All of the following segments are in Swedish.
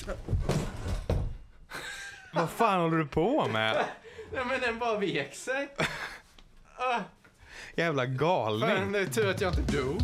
Vad fan håller du på med? Nej, men den bara vek sig. Jävla galning. Fan, det är tur att jag inte dog.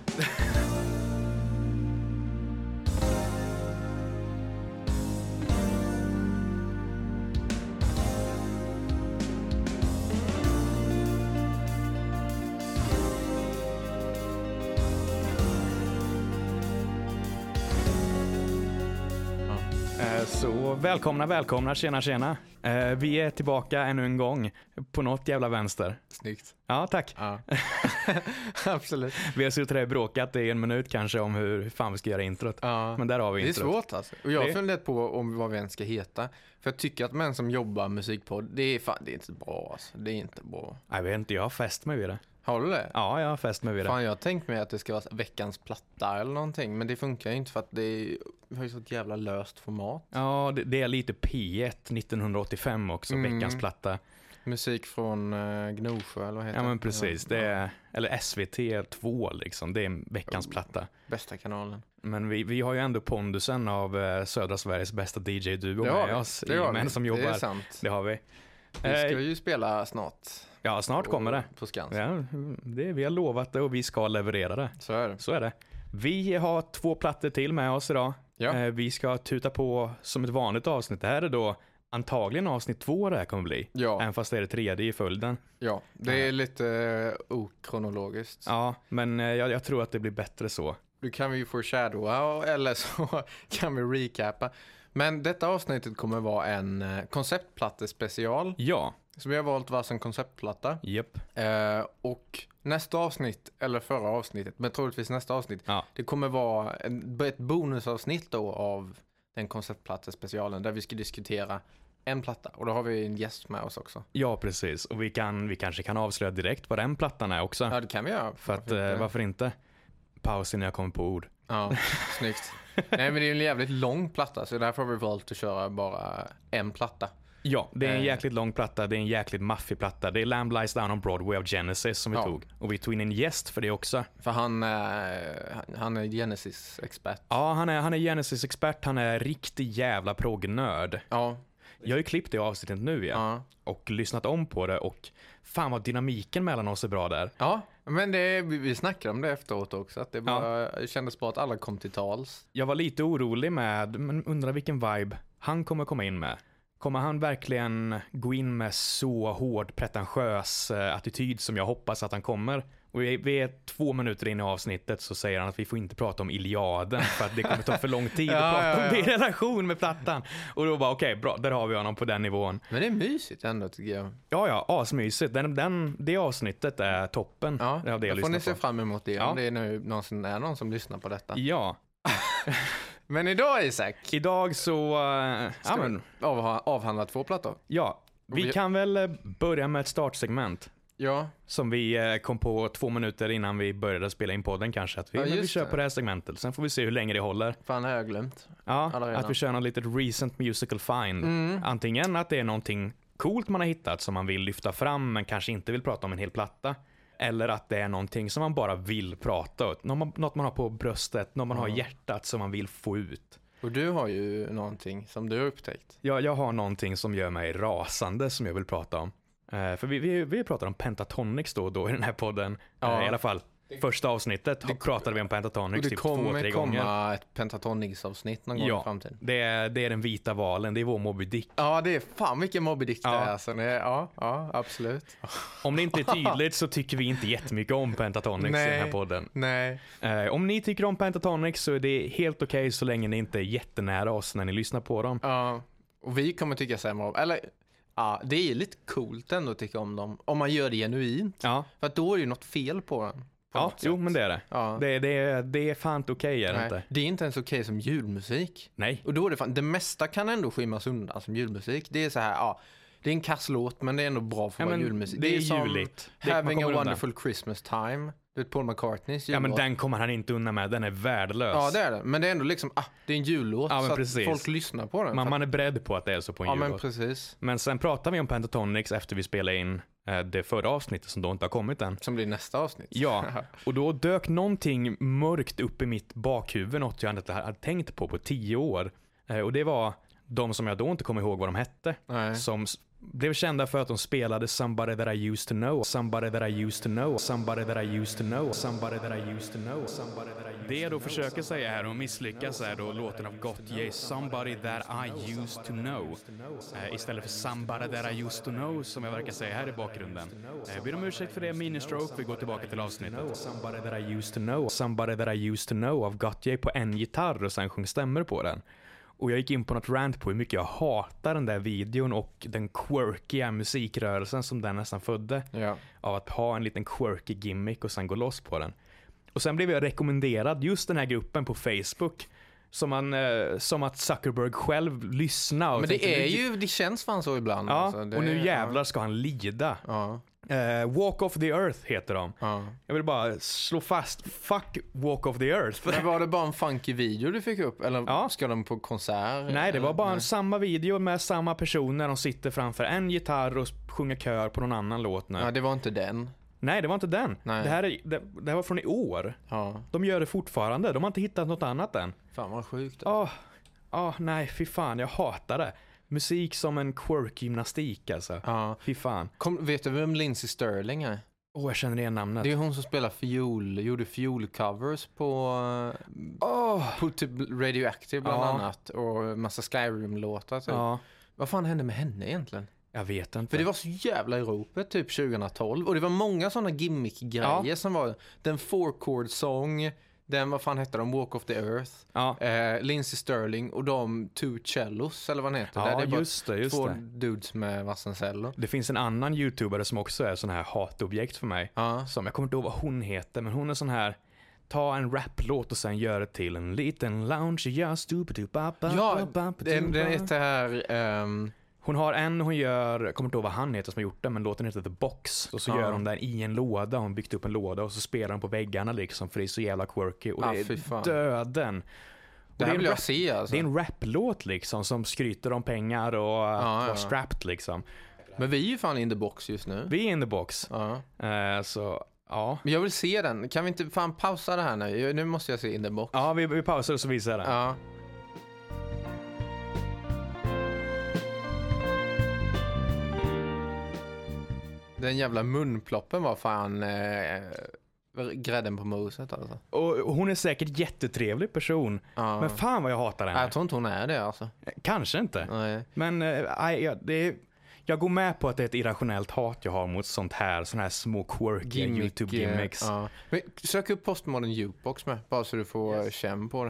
Så välkomna, tjena. Vi är tillbaka ännu en gång på något jävla vänster. Snyggt. Ja, tack. Ja. Absolut. Vi har suttit här och bråkat i en minut kanske om hur fan vi ska göra introt. Ja. Men där har vi Det är introt. svårt alltså. Och jag har funderat på om vad vi än ska heta. För jag tycker att män som jobbar musikpodd, det är inte bra alltså. Det är inte bra. Jag vet inte, jag har fäst mig vid det. Har du det? Ja, jag har fäst mig vid det. Fan, jag har tänkt mig att det ska vara veckans platta eller någonting. Men det funkar ju inte för att vi har ju så ett jävla löst format. Ja, det är lite P1 1985 också, veckans platta. Musik från Gnosjö eller vad heter det? Ja, men precis. Det är, eller SVT2 liksom, det är veckans platta. Bästa kanalen. Men vi har ju ändå pondusen av södra Sveriges bästa DJ-duo med oss det i Män som jobbar. Det är sant. Det har vi. Vi ska ju spela snart. Ja, snart kommer det. På Skansen. Ja, vi har lovat det och vi ska leverera det. Så är det. Vi har 2 plattor till med oss idag. Ja. Vi ska tuta på som ett vanligt avsnitt. Det här är då antagligen avsnitt 2 det här kommer bli. Ja. Även fast det är det 3:e i följden. Ja, det är lite okronologiskt. Ja, men jag tror att det blir bättre så. Nu kan vi ju foreshadowa eller så kan vi recapa. Men detta avsnittet kommer vara en konceptplattespecial. Ja. Så vi har valt varsin konceptplatta. Japp. Och nästa avsnitt, eller förra avsnittet, men troligtvis nästa avsnitt, det kommer vara ett bonusavsnitt då av den konceptplattespecialen där vi ska diskutera en platta. Och då har vi en gäst med oss också. Ja, precis. Och vi kanske kan avslöja direkt vad den plattan är också. Ja, det kan vi göra. För att, varför inte? Paus innan jag kommer på ord. Ja, snyggt. Nej, men det är en jävligt lång platta, så därför har vi valt att köra bara en platta. Ja, det är en jäkligt lång platta, det är en jäkligt maffig platta. Det är Lamb Lies Down on Broadway av Genesis som vi tog. Och vi tog in en gäst för det också. För han är Genesis-expert. Ja, han är Genesis-expert, han är riktig jävla proggnörd. Ja. Jag har ju klippt det avsnittet nu och lyssnat om på det och fan vad dynamiken mellan oss är bra där. Ja, men vi snackade om det efteråt också, att det kändes bra att alla kom till tals. Jag var lite orolig men undrar vilken vibe han kommer komma in med. Kommer han verkligen gå in med så hård, pretentiös attityd som jag hoppas att han kommer? Och vi är 2 minuter in i avsnittet så säger han att vi får inte prata om Iliaden för att det kommer ta för lång tid att prata om det i relation med plattan. Och då bara okej, bra, där har vi honom på den nivån. Men det är mysigt ändå tycker jag. Ja, asmysigt. Det avsnittet är toppen. Ja, av det då får ni se fram emot det. Om det är nu någon som lyssnar på detta. Ja. Men idag, Isak. Idag så... ska vi avhandla 2 plattor. Ja, vi kan väl börja med ett startsegment. Ja. Som vi kom på 2 minuter innan vi började spela in podden kanske. Att vi kör på det här segmentet. Sen får vi se hur länge det håller. Fan, har jag glömt. Ja, att vi kör något litet recent musical find. Antingen att det är någonting coolt man har hittat som man vill lyfta fram men kanske inte vill prata om en hel platta. Eller att det är någonting som man bara vill prata om. Något man har på bröstet, något man har i hjärtat som man vill få ut. Och du har ju någonting som du har upptäckt. Ja, jag har någonting som gör mig rasande som jag vill prata om. För vi pratar om Pentatonix då i den här podden. I alla fall första avsnittet pratade vi om Pentatonix typ 2-3 gånger. Det kommer komma ett Pentatonix-avsnitt någon gång i framtiden. Det är den vita valen, det är vår Moby Dick. Ja, det är fan vilken Moby Dick det är. Alltså. Ja, absolut. Om det inte är tydligt så tycker vi inte jättemycket om Pentatonix i den här podden. Nej. Om ni tycker om Pentatonix så är det helt okej så länge ni inte är jättenära oss när ni lyssnar på dem. Ja, och vi kommer tycka sämre om. Eller... Ja, det är lite coolt ändå att tycka om dem. Om man gör det genuint. Ja. För att då är det ju något fel på den. Ja, jo, men det är det. Ja. Det är fan inte okej, är det inte? Det är inte ens okej som julmusik. Nej. Och då är det fan, det mesta kan ändå skymmas undan som julmusik. Det är så här, det är en kasslåt men det är ändå bra för att vara julmusik. Det är juligt. Having a wonderful Christmas time. Det är Paul McCartneys jullåt. Ja, men den kommer han inte undan med. Den är värdelös. Ja, det är det. Men det är ändå liksom, det är en jullåt så att folk lyssnar på den. Man är beredd på att det är så på en jullåt. Ja, men precis. Men sen pratar vi om Pentatonix efter vi spelade in det förra avsnittet som då inte har kommit än. Som blir nästa avsnitt. Ja, och då dök någonting mörkt upp i mitt bakhuvud, något jag inte hade tänkt på 10 år. Och det var de som jag då inte kommer ihåg vad de hette. Nej. Som blev kända för att de spelade Somebody That I Used To Know, Somebody That I Used To Know, Somebody That I Used To Know, Somebody That I Used To Know, Somebody That I Used To Know. Det jag då försöker säga här och misslyckas är då låten av Gotye, Somebody That I Used To Know, istället för Somebody That I Used To Know som jag verkar säga här i bakgrunden. Ber om ursäkt för det, ministroke, vi går tillbaka till avsnittet. Somebody That I Used To Know, Somebody That I Used To Know av Gotye på en gitarr och sen sjöng stämmer på den. Och jag gick in på något rant på hur mycket jag hatar den där videon och den quirkiga musikrörelsen som den nästan födde. Ja. Av att ha en liten quirky gimmick och sen gå loss på den. Och sen blev jag rekommenderad just den här gruppen på Facebook. Som att Zuckerberg själv lyssnar. Men det känns fan så ibland. Ja, alltså. och nu jävlar ska han lida. Ja. Walk of the Earth heter de. Ja. Jag vill bara slå fast, fuck Walk of the Earth. Men var det bara en funky video du fick upp? Eller ska de på konsert? Nej, det var bara samma video med samma personer. De sitter framför en gitarr och sjunger kör på någon annan låt nu. Ja, det var inte den. Nej, det var inte den. Nej. Det här var från i år. Ja. De gör det fortfarande. De har inte hittat något annat än. Fan vad sjukt. Nej, fy fan, jag hatar det. Musik som en quirk-gymnastik alltså. Ja. Fy fan. Vet du vem Lindsey Sterling är? Jag känner igen namnet. Det är hon som spelar fiol, gjorde fiolcovers på typ Radioactive bland annat och massa Skyrim-låtar typ. Ja. Vad fan hände med henne egentligen? Jag vet inte. För det var så jävla i ropet typ 2012 och det var många sådana gimmick-grejer som var den 4-chord-sång, den vad fan hette de, Walk of the Earth, Lindsey Sterling och de Two Cellos eller vad den heter. Ja, där det är just två det. dudes med varsin cello. Det finns en annan YouTubare som också är sån här hatobjekt för mig. Som jag kommer inte ihåg vad hon heter, men hon är sån här, ta en raplåt och sen gör det till en liten lounge. Ja, den heter här... Hon har hon gör, jag kommer inte ihåg vad han heter som har gjort den, men låten heter The Box. Och så gör hon den i en låda, hon byggt upp en låda och så spelar hon på väggarna liksom, för det är så jävla quirky. Och det är döden. Det här vill jag se alltså. Det är en raplåt liksom, som skryter om pengar och var strapped liksom. Men vi är ju fan in the box just nu. Vi är in the box. Så... Ja. Men jag vill se den. Kan vi inte fan pausa det här nu? Nu måste jag se in the box. Ja, vi pausar och så visar den. Ja. Den jävla munploppen var fan grädden på moset alltså. Och hon är säkert jättetrevlig person. Men fan vad jag hatar henne. Jag tror inte hon är det alltså. Kanske inte. Nej. Men jag går med på att det är ett irrationellt hat jag har mot sån här små quirky YouTube-gimmicks. Ja. Men sök upp Postmodern Jukebox med, bara så du får känn på det.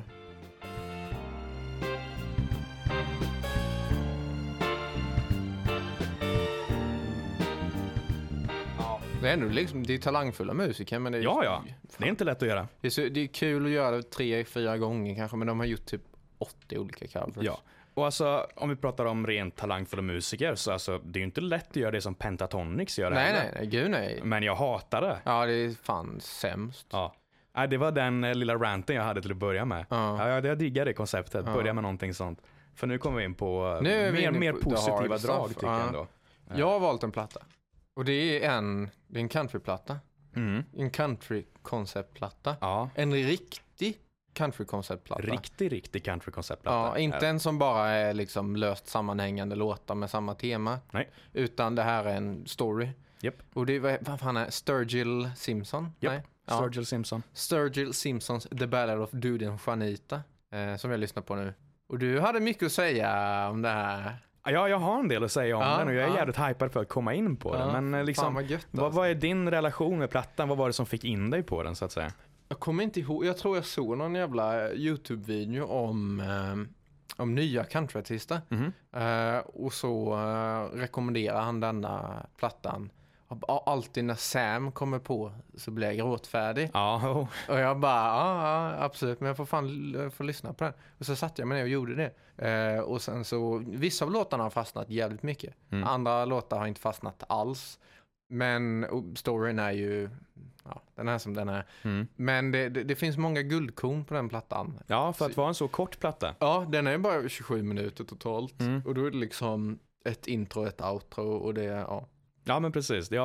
Det är ändå liksom, det är talangfulla musiker, men det är det är inte lätt att göra. Det är kul att göra det 3-4 gånger kanske, men de har gjort typ 80 olika covers. Ja. Och alltså, om vi pratar om rent talangfulla musiker, så alltså, det är ju inte lätt att göra det som Pentatonix gör. Nej, gud nej. Men jag hatar det. Ja, det är fan sämst. Ja. Nej, det var den lilla ranten jag hade till att börja med. Jag diggar det konceptet, börja med någonting sånt. För nu kommer vi in på mer positiva drag tycker jag ändå. Jag har valt en platta. Och det är en countryplatta. En country-konceptplatta. Ja. En riktig country-konceptplatta. Riktig country-konceptplatta. Ja, inte en som bara är liksom löst sammanhängande låtar med samma tema. Nej. Utan det här är en story. Yep. Och det är, vad fan är Sturgill Simpson? Yep. Nej. Sturgill Simpson. Sturgill Simpsons The Ballad of Dude and Juanita. Som jag lyssnar på nu. Och du hade mycket att säga om det här. Ja, jag har en del att säga om den och jag är jävligt hypad för att komma in på den. Men liksom, vad gött, vad är din relation med plattan? Vad var det som fick in dig på den så att säga? Jag kommer inte ihåg, jag tror jag såg någon jävla YouTube-video om nya countryartister. Och så rekommenderar han denna plattan. Alltid när Sam kommer på så blir jag gråtfärdig. Och jag bara, absolut, men jag får lyssna på den. Och så satt jag med det och gjorde det. Och sen så, vissa av låtarna har fastnat jävligt mycket. Andra låtar har inte fastnat alls. Men storyn är ju, den är som den är. Men det finns många guldkorn på den plattan. Ja, för att vara en så kort platta. Ja, den är bara 27 minuter totalt. Och då är det liksom ett intro och ett outro och det, Ja, men precis.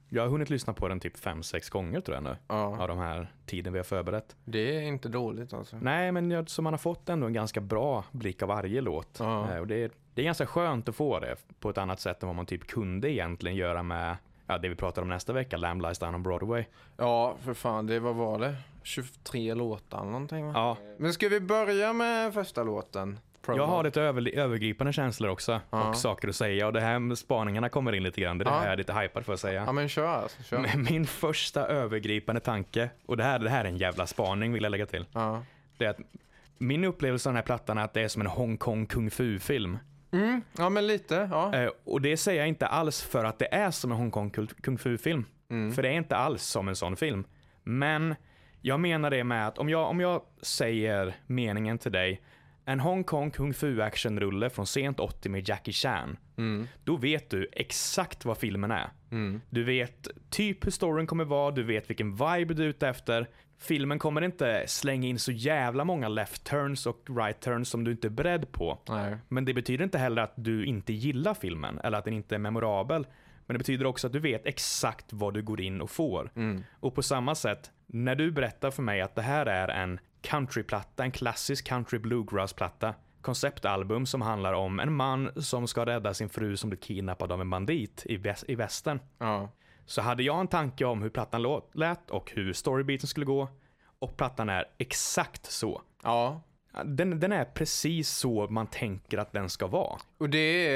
Jag har hunnit lyssna på den typ 5-6 gånger tror jag nu. Av de här tiden vi har förberett. Det är inte dåligt alltså. Nej, men så man har fått ändå en ganska bra blick av varje låt. Och det är ganska skönt att få det på ett annat sätt än vad man typ kunde egentligen göra med det vi pratar om nästa vecka, Lamb Lies Down on Broadway. Ja, för fan, vad var det? 23 låtar eller någonting va? Ja. Men ska vi börja med första låten? Jag har lite övergripande känslor också och saker att säga, och det här med spaningarna kommer in lite grann. Det är jag lite hypad för att säga. Ja, men kör. Men min första övergripande tanke, och det här är en jävla spaning vill jag lägga till. Det är att min upplevelse av den här plattan är att det är som en Hongkong kung fu-film. Ja, men lite, ja. Och det säger jag inte alls för att det är som en Hongkong kung fu-film. För det är inte alls som en sån film. Men jag menar det med att om jag säger meningen till dig, en Hongkong kung fu actionrulle från sent 80 med Jackie Chan, då vet du exakt vad filmen är. Du vet typ hur storyn kommer vara, du vet vilken vibe du är ute efter. Filmen kommer inte slänga in så jävla många left turns och right turns som du inte är beredd på. Nej. Men det betyder inte heller att du inte gillar filmen eller att den inte är memorabel. Men det betyder också att du vet exakt vad du går in och får. Och på samma sätt, när du berättar för mig att det här är en countryplatta, en klassisk country bluegrass-platta, konceptalbum som handlar om en man som ska rädda sin fru som blir kidnappad av en bandit i västern. Så hade jag en tanke om hur plattan lät och hur storybeaten skulle gå, och plattan är exakt så. Ja. Den är precis så man tänker att den ska vara. Och det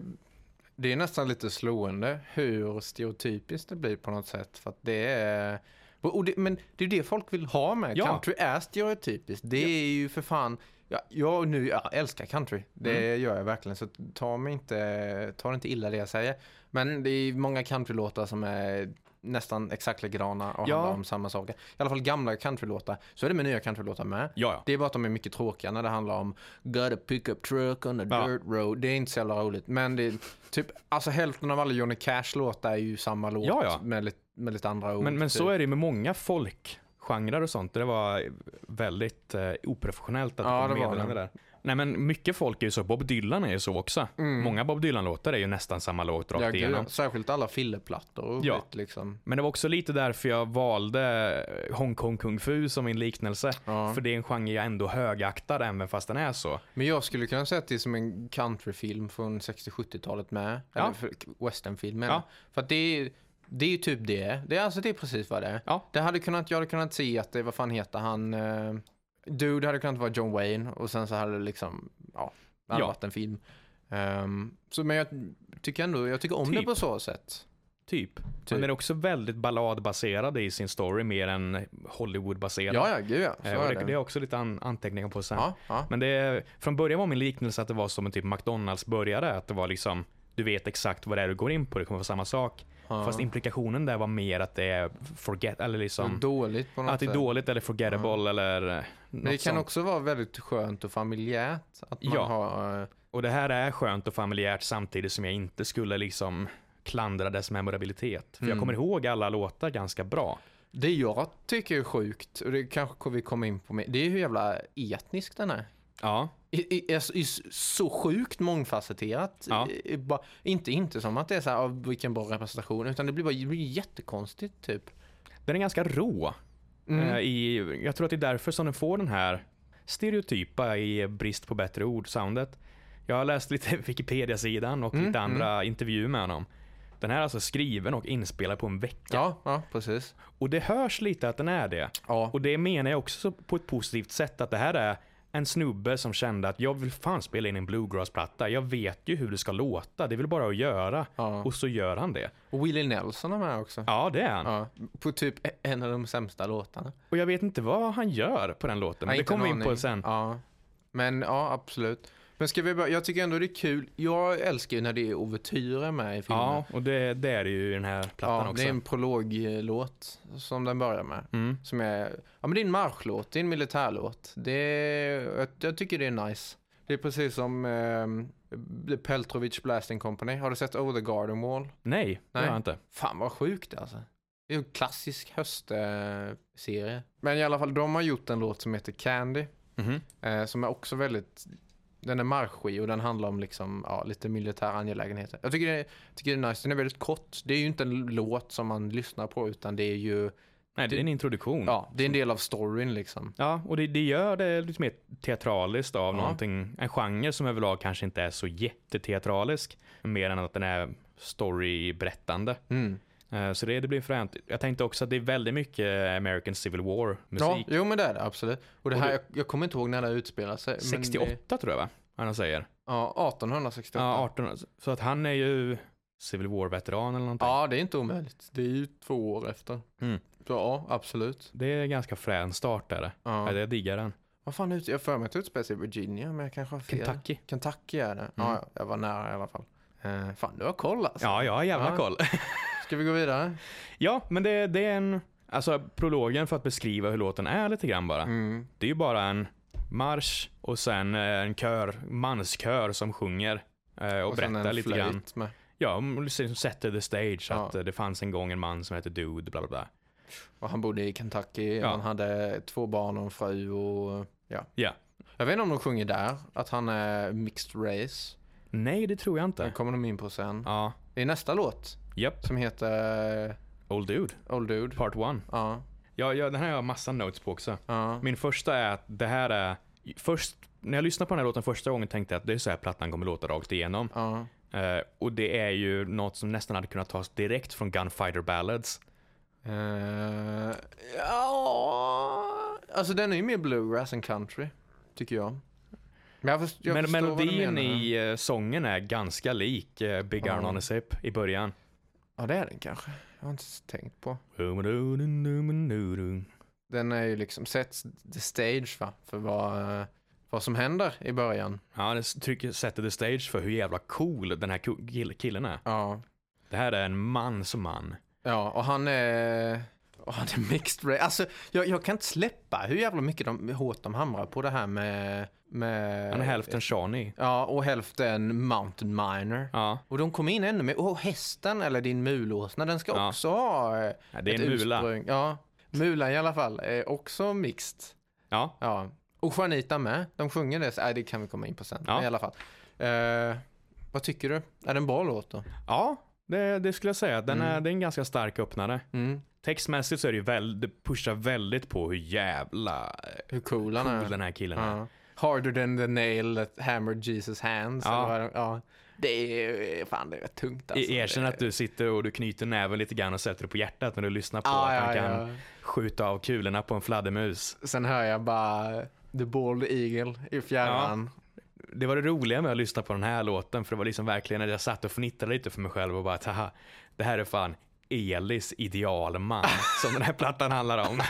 är nästan lite slående hur stereotypiskt det blir på något sätt. För att det är... men det är det folk vill ha med. Ja. Country är stereotypiskt. Det är ju för fan... Jag älskar country. Det gör jag verkligen. Så ta det inte illa det jag säger. Men det är många countrylåtar som är nästan exakt likadana och handlar om samma saker. I alla fall gamla countrylåtar. Så är det med nya countrylåtar med. Ja. Det är bara att de är mycket tråkiga när det handlar om Got a pickup truck on a dirt road. Det är inte så jävla roligt. Men det är typ, alltså hälften av alla Johnny Cash-låtar är ju samma låt med lite andra ord. Men så är det med många folkgenrer och sånt. Det var väldigt oprofessionellt att det kom meddelande där. Nej, men mycket folk är ju så. Bob Dylan är ju så också. Många Bob Dylan-låtar är ju nästan samma låt rakt igenom. Särskilt alla filleplattor och liksom. Men det var också lite därför jag valde Hongkong Kung Fu som min liknelse. För det är en genre jag ändå högaktar även fast den är så. Men jag skulle kunna säga att det är som en countryfilm från 60-70-talet med. Eller westernfilm med. För att det är ju typ det. Det är precis vad det är. Jag hade kunnat se att det, vad fan heter han... Dude hade kunnat vara John Wayne och sen så hade det liksom varit en film. Men jag tycker om det på så sätt. Typ. Men den är också väldigt balladbaserad i sin story mer än Hollywoodbaserad. Ja, gud ja. Det är också lite anteckningar på sen. Men från början var min liknelse att det var som en typ McDonald's-burgare. Att det var liksom, du vet exakt vad det är du går in på. Det kommer vara samma sak. Fast implikationen där var mer att det är forget eller liksom dåligt på något att det är dåligt eller forgettable eller men det kan också vara väldigt skönt och familjärt att man har och det här är skönt och familjärt samtidigt som jag inte skulle liksom klandra dess memorabilitet. För jag kommer ihåg alla låtar ganska bra. Det jag tycker är sjukt, och det kanske vi kommer in på med, det är hur jävla etnisk den är. Ja. Är så sjukt mångfacetterat. Inte som att det är så här, vilken bra representation, utan det blir jättekonstigt typ. Den är ganska rå. Jag tror att det är därför som den får den här stereotypa i brist på bättre ord soundet. Jag har läst lite Wikipedia-sidan och lite andra intervjuer med honom. Den här är alltså skriven och inspelad på en vecka. Ja, precis. Och det hörs lite att den är det. Ja. Och det menar jag också på ett positivt sätt att det här är en snubbe som kände att jag vill fan spela in en bluegrass-platta. Jag vet ju hur det ska låta. Det är väl bara att göra. Och så gör han det. Och Willie Nelson är med också. Ja, det är han. Ja, på typ en av de sämsta låtarna. Och jag vet inte vad han gör på den låten. Men det kommer vi in på sen. Ja. Men absolut. Men jag tycker ändå det är kul. Jag älskar ju när det är ouvertyrer med i filmen. Ja, och det är det ju i den här plattan också. Det är en prologlåt som den börjar med. Som är, men det är en marschlåt, det är en militärlåt. Jag tycker det är nice. Det är precis som The Peltrovich Blasting Company. Har du sett Over the Garden Wall? Nej, det har jag inte. Fan vad sjukt alltså. Det är en klassisk höstserie. Men i alla fall, de har gjort en låt som heter Candy. Som är också väldigt Den är marschig och den handlar om liksom, lite militära angelägenheter. Jag tycker det är nice. Den är väldigt kort. Det är ju inte en låt som man lyssnar på, utan det är ju... Nej, det är en introduktion. Ja, det är en del av storyn liksom. Ja, och det gör det lite mer teatraliskt av någonting. En genre som överlag kanske inte är så jätteteatralisk. Mer än att den är storyberättande. Så det blir fränt. Jag tänkte också att det är väldigt mycket American Civil War musik. Ja, jo men det är det, absolut. Och det här, jag kommer inte ihåg när det utspelar sig. 68 men tror jag va? Han säger. Ja, 1868. Ja, 18. Så att han är ju Civil War-veteran eller någonting. Ja, det är inte omöjligt. Det är ju 2 år efter. Så ja, absolut. Det är ganska frän start där. Ja. Jag diggar den. Vad fan, jag för mig att utspelar sig i Virginia, men jag kanske har fel. Kentucky är det. Ja, jag var nära i alla fall. Fan, du har koll alltså. Ja, jag har jävla koll. Ska vi gå vidare? Ja, men det är en... Alltså, prologen för att beskriva hur låten är lite grann bara. Det är ju bara en marsch och sen en manskör som sjunger och berättar lite grann. Med. Ja, liksom sätter the stage att det fanns en gång en man som heter Dude, bla bla bla. Och han bodde i Kentucky, han hade 2 barn och en fru och ja. Jag vet inte om de sjunger där, att han är mixed race. Nej, det tror jag inte. Det kommer de in på sen. Ja. Det är nästa låt. Som heter... Old Dude. Part 1. Ja, den här har jag massa notes på också. Min första är att det här är... Först, när jag lyssnade på den här låten första gången tänkte jag att det är så här plattan kommer låta rakt igenom. Och det är ju något som nästan hade kunnat tas direkt från Gunfighter Ballads. Alltså den är ju mer bluegrass än country, tycker jag. Men melodin i sången är ganska lik Big Iron on a Zip i början. Ja, det är den kanske. Jag har inte tänkt på. Den är ju liksom set the stage för vad som händer i början. Ja, det sätter the stage för hur jävla cool den här killen är. Ja. Det här är en man som man. Ja, och han är mixed race. Alltså, jag kan inte släppa hur jävla mycket hårt de hamrar på det här med... Han är hälften Shawnee. Ja, och hälften Mountain Miner. Ja. Och de kom in ännu mer. Och hästen, eller din mulåsna, den ska också ha det är en mula. Ursprung. Ja, mulan i alla fall är också mixed. Ja. Och Juanita med. De sjunger det. Det kan vi komma in på sen. I alla fall. Vad tycker du? Är det en bra låt då? Ja, det skulle jag säga. Det är en ganska stark öppnare. Textmässigt så är det pushar väldigt på hur cool den här killen är. Harder than the nail that hammered Jesus hands. Det är fan, det är tungt alltså. Erkänn att du sitter och du knyter näven lite grann och sätter det på hjärtat när du lyssnar på att han kan skjuta av kulorna på en fladdermus. Sen hör jag bara The Bald Eagle i fjärran. Det var det roliga med att lyssna på den här låten, för det var liksom verkligen när jag satt och fnittrade lite för mig själv och bara taha, det här är fan Elis idealman som den här plattan handlar om.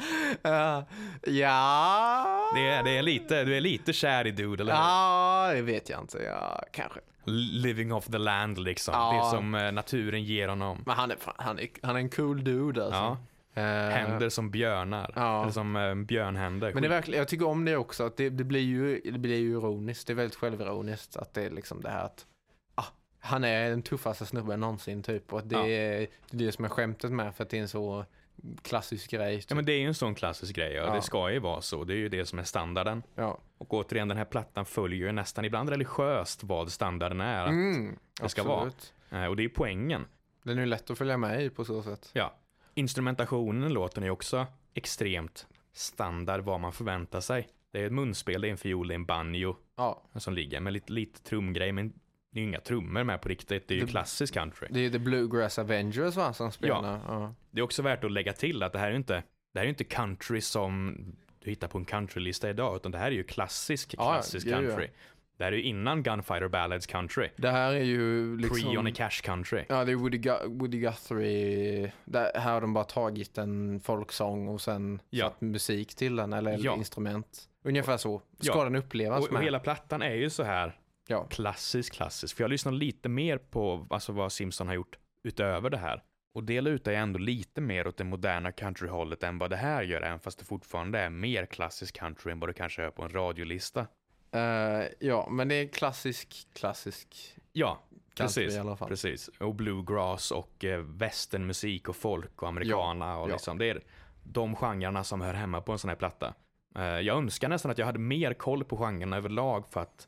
Det är lite, du är lite kär i Dude, eller hur? Ja, det vet jag inte. Ja, kanske. Living off the land liksom. Det som naturen ger honom. Men han är en cool dude alltså. Händer som björnar. Eller som björnhänder. Men det är verkligen, jag tycker om det också, att det blir ju ironiskt. Det är väldigt självironiskt att det är liksom det här att han är den tuffaste snubben någonsin typ. Och det är det som är skämtet med, för att det är en så klassisk grej. Typ. Ja, men det är ju en sån klassisk grej och det ska ju vara så. Det är ju det som är standarden. Och återigen, den här plattan följer ju nästan ibland religiöst vad standarden är. Att det ska vara. Och det är poängen. Den är ju lätt att följa med i på så sätt. Ja. Instrumentationen i låten är också extremt standard vad man förväntar sig. Det är ett munspel, det är en fiol, det är en banjo som ligger med lite trumgrej, men det är ju inga trummor med på riktigt. Det är ju klassisk country. Det är The Bluegrass Avengers som spelar. Ja. Det är också värt att lägga till att det här är inte country som du hittar på en countrylista idag, utan det här är ju klassisk country. Det här är ju innan Gunfighter Ballads country. Det här är ju liksom... Pre-Johnny Cash country. Ja, det är Woody Guthrie. Här har de bara tagit en folksång och sen satt musik till den, eller instrument. Ungefär så. Ska den upplevas och hela plattan är ju så här klassisk. För jag lyssnar lite mer på vad Simpson har gjort utöver det här. Och det lutar jag ändå lite mer åt det moderna countryhållet än vad det här gör, även fast det fortfarande är mer klassisk country än vad du kanske hör på en radiolista. Men det är klassisk precis, i alla fall. Precis. Och bluegrass och westernmusik och folk och americana och liksom, det är de genrerna som hör hemma på en sån här platta. Jag önskar nästan att jag hade mer koll på genrerna överlag, för att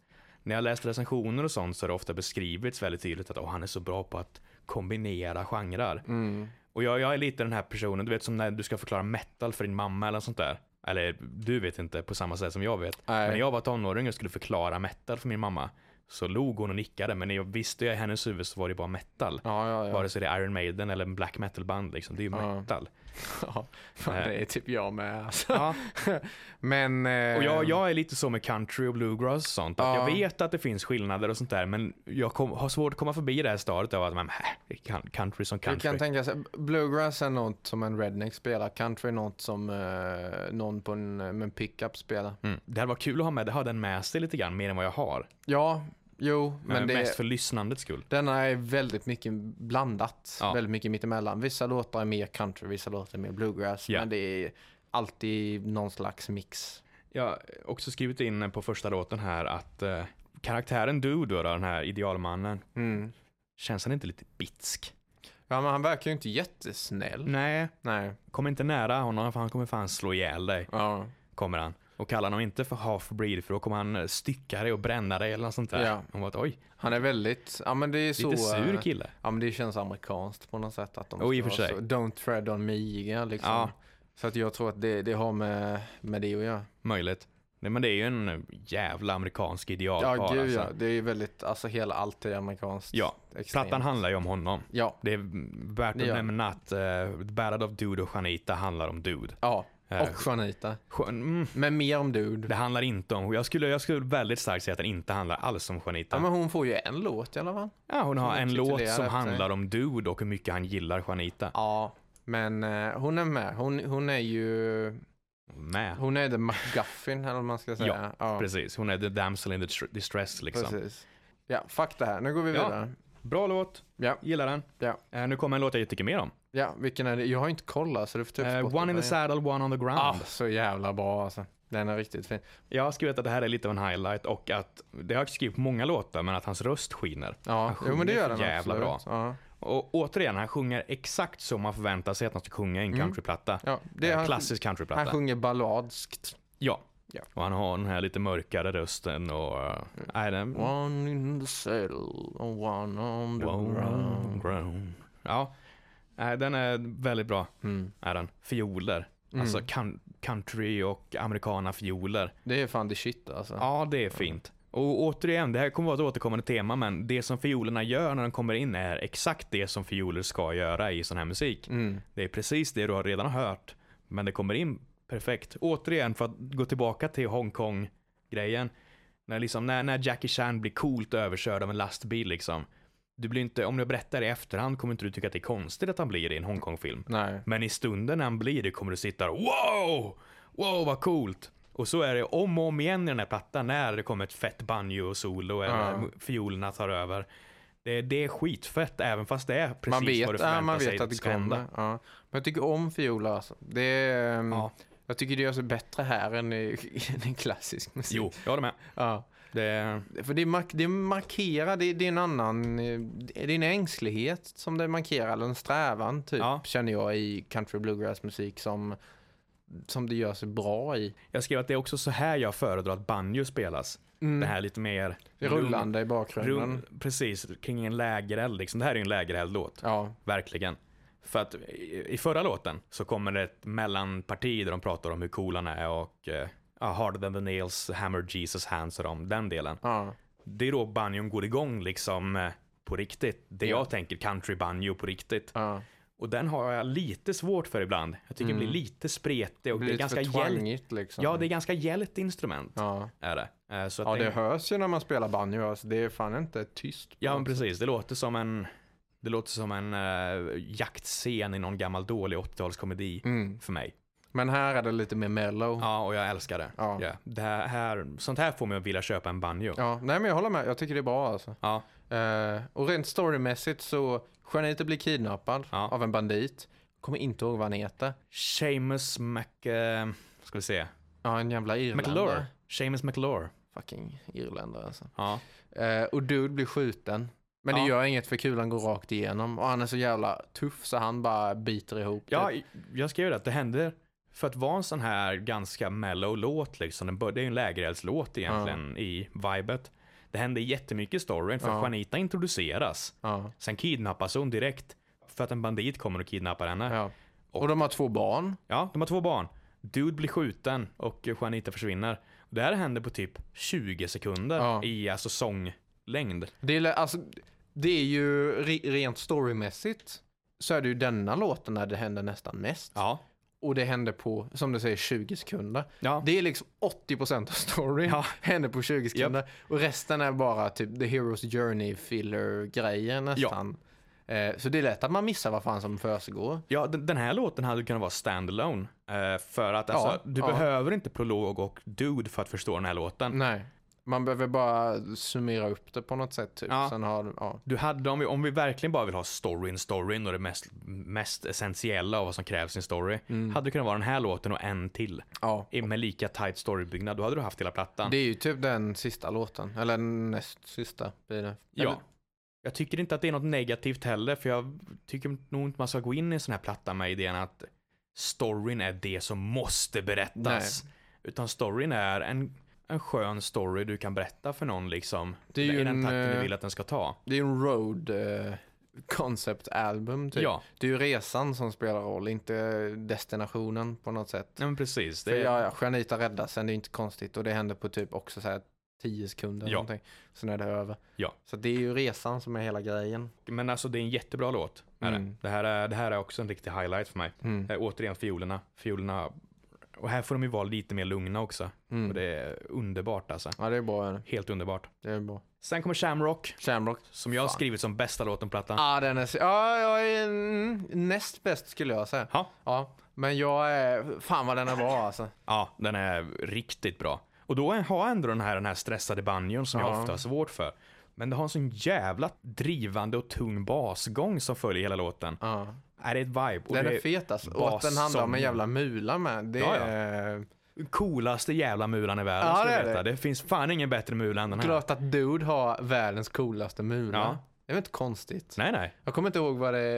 när jag läst recensioner och sånt så har det ofta beskrivits väldigt tydligt att han är så bra på att kombinera genrer. Och jag är lite den här personen, du vet, som när du ska förklara metal för din mamma eller sånt där. Eller du vet inte på samma sätt som jag vet. Nej. Men när jag var tonåring och skulle förklara metal för min mamma, så låg hon och nickade, men jag visste i hennes huvud så var det bara metal. Vare sig det är Iron Maiden eller en black metal band liksom, det är ju metal. Ja, det är typ jag med alltså. Ja. Men och jag är lite så med country och bluegrass och sånt, att jag vet att det finns skillnader och sånt där, men jag har svårt att komma förbi det här stadiet av att country som country. Du kan tänka sig, bluegrass är något som en redneck spelar, country är något som någon på en pickup spelar. Det hade varit kul att ha den med sig lite grann, mer än vad jag har. Ja, jo, men det mest för lyssnandets skull. Denna är väldigt mycket blandat, väldigt mycket mittemellan. Vissa låtar är mer country, vissa låtar är mer bluegrass, men det är alltid någon slags mix. Jag har också skrivit in på första låten här att karaktären Dude, den här idealmannen, känns han inte lite bitsk? Ja, men han verkar ju inte jättesnäll. Nej. Kom inte nära honom, för han kommer fan slå ihjäl dig. Ja. Kommer han. Och kallar honom inte för half-breed, för då kommer han stycka dig och bränna dig eller något sånt där. Ja. Bara, oj. Han är väldigt, men det är så... Lite sur kille. Ja, men det känns amerikanskt på något sätt. Att de i och för sig. Så, don't tread on me, liksom. Ja. Så att jag tror att det har med det att göra. Möjligt. Nej, men det är ju en jävla amerikansk idealpar. Ja, gud ja. Det är ju väldigt, alltså allt är amerikanskt. Ja, plattan handlar ju om honom. Ja. Det är värt att nämna att Ballad of Dude och Juanita handlar om Dude. Ja. Och Juanita. Men mer om Dude. Det handlar inte om... Jag skulle väldigt starkt säga att den inte handlar alls om Juanita. Ja, men hon får ju en låt i alla fall. Ja, hon har en låt som handlar om Dude och hur mycket han gillar Juanita. Ja, men hon är med. Hon är ju... Hon är the MacGuffin, eller vad man ska säga. Ja, precis. Hon är the damsel in the distress, liksom. Precis. Ja, fuck det här. Nu går vi vidare. Bra låt. Ja. Gillar den. Ja. Nu kommer en låt jag tycker mer om. Ja, vilken är det? Jag har inte kollat, så du får typ One in the saddle, one on the ground. Så jävla bra alltså. Den är riktigt fin. Jag har skrivit att det här är lite av en highlight, och att det har jag skrivit på många låtar, men att hans röst skiner. Ja, men det gör den jävla bra. Ja. Och återigen, han sjunger exakt som man förväntar sig att man ska sjunga i en countryplatta. Ja, det är klassisk countryplatta. Han sjunger balladskt. Ja. Och han har den här lite mörkare rösten och... One in the saddle, one on the ground. Ja, den är väldigt bra. Är den. Fioler. Alltså country och americana fioler. Det är fan det shit alltså. Ja, det är fint. Och återigen, det här kommer vara ett återkommande tema, men det som fiolerna gör när de kommer in är exakt det som fioler ska göra i sån här musik. Det är precis det du redan har hört, men det kommer in perfekt. Återigen, för att gå tillbaka till Hongkong-grejen, när Jackie Chan blir coolt överkörd av en lastbil liksom. Du blir inte, om du berättar i efterhand kommer inte du tycka att det är konstigt att han blir i en Hongkong-film. Nej. Men i stunden när han blir det kommer du sitta och wow vad coolt. Och så är det om och om igen i den här plattan, när det kommer ett fett banjo-solo eller fiolerna tar över. Det är skitfett, även fast det är precis vad du förväntar sig att det kommer. Ja. Men jag tycker om fioler alltså. Jag tycker det gör sig bättre här än i en klassisk musik. Jo, jag håller med. Ja. För det markerar, det är en annan, det är en ängslighet som det markerar, eller en strävan typ, känner jag i country bluegrass musik som det gör sig bra i. Jag skrev att det är också så här jag föredrar att banjo spelas. Det här lite mer rullande i bakgrunden. Precis, kring en lägereld liksom. Det här är ju en lägereld-låt. Ja. Verkligen. För att i förra låten så kommer det ett mellanparti där de pratar om hur cool han är och Harder than the nails, hammer Jesus hands och den delen. Det är då banjon går igång liksom på riktigt. Det jag tänker country banjo på riktigt. Och den har jag lite svårt för ibland. Jag tycker det blir lite spretig och det är ganska gälligt liksom. Ja, det är ganska gälligt instrument. Är det. Så att det hörs ju när man spelar banjo, alltså det är fan inte tyst. Ja, men precis. Det låter som en jaktscen i någon gammal dålig 80-talskomedi för mig. Men här är det lite mer mellow. Ja, och jag älskar det. Ja. Sånt här får mig att vilja köpa en banjo. Ja, nej men jag håller med. Jag tycker det är bra alltså. Ja. Och rent storymässigt så Juanita blir kidnappad av en bandit. Kommer inte ihåg vad han heter. Seamus ska vi se. Ja, en jävla irländare. McClure. Seamus McClure. Fucking irländare alltså. Ja. Och Dude blir skjuten. Men det gör inget, för kulan går rakt igenom. Och han är så jävla tuff så han bara biter ihop. Ja, jag skrev det att det händer. För att vara en sån här ganska mellow låt liksom. Det är ju en lägereldslåt egentligen i vibet. Det händer jättemycket i storyn för Juanita introduceras. Sen kidnappas hon direkt för att en bandit kommer och kidnappar henne. Och de har 2 barn. Ja, de har 2 barn. Dude blir skjuten och Juanita försvinner. Det här händer på typ 20 sekunder i alltså sånglängd. Det är ju rent storymässigt så är det ju denna låten när det händer nästan mest. Ja. Och det händer på, som du säger, 20 sekunder. Ja. Det är liksom 80% av storyn händer på 20 sekunder. Yep. Och resten är bara typ The Hero's Journey filler-grejer nästan. Så det är lätt att man missar vad fan som försiggår. Ja, den här låten hade kunnat vara standalone. För att alltså, du behöver inte prolog och dude för att förstå den här låten. Nej. Man behöver bara summera upp det på något sätt typ. Ja. Sen Du hade, om vi verkligen bara vill ha storyn och det mest essentiella av vad som krävs i en story, hade det kunnat vara den här låten och en till. Med lika tight storybyggnad, då hade du haft hela plattan. Det är ju typ den sista låten, eller näst sista blir det. Ja. Jag tycker inte att det är något negativt heller, för jag tycker nog inte man ska gå in i en sån här platta med idén att storyn är det som måste berättas. Nej. Utan storyn är en skön story du kan berätta för någon liksom. Det är ju den takten du vill att den ska ta. Det är ju en road concept album typ. Ja. Det är ju resan som spelar roll, inte destinationen på något sätt. Ja, men precis. Juanita räddas sen, det är inte konstigt. Och det händer på typ också så här 10 sekunder eller någonting. Sen är det över. Ja. Så det är ju resan som är hela grejen. Men alltså det är en jättebra låt. Det här är också en riktig highlight för mig. Återigen fiolerna. Och här får de ju vara lite mer lugna också. Och det är underbart alltså. Ja, det är bra. Helt underbart. Det är bra. Sen kommer Shamrock. Som jag har skrivit som bästa låten på plattan. Ja, den är... jag är näst bäst skulle jag säga. Ja. Men jag är... Fan vad den är bra alltså. Ja, den är riktigt bra. Och då har ändå den här stressade banjon som jag ofta har svårt för. Men det har en sån jävla drivande och tung basgång som följer hela låten. Är det ett vibe? Och den är fet alltså. Och att den handlar om en jävla mula med. Det är... coolaste jävla mulan i världen. Ja, det finns fan ingen bättre mula än den här. Klart att Dude har världens coolaste mula. Ja. Det är inte konstigt. Nej. Jag kommer inte ihåg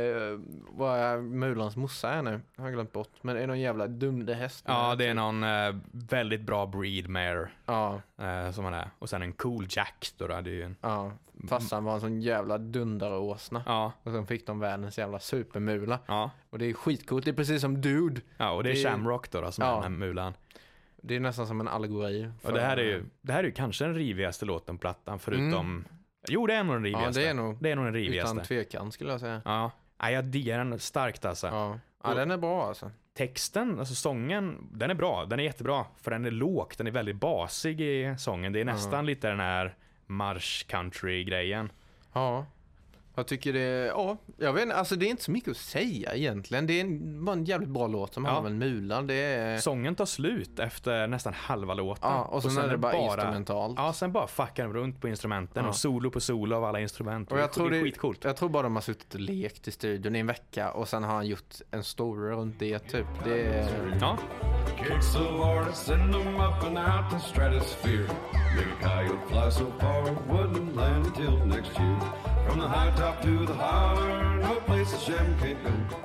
vad mulans mossa är nu. Jag har glömt bort. Men det är någon jävla dunderhäst. Ja, det är någon väldigt bra breed mare. Ja. Som han är. Och sen en cool Jack då. Det är ju en... Ja. Farsan var en sån jävla dundaråsna. Ja. Och sen fick de världens jävla supermula. Ja. Och det är skitcoolt. Det är precis som Dude. Ja, och det är Shamrock då som är den här mulan. Det är nästan som en allegori. Och det här är ju kanske den rivigaste låten på plattan förutom... Jo, det är nog den rivigaste. Ja, det är nog den rivigaste. Utan tvekan skulle jag säga. Ja, jag diggar den starkt alltså. Ja, den är bra alltså. Texten, alltså sången, den är bra. Den är jättebra. För den är låg, den är väldigt basig i sången. Det är nästan lite den här marsch-country-grejen. Ja. Jag tycker jag vet inte, alltså det är inte så mycket att säga egentligen. Det är bara en jävligt bra låt som har en mulan. Sången tar slut efter nästan halva låten. Ja, och sen är det bara instrumentalt. Ja, sen bara fuckar de runt på instrumenten och solo på solo av alla instrument. Och jag tror det är skitcoolt. Jag tror bara de har suttit och lekt i studion i en vecka och sen har han gjort en story runt det typ. Det är... Ja. Kick so hard, send them up and out the stratosphere. Make a coyote fly so far, it wouldn't land until next year. From the high top to the holler, no place a sham can't go.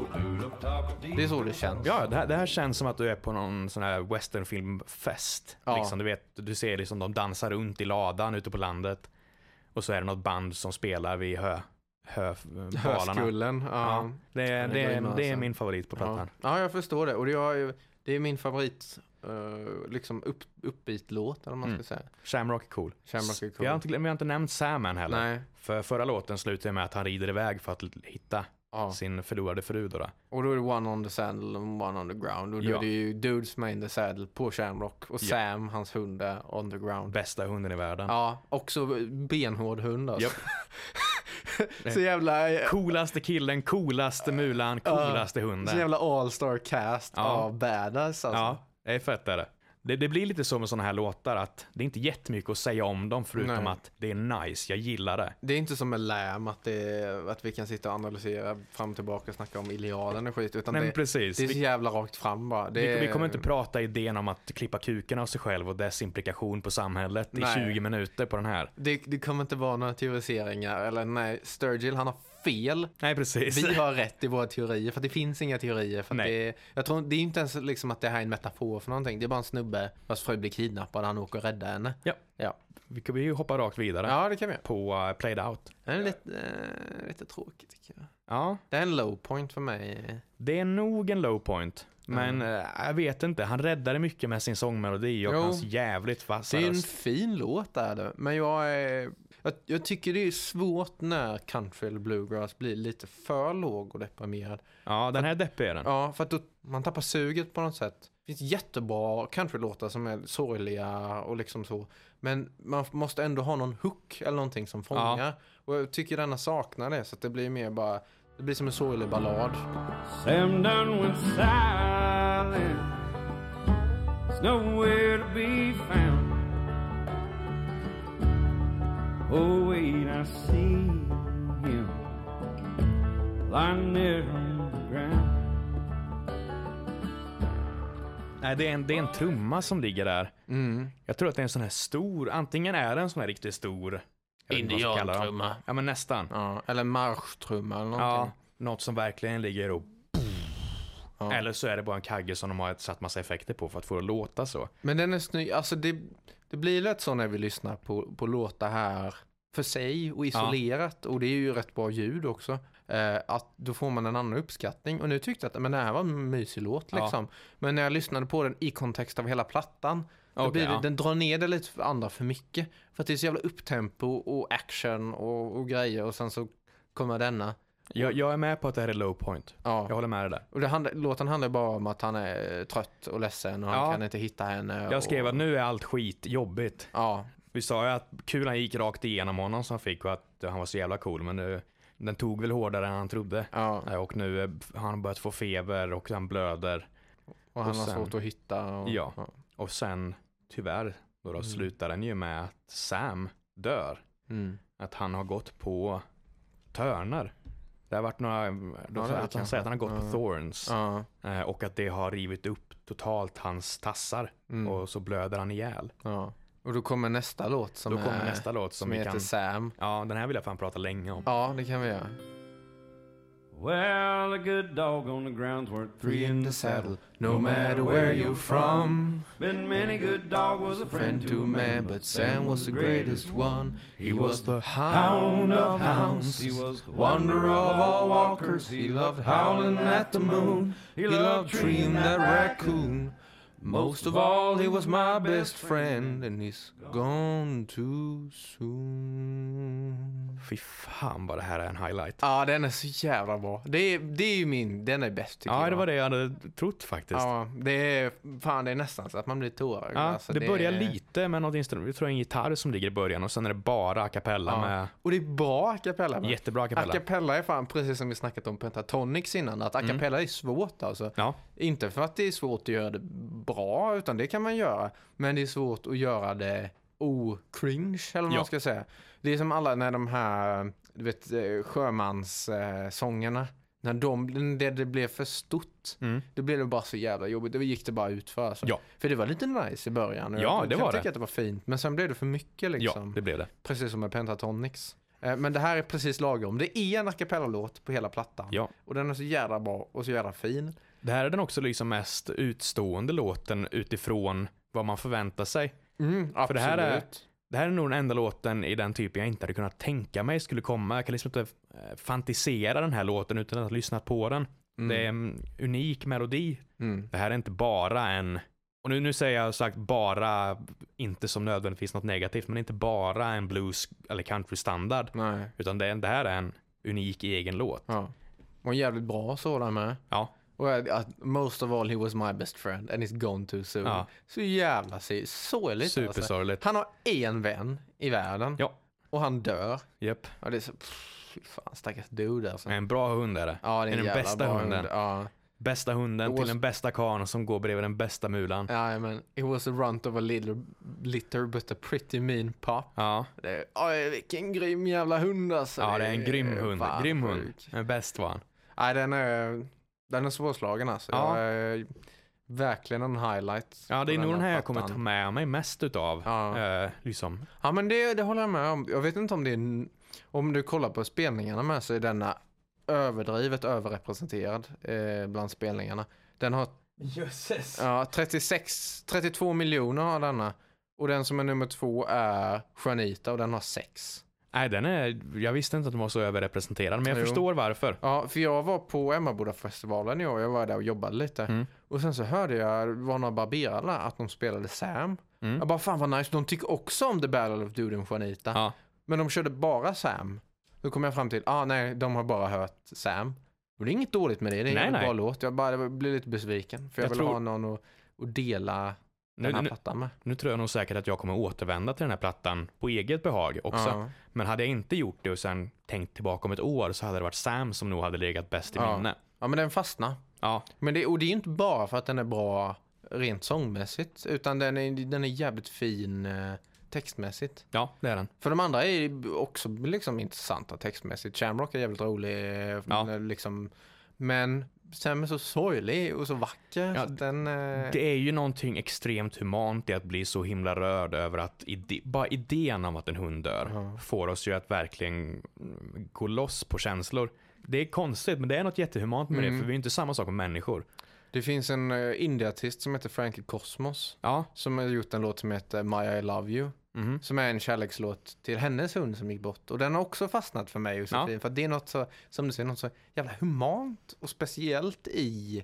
Det är så det känns. Ja, det här känns som att du är på någon sån här westernfilmfest. Ja. Liksom, du ser liksom de dansar runt i ladan ute på landet. Och så är det något band som spelar vid Höskullen. Ja. Det är min favorit på plattan. Ja, jag förstår det. Och det är min favorit liksom uppbeat-låt eller vad man ska säga. Shamrock är cool. Vi har inte nämnt Sam än heller. Nej. För förra låten slutar med att han rider iväg för att hitta sin förlorade fru då. Och då är det One on the Saddle och One on the Ground. Och då är det ju Dudes med in the Saddle på Shamrock. Och Sam, hans hund, är on the ground. Bästa hunden i världen. Ja, också benhård hund alltså. Så jävla... Coolaste killen, coolaste mulan, coolaste hunden. Så jävla all-star cast av badass alltså. Ja, det är fett är det. Det blir lite så med såna här låtar att det är inte jättemycket att säga om dem förutom att det är nice, jag gillar det. Det är inte som med Lamb att vi kan sitta och analysera fram och tillbaka och snacka om Iliaden och skit, utan precis. Det är så jävla rakt fram bara. Vi kommer inte prata idén om att klippa kuken av sig själv och dess implikation på samhället i 20 minuter på den här. Det kommer inte vara några teoriseringar eller Sturgill, han har fel. Nej, precis. Vi har rätt i våra teorier, för det finns inga teorier. För att jag tror det är inte ens liksom att det här är en metafor för någonting. Det är bara en snubbe vars fru blir kidnappad och han åker och räddar henne. Ja. Vi kan ju hoppa rakt vidare. Ja, det kan vi. På Played Out. Det är lite tråkigt tycker jag. Ja. Det är en low point för mig. Det är nog en low point. Men jag vet inte, han räddade mycket med sin sångmelodi och hans jävligt fasta röst. Det är en fin låt där. Men jag tycker det är svårt när country eller bluegrass blir lite för låg och deprimerad. Ja, den här deppig är den. Ja, för att då, man tappar suget på något sätt. Det finns jättebra countrylåtar som är sorgliga och liksom så. Men man måste ändå ha någon hook eller någonting som fångar. Ja. Och jag tycker denna saknar det, så att det blir mer bara... Det blir som en sorglig ballad. Sam done went silent. There's nowhere to be found. Oh wait, I see him lying there on the ground. Nej, det är en trumma som ligger där. Jag tror att det är en sån här stor, antingen är det en sån här riktigt stor indiantrumma. Ja, men nästan. Ja, eller marschtrumma eller någonting. Ja, något som verkligen ligger och... Ja. Eller så är det bara en kagge som de har satt massa effekter på för att få det att låta så. Men den är snygg. Alltså det blir lätt så när vi lyssnar på låtar här för sig och isolerat. Ja. Och det är ju rätt bra ljud också. Att då får man en annan uppskattning. Och nu tyckte jag att det här var en mysig låt liksom. Ja. Men när jag lyssnade på den i kontext av hela plattan, den drar ner det lite för andra för mycket. För att det är så jävla upptempo och action och grejer. Och sen så kommer denna. Jag är med på att det här är low point. Ja. Jag håller med dig där. Och låten handlar bara om att han är trött och ledsen och han kan inte hitta henne. Jag skrev att nu är allt skit jobbigt. Ja. Vi sa ju att kulan gick rakt igenom honom som han fick och att han var så jävla cool. Men den tog väl hårdare än han trodde. Ja. Och nu har han börjat få feber och han blöder. Och han har svårt att hitta. Och sen tyvärr då slutar den ju med att Sam dör. Att han har gått på törnar. Det har varit några... att han säger att han har gått på thorns. Och att det har rivit upp totalt hans tassar. Och så blöder han ihjäl. Och då kommer nästa låt som heter Sam. Ja, den här vill jag fan prata länge om. Ja, det kan vi göra. Well, a good dog on the ground's worth 3 in the saddle, no matter where you're from. Been many good dog was a friend to man, but Sam was the greatest one. He was the hound of hounds. He was wonder of all walkers. He loved howling at the moon. He loved treeing that raccoon. Most of all, he was my best friend, and he's gone too soon. Fy fan vad det här är en highlight. Ja, den är så jävla bra. Det är ju den är bäst tycker jag. Ja, det var det jag hade trott faktiskt. Ja, det är nästan så att man blir tårögd. Ja, alltså, det börjar lite med något instrument. Jag tror en gitarr som ligger i början och sen är det bara a cappella med... Och det är bra a cappella med. Jättebra a cappella. A cappella är fan precis som vi snackat om Pentatonix innan, att a cappella är svårt alltså. Ja. Inte för att det är svårt att göra det bra, utan det kan man göra. Men det är svårt att göra det cringe eller vad man ska säga. Det är som alla när de här, du vet, sjömanssångerna, när det blev för stort, då blev det bara så jävla jobbigt. Då gick det bara ut för alltså. Ja. För det var lite nice i början. Ja, det var det. Jag tycker att det var fint, men sen blev det för mycket liksom. Ja, det blev det. Precis som med Pentatonix. Men det här är precis lagom. Det är en a cappella-låt på hela plattan. Ja. Och den är så jävla bra och så jävla fin. Det här är den också liksom mest utstående låten utifrån vad man förväntar sig. För det här är nog den enda låten i den typen jag inte hade kunnat tänka mig skulle komma. Jag kan liksom inte fantisera den här låten utan att ha lyssnat på den. Det är en unik melodi. Det här är inte bara en... Och nu säger jag sagt bara, inte som nödvändigtvis något negativt, men inte bara en blues eller country standard. Nej. Utan det här är en unik egen låt. Ja. Och en jävligt bra sådan med. Ja. Och most of all he was my best friend and he's gone too soon. Ja. Så jävla sorgligt. Supersorgligt. Alltså. Han har en vän i världen. Ja. Och han dör. Japp. Ja, det är så... fan, stackars dude alltså. En bra hund är det. Ja, det är den bästa hunden. Ja. Bästa hunden till den bästa karln som går bredvid den bästa mulan. Ja, men it was a runt of a litter but a pretty mean pop. Ja. Vilken grym jävla hund alltså. Ja, det är en grym hund. Grym hund. Den bäst var han. Nej, den är svårslagen alltså. Ja. Verkligen en highlight. Ja, det är nog den här jag kommer ta med mig mest utav. Ja. Liksom. Ja, men det håller jag med om. Jag vet inte om det är... Om du kollar på spelningarna med så är denna överdrivet överrepresenterad bland spelningarna. Den har Jösses. ja, 32 miljoner har denna. Och den som är nummer 2 är Juanita och den har 6. Nej, jag visste inte att de var så överrepresenterad, men jag förstår varför. Ja, för jag var på Emmaboda-festivalen i år. Jag var där och jobbade lite. Och sen så hörde jag, var några barberare att de spelade Sam. Jag bara, fan vad nice. De tycker också om The Battle of Dude and Juanita. Ja. Men de körde bara Sam. Då kom jag fram till, nej, de har bara hört Sam. Och det är inget dåligt med det. Det är en bra låt. Jag bara blev lite besviken. För jag vill ha någon att dela den här plattan med. Nu tror jag nog säkert att jag kommer återvända till den här plattan på eget behag också. Men hade jag inte gjort det och sen tänkt tillbaka om ett år så hade det varit Sam som nog hade legat bäst i minne. Ja, men den fastnar. Ja. Men det är inte bara för att den är bra rent sångmässigt, utan den är jävligt fin textmässigt. Ja, det är den. För de andra är också liksom intressanta textmässigt. Shamrock är jävligt rolig liksom, men Sam är så sorglig och så vacker. Ja, så det är ju någonting extremt humant i att bli så himla rörd över att bara idén om att en hund dör får oss ju att verkligen gå loss på känslor. Det är konstigt, men det är något jättehumant med det, för vi är inte samma sak med människor. Det finns en indie-artist som heter Frankie Cosmos som har gjort en låt som heter My I Love You. Som är en kärlekslåt till hennes hund som gick bort. Och den har också fastnat för mig, Josefin. För det är något så, som du säger, något så jävla humant och speciellt i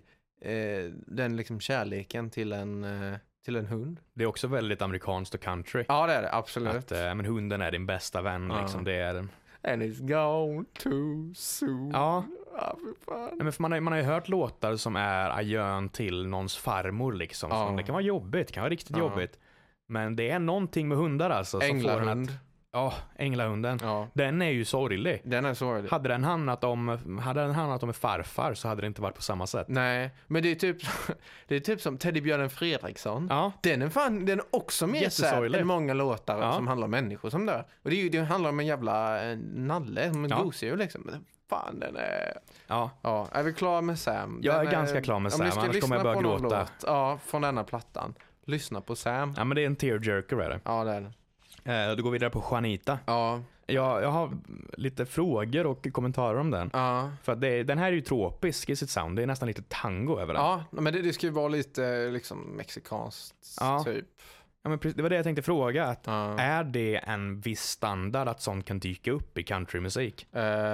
den liksom kärleken till en hund. Det är också väldigt amerikanskt och country. Ja, det är det, absolut. Att men hunden är din bästa vän, liksom, det är den. And it's gone too soon. Ja. Men för man har ju hört låtar som är adjön till någons farmor liksom. Så det kan vara jobbigt, det kan vara riktigt jobbigt. Men det är någonting med hundar alltså. Änglahund. Ja, änglahunden. Ja. Den är ju sorglig. Den är sorglig. Hade den handlat om en farfar så hade det inte varit på samma sätt. Nej, men det är typ som Teddybjörnen Fredriksson. Ja. Den är också mer sad än många låtar som handlar om människor som dör. Och det handlar om en jävla nalle, som en gosedjur liksom. Fan, den är... Ja, är vi klara med Sam? Jag är ganska klar med Sam, annars kommer jag börja gråta. Från denna plattan. Lyssna på Sam. Ja, men det är en tearjerker, är det. Ja, det är det. Du går vidare på Juanita. Ja. Jag har lite frågor och kommentarer om den. Ja. För att den här är ju tropisk i sitt sound. Det är nästan lite tango över den. Ja, men det ska ju vara lite liksom mexikanskt typ. Ja, men det var det jag tänkte fråga. Att är det en viss standard att sånt kan dyka upp i countrymusik?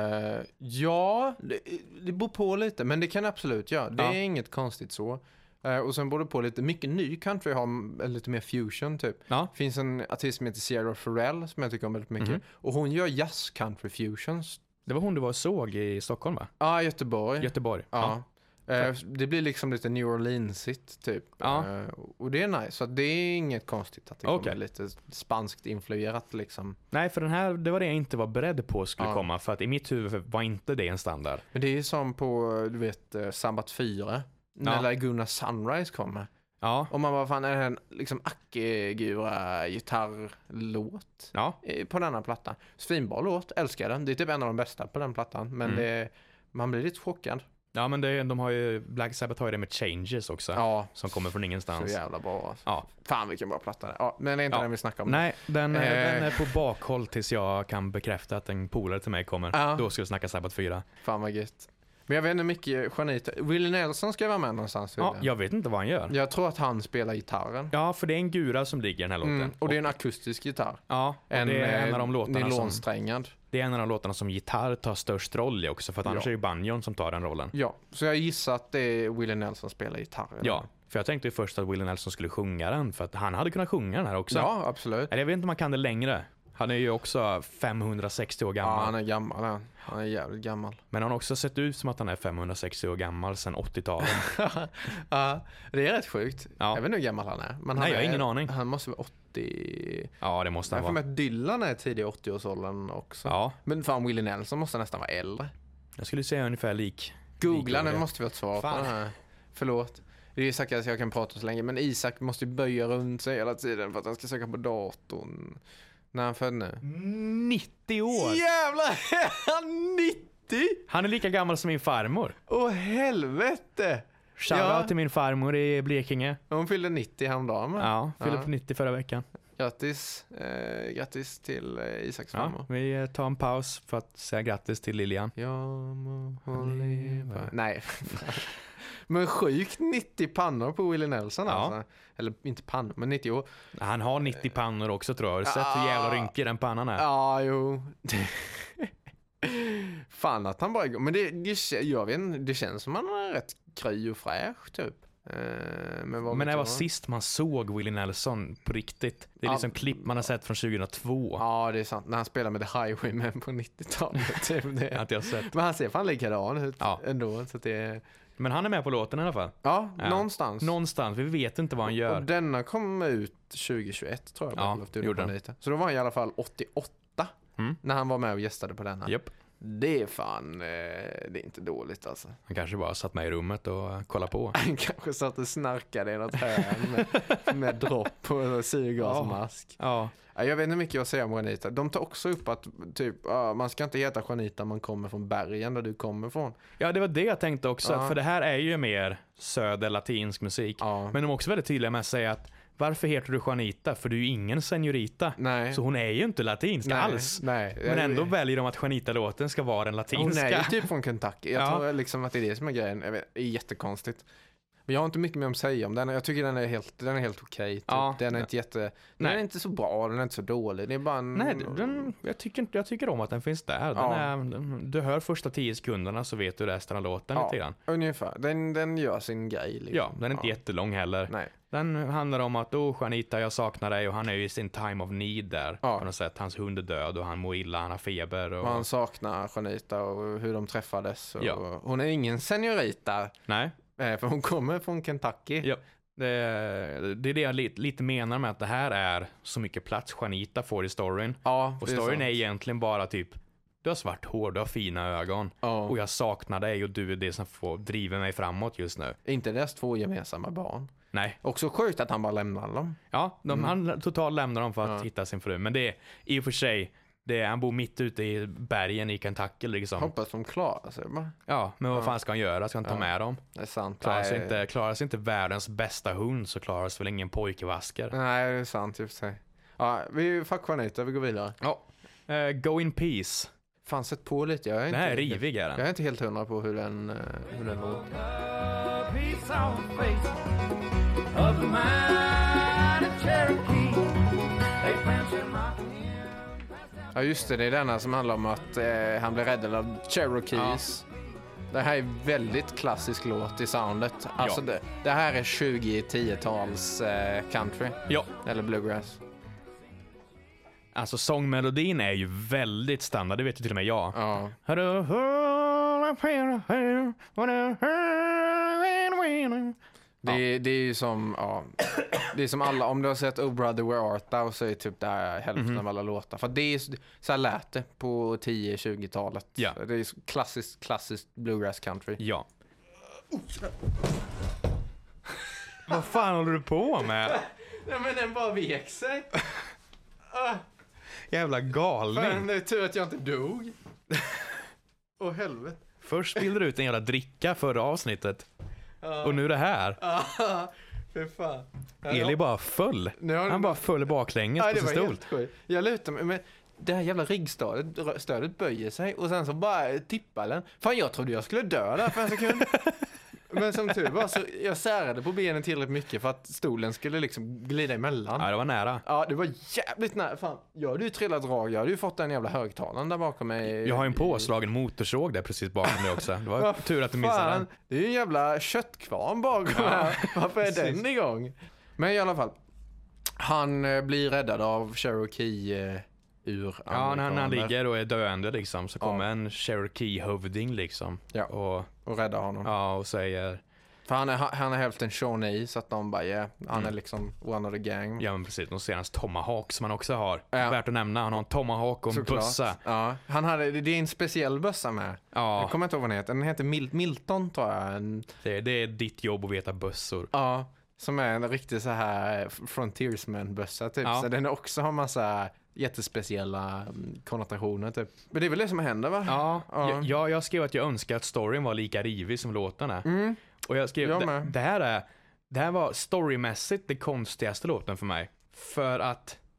Ja, det beror på lite. Men det kan absolut göra. Det är inget konstigt så. Och sen beror det på lite mycket ny country har lite mer fusion typ. Ja. Finns en artist som heter Sierra Farrell som jag tycker om väldigt mycket. Och hon gör jazz country fusions. Det var hon du var och såg i Stockholm, va? Ja, Göteborg. Ja. Det blir liksom lite New Orleans-igt typ. Och det är nice. Så det är inget konstigt att det kommer lite spanskt influerat liksom. Nej, för den här, det var det jag inte var beredd på skulle komma. För att i mitt huvud var inte det en standard. Men det är ju som på, du vet, Sambat 4. När Laguna Sunrise kommer. Ja. Och man bara, fan, är det en liksom Akegura gitarrlåt på denna plattan. Svinbra låt, älskar den. Det är typ en av de bästa på den plattan. Men man blir lite chockad. Ja, men de har ju, Black Sabbath har ju det med Changes också. Som kommer från ingenstans. Så jävla bra. Ja. Fan, vilken bra platta det. Ja, men det är inte den vi snackar om. Nej, den är på bakhåll tills jag kan bekräfta att en polare till mig kommer. Då ska jag snacka Sabbath 4. Fan vad gött. Men jag vet inte mycket Juanita. Willie Nelson ska vara med någonstans. Ja, jag vet inte vad han gör. Jag tror att han spelar gitarren. Ja, för det är en gura som ligger i den här låten. Och det är en akustisk gitarr. Ja, det är en av de låtarna nylonsträngad. Det är en av de låtarna som gitarr tar störst roll i också. För att annars är det banjon som tar den rollen. Ja, så jag gissar att det är Willie Nelson spelar gitarren. Ja, för jag tänkte ju först att Willie Nelson skulle sjunga den. För att han hade kunnat sjunga den här också. Ja, absolut. Eller jag vet inte om man kan det längre. Han är ju också 560 år gammal. Ja, han är gammal. Han är jävligt gammal. Men han har också sett ut som att han är 560 år gammal sedan 80-talet. Ja, det är rätt sjukt. Ja. Jag vet inte hur gammal han är. Men nej, jag har ingen aning. Han måste vara 80... Ja, det måste han vara. Jag får med att Dylan är tidig 80-årsåldern också. Ja. Men fan, Willie Nelson måste nästan vara äldre. Jag skulle säga ungefär lik. Googla, den måste vi ha ett svar på den här. Förlåt. Det är Isak att jag kan prata så länge. Men Isak måste ju böja runt sig hela tiden för att han ska söka på datorn. När han född nu? 90 år! Jävlar, är han 90? Han är lika gammal som min farmor. Åh helvete! Shoutout till min farmor i Blekinge. Hon fyllde 90 häromdagen. Ja, fyllde på 90 förra veckan. Grattis till Isaks farmor. Vi tar en paus för att säga grattis till Lilian. Jag må leva. Nej. Men sjukt 90 pannor på Willie Nelson alltså. Eller inte pannor, men 90 år. Han har 90 pannor också tror jag. Har du sett hur jävla rynkig den pannan är? Ja, jo. Fan att han bara... Men det känns som han är rätt kry och fräsch typ. Men det var sist man såg Willie Nelson på riktigt. Det är liksom klipp man har sett från 2002. Ja, det är sant. När han spelar med The Highwaymen på 90-talet. Typ det. Att jag sett. Men han ser fan likadan ut ändå. Så det... Men han är med på låten i alla fall. Ja, någonstans. Någonstans, vi vet inte vad han gör. Och denna kom ut 2021 tror jag. Gjorde den. Så då var han i alla fall 88 när han var med och gästade på denna. Japp. Det är fan, det är inte dåligt alltså. Han kanske bara satt med i rummet och kollade på. Han kanske satt och snarkade i något hörn med dropp och syrgasmask. Ja. Jag vet inte mycket jag säger om Juanita. De tar också upp att typ, man ska inte heta Juanita man kommer från bergen där du kommer ifrån. Ja, det var det jag tänkte också. För det här är ju mer söder-latinsk musik. Men de är också väldigt tydliga med att säga att varför heter du Juanita? För du är ju ingen senorita. Nej. Så hon är ju inte latinsk alls. Nej. Men ändå väljer de att Juanita-låten ska vara den latinska. Hon är ju typ från Kentucky. Jag tror liksom att det är det som är grejen. Det är jättekonstigt. Men jag har inte mycket mer att säga om den. Jag tycker den är helt okej. Typ. Ja. Den är inte så bra, den är inte så dålig. Det är bara en... Nej, jag tycker om att den finns där. Du hör första 10 sekunderna så vet du resten av låten lite grann. Ungefär. Den gör sin grej. Liksom. Ja, den är inte jättelång heller. Nej. Den handlar om att Juanita, jag saknar dig och han är ju i sin time of need där. På något sätt. Hans hund är död och han mår illa, han har feber. Och han saknar Juanita och hur de träffades. Och hon är ingen senorita. Nej. För hon kommer från Kentucky. Ja. Det är det jag lite menar med att det här är så mycket plats Juanita får i storyn. Ja, och storyn är egentligen bara typ du har svart hår, du har fina ögon. Och jag saknar dig och du är det som får driva mig framåt just nu. Inte deras 2 gemensamma barn. Nej. Också sjukt att han bara lämnar dem. Ja, han totalt lämnar dem för att hitta sin fru. Men det är i och för sig han bor mitt ute i bergen i Kentucky liksom. Hoppas de klarar sig bara. Ja, men vad fan ska han göra? Ska han ta med dem? Det är sant. Klarar sig inte världens bästa hund så klarar sig väl ingen pojkevasker. Nej, det är sant i och för sig. Ja, fuck Juanita, vi går vidare. Ja. Go in peace. Fan, sätt på lite. Den här är rivig är den. Jag är inte helt hundra på hur den låter. Ja just det är denna som handlar om att han blir räddad av Cherokees. Det här är väldigt klassisk låt i soundet. Alltså det här är 2010-tals country. Ja. Eller bluegrass. Alltså sångmelodin är ju väldigt standard, det vet ju till och med jag. Ja. Det är ju som det är som alla, om du har sett Oh Brother Where Art Thou så är typ där hälften av alla låtar. För det är så här lät det på 10-20-talet. Ja. Det är klassiskt bluegrass country. Ja. Vad fan håller du på med? Nej men den bara vek sig. Jävla galning. Fan, det är tur att jag inte dog. Åh helvete. Först spillde du ut en jävla dricka förra avsnittet. Och nu det här. För fan. Eli bara föll. Han bara föll baklänges på sin stol. Jag lutar mig, men det här jävla ryggstödet böjer sig och sen så bara tippar den. Fan, jag trodde jag skulle dö där för en sekund. Men som tur var så jag särade på benen tillräckligt mycket för att stolen skulle liksom glida emellan. Ja, det var nära. Ja, det var jävligt nära. Fan, jag hade ju trillat drag. Jag hade ju fått en jävla högtalaren där bakom mig. Jag har ju en påslagen motorsåg där precis bakom dig också. Det var tur att du missade den. Det är ju en jävla köttkvarn bakom här. Varför är den igång? Men i alla fall. Han blir räddad av Cherokee när han ligger och är döende liksom, så kommer en Cherokee-hövding liksom. Ja, och räddar honom. Ja, och säger... För han är hälften Shawnee, så att de bara, han är liksom one of the gang. Ja, men precis. De ser hans tomahawk som han också har. Värt att nämna, han har en tomahawk och en bössa. Ja, det är en speciell bössa med. Ja. Jag kommer inte ihåg vad den heter. Den heter Milton, tror jag. Det är ditt jobb att veta bössor. Ja, som är en riktig så här frontiersman-bössa typ. Ja. Så den också har massa jättespeciella konnotationer typ. Men det är väl det som händer, va? Ja. Jag skrev att jag önskar att storyn var lika rivig som låten är. Och jag skrev det här var storymässigt det konstigaste låten för mig. För att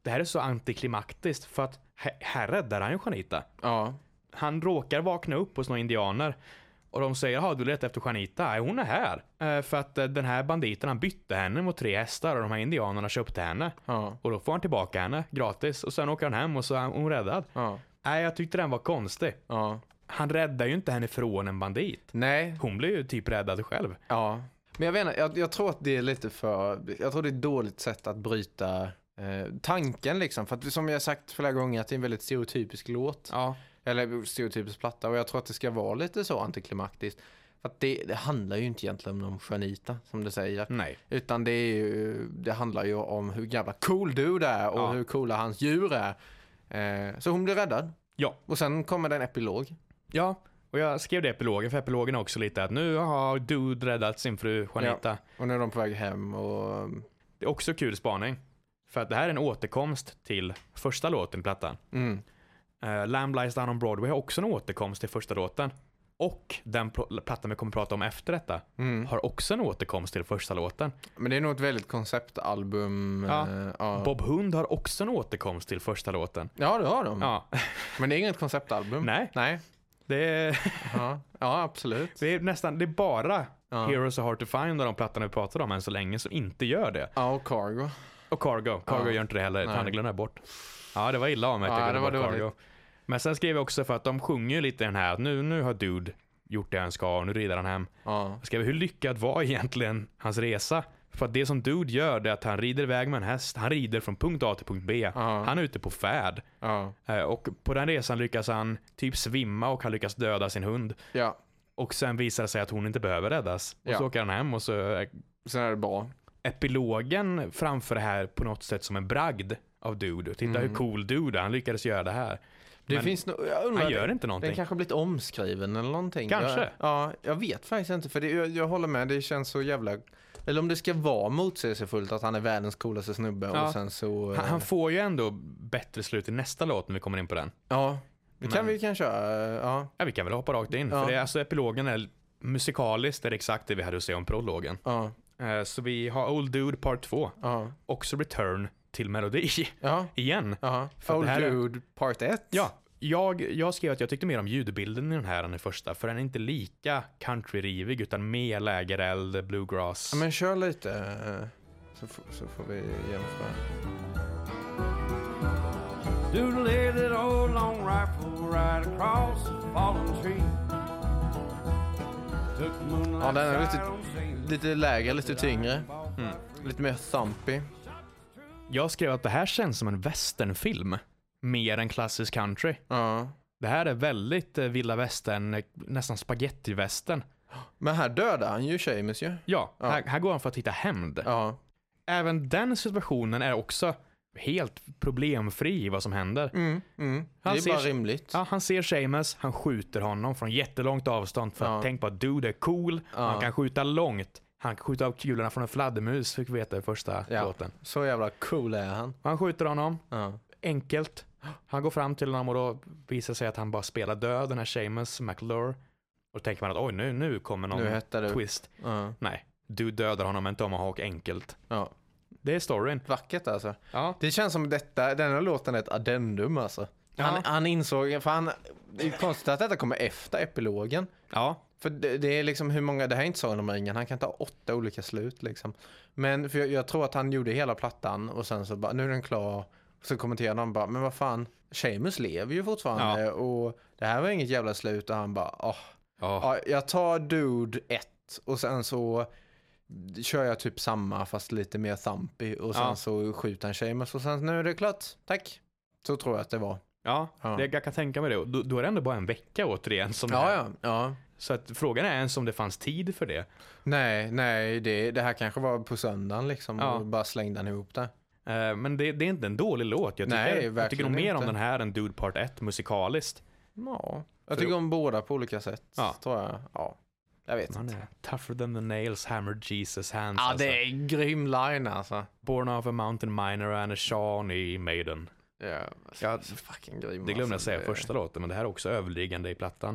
det här är så antiklimaktiskt för att här räddar han ju Juanita. Ja. Han råkar vakna upp hos några indianer och de säger, ja du letar efter Juanita, nej hon är här. För att den här banditen, han bytte henne mot 3 hästar och de här indianerna köpte henne. Ja. Och då får han tillbaka henne gratis och sen åker han hem och så är hon räddad. Ja. Nej, jag tyckte den var konstig. Ja. Han räddar ju inte henne från en bandit. Nej. Hon blir ju typ räddad själv. Ja. Men jag vet inte, jag tror att det är lite jag tror det är ett dåligt sätt att bryta tanken liksom. För att som jag sagt flera gånger att det är en väldigt stereotypisk låt. Ja. Eller stereotypisk platta. Och jag tror att det ska vara lite så antiklimaktiskt. För att det handlar ju inte egentligen om Juanita, som du säger. Nej. Utan det handlar ju om hur jävla cool du är och hur coola hans djur är. Så hon blir räddad. Ja. Och sen kommer det en epilog. Ja, och jag skrev det i epilogen, för epilogen är också lite att nu har Dude räddat sin fru Juanita. Ja. Och nu är de på väg hem och... Det är också kul spaning. För att det här är en återkomst till första låten i plattan. Lamb Lies Down on Broadway har också en återkomst till första låten. Och den plattan vi kommer prata om efter detta har också en återkomst till första låten. Men det är nog ett väldigt konceptalbum. Ja. Bob Hund har också en återkomst till första låten. Ja, det har de. Ja. Men det är inget konceptalbum. Nej. Det är... ja, absolut. Det är bara Heroes Are Hard to Find och de plattorna vi pratar om än så länge som inte gör det. Ja, och Cargo. Och Cargo gör inte det heller. Han glömde bort. Ja, det var illa av mig. Ja, det var Cargo. Men sen skrev jag också för att de sjunger lite den här att nu har Dude gjort det han ska och nu rider han hem. Jag skrev hur lyckad var egentligen hans resa? För att det som Dude gör det är att han rider iväg med en häst. Han rider från punkt A till punkt B. Han är ute på färd. Och på den resan lyckas han typ svimma och han lyckas döda sin hund. Ja. Och sen visar det sig att hon inte behöver räddas. Och så åker han hem och så... Sen är det bra. Epilogen framför det här på något sätt som en bragd av Dude. Titta hur cool Dude är. Han lyckades göra det här. Det men finns jag undrar, han gör inte någonting. Den kanske blivit omskriven eller någonting. Kanske. Jag vet faktiskt inte. För jag håller med. Det känns så jävla... Eller om det ska vara motsägelsefullt att han är världens coolaste snubbe. Och sen så... Han får ju ändå bättre slut i nästa låt när vi kommer in på den. Ja. Det kan vi kanske köra. Ja, vi kan väl hoppa rakt in. För det är, alltså, epilogen är musikaliskt. Det är exakt det vi hade att se om prologen. Så vi har Old Dude Part 2. Också return till melodi. Igen. Old Dude Part 1. Ja. Jag skrev att jag tyckte mer om ljudbilden i den här än i första. För den är inte lika country-rivig utan mer lägereld, bluegrass. Ja, men kör lite så får vi jämföra. Doodle that old long rifle right across the fallen tree. Ja, den är lite lägre, lite tyngre. Lite mer thumpy. Jag skrev att det här känns som en westernfilm. Mer än klassisk country. Det här är väldigt vilda västern, nästan spaghetti-västern. Men här dödar han ju Seamus ju. Ja, här går han för att hitta hämnd. Även den situationen är också helt problemfri i vad som händer. Det är bara rimligt. Ja, han ser Seamus, han skjuter honom från jättelångt avstånd för att tänka på att Dude är cool. Han kan skjuta långt. Han kan skjuta av kulorna från en fladdermus, fick vi veta i första låten. Så jävla cool är han. Han skjuter honom. Enkelt. Han går fram till honom och då visar sig att han bara spelar död, den här Seamus McClure. Och då tänker man att oj, nu kommer någon twist. Nej, du dödar honom med en tomahawk enkelt. Det är storyn. Vackert alltså. Det känns som denna låten är ett addendum alltså. Han insåg, för det är konstigt att detta kommer efter epilogen. För det är liksom hur många, det här är inte Sagan om ringen, han kan ta 8 olika slut liksom. Men för jag tror att han gjorde hela plattan och sen så bara, nu är den klar. Så kommenterade han bara, men vad fan, Seamus lever ju fortfarande och det här var inget jävla slut. Och han bara, jag tar Dude 1 och sen så kör jag typ samma fast lite mer thumpy och sen så skjuter han Seamus och sen nu är det klart, tack. Så tror jag att det var. Jag kan tänka mig det. Då är det ändå bara en vecka återigen som Så att frågan är ens om det fanns tid för det. Nej, det här kanske var på söndagen liksom och bara slängde han ihop det. Men det är inte en dålig låt. Jag tycker nog mer om den här än Dude Part 1 musikaliskt. Jag tycker om båda på olika sätt. Tror jag. Jag vet inte. Tougher than the nails, hammered Jesus hands. Ja, det är en grym line alltså. Born of a mountain miner and a Shawnee maiden. Ja, fucking grym. Det glömde jag säga första låten, men det här är också överliggande i plattan.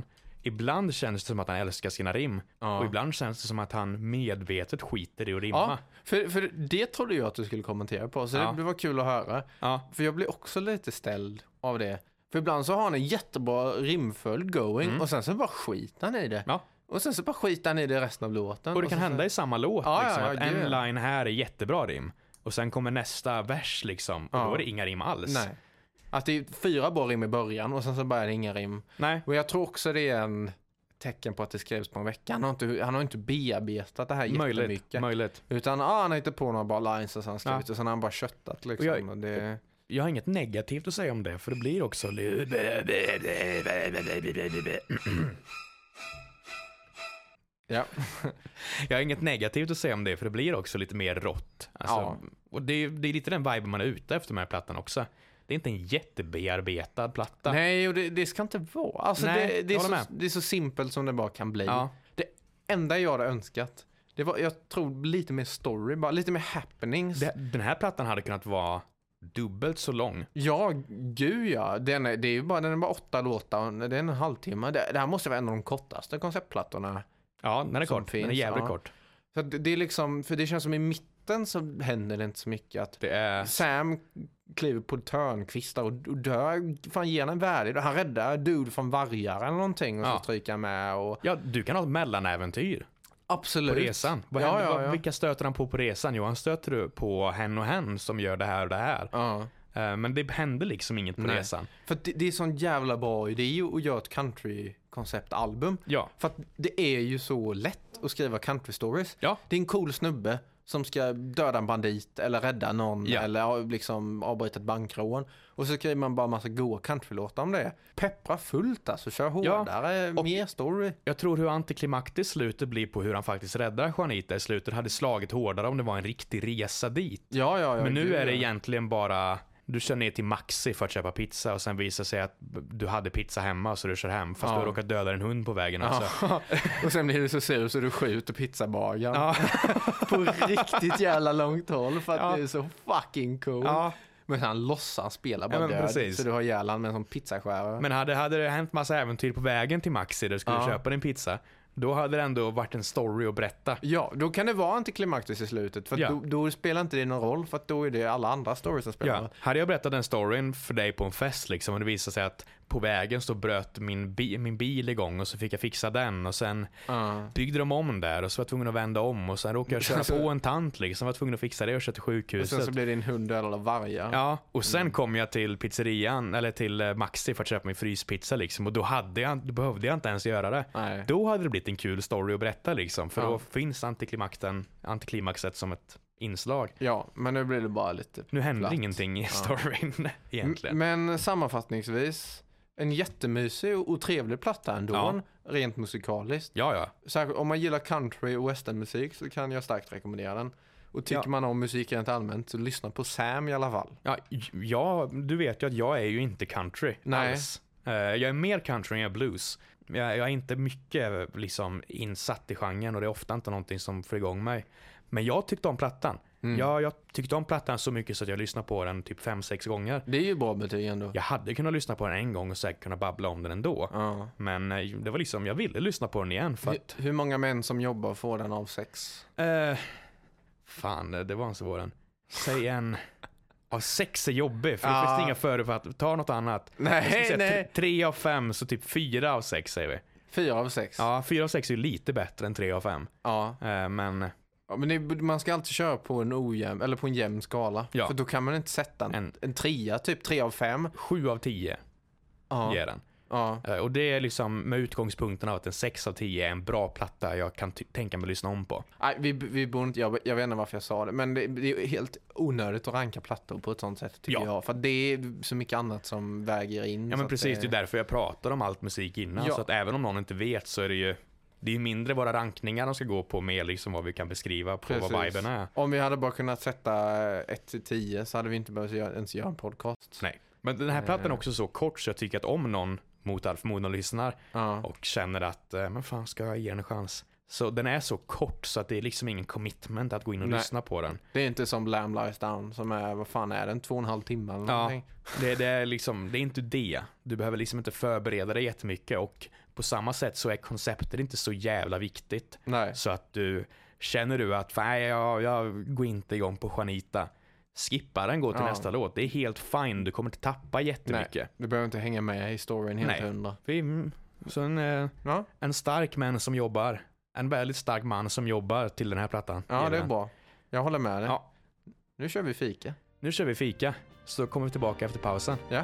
ibland känns det som att han älskar sina rim. Och ibland känns det som att han medvetet skiter i att rimma. Ja, för det trodde jag att du skulle kommentera på. Så det var kul att höra. För jag blir också lite ställd av det. För ibland så har han en jättebra rimföljd going. Och sen så bara skiter han i det. Och sen så bara skiter han i det resten av låten. Och det kan hända i samma låt. Liksom, att en det. line här är jättebra rim. Och sen kommer nästa vers liksom. Och då är det inga rim alls. Nej. Att det är 4 bra rim i början och sen så bara är det inga rim. Nej. Och jag tror också det är en tecken på att det skrevs på en vecka. Han har inte bearbetat det här jättemycket. Möjligt. Utan han har inte på några bra lines och sen skrivit och sen har han bara köttat liksom. Och jag har inget negativt att säga om det, för det blir också ja. Jag har inget negativt att säga om det, för det blir också lite mer rått. Alltså, och det är lite den vibe man är ute efter med den här plattan också. Det är inte en jättebearbetad platta. Nej, och det ska inte vara. Alltså Nej, det är så simpelt som det bara kan bli. Det enda jag hade önskat, det var, jag tror, lite mer story, bara lite mer happenings. Den här plattan hade kunnat vara dubbelt så lång. Ja, gud ja. Den är bara 8 låtar. Det är en halvtimme. Det här måste vara en av de kortaste konceptplattorna. Ja, den är kort. Den är jävligt kort. Så det är liksom, för det känns som i mitten så händer det inte så mycket. Att det är... Sam kliver på törnkvistar och dör. Fan, ger en värdig. Han räddar dude från vargar eller någonting och så stryker han med. Och... Ja, du kan ha ett mellanäventyr. Absolut. På resan. Vilka stöter han på resan? Jo, han stöter på hen och hen som gör det här och det här. Men det händer liksom inget på resan. För det är sån jävla bra idé att göra ett country-konceptalbum. Ja. För att det är ju så lätt att skriva country stories. Ja. Det är en cool snubbe som ska döda en bandit eller rädda någon eller liksom avbryta ett bankrån. Och så skriver man bara massa goa countrylåtar om det. Peppra fullt alltså, kör hårdare, mer story. Jag tror hur antiklimaktiskt slutet blir på hur han faktiskt räddar Juanita i slutet hade slagit hårdare om det var en riktig resa dit. Ja, men nu är det egentligen bara... Du kör ner till Maxi för att köpa pizza och sen visar sig att du hade pizza hemma så du kör hem fast du har råkat döda en hund på vägen också. Och sen blir du så sur så du skjuter pizzabagaren på riktigt jävla långt håll för att det är så fucking cool. Men han låtsas spela bara död så du har ihjäl med en sån pizzaskärare. Men hade det hänt massa äventyr på vägen till Maxi där du skulle köpa din pizza, då hade det ändå varit en story att berätta. Ja, då kan det vara antiklimaktiskt i slutet. För då spelar inte det någon roll. För att då är det alla andra stories som spelar. Ja. Hade jag berättat den storyn för dig på en fest liksom, och det visade sig att på vägen så bröt min bil igång och så fick jag fixa den och sen byggde de om där och så var jag tvungen att vända om och sen råkade jag köra på en tant liksom, var tvungen att fixa det och köra till sjukhuset. Och sen så blev det en hund eller varje. Ja, och sen kom jag till pizzerian eller till Maxi för att köpa min fryspizza liksom, och då behövde jag inte ens göra det. Nej. Då hade det blivit en kul story att berätta liksom, för då finns antiklimaxet som ett inslag. Ja, men nu blir det bara lite nu händer ingenting i storyn egentligen. Men sammanfattningsvis en jättemysig och trevlig platta ändå, rent musikaliskt. Ja. Särskilt om man gillar country och westernmusik så kan jag starkt rekommendera den. Och tycker man om musik rent allmänt så lyssna på Sam i alla fall. Ja, du vet ju att jag är ju inte country alls. Jag är mer country än jag är blues. Jag är inte mycket liksom insatt i genren och det är ofta inte någonting som får igång mig. Men jag tyckte om plattan. Jag tyckte om plattan så mycket så att jag lyssnade på den typ 5-6 gånger. Det är ju bra betyg ändå. Jag hade kunnat lyssna på den en gång och säkert kunna babbla om den ändå. Men det var liksom, jag ville lyssna på den igen. För att... Hur många män som jobbar får den av 6? Fan, det var en svår en. Säg en... 6 är jobbig, för det finns inga förutfattningar. Ta något annat. Nej. 3 av 5, så typ 4 av 6 säger vi. 4 av 6? Ja, 4 av 6 är ju lite bättre än 3 av 5. Ja. Men... Ja, men man ska alltid köra på en ojämn eller på en jämn skala. För då kan man inte sätta en 3, typ 3 av 5. 7 av 10 ger den. Och det är liksom med utgångspunkten av att en 6 av 10 är en bra platta jag kan tänka mig att lyssna om på. Nej, vi borde inte, jag vet inte varför jag sa det, men det är helt onödigt att ranka plattor på ett sånt sätt tycker jag. För det är så mycket annat som väger in. Ja, men precis, det är därför jag pratar om allt musik innan. Så att även om någon inte vet så är det är ju mindre våra rankningar de ska gå på, mer liksom vad vi kan beskriva på vad viben är. Om vi hade bara kunnat sätta 1-10 så hade vi inte behövt ens göra en podcast. Nej, men den här plattan är också så kort så jag tycker att om någon mot all förmodan lyssnar och känner att men fan, ska jag ge en chans, Så den är så kort så att det är liksom ingen commitment att gå in och lyssna på den. Det är inte som Lamb Lies Down som är, vad fan är den? 2,5 timmar eller någonting. Det är liksom, det är inte det. Du behöver liksom inte förbereda dig jättemycket, och på samma sätt så är konceptet inte så jävla viktigt. Nej. Så att känner du att jag går inte igång på Juanita, skippa den, gå till nästa låt. Det är helt fine, du kommer inte tappa jättemycket. Nej, du behöver inte hänga med i historien helt 100. Så en stark man som jobbar. En väldigt stark man som jobbar till den här plattan. Ja, det är bra. Jag håller med dig. Ja. Nu kör vi fika. Så kommer vi tillbaka efter pausen. Ja.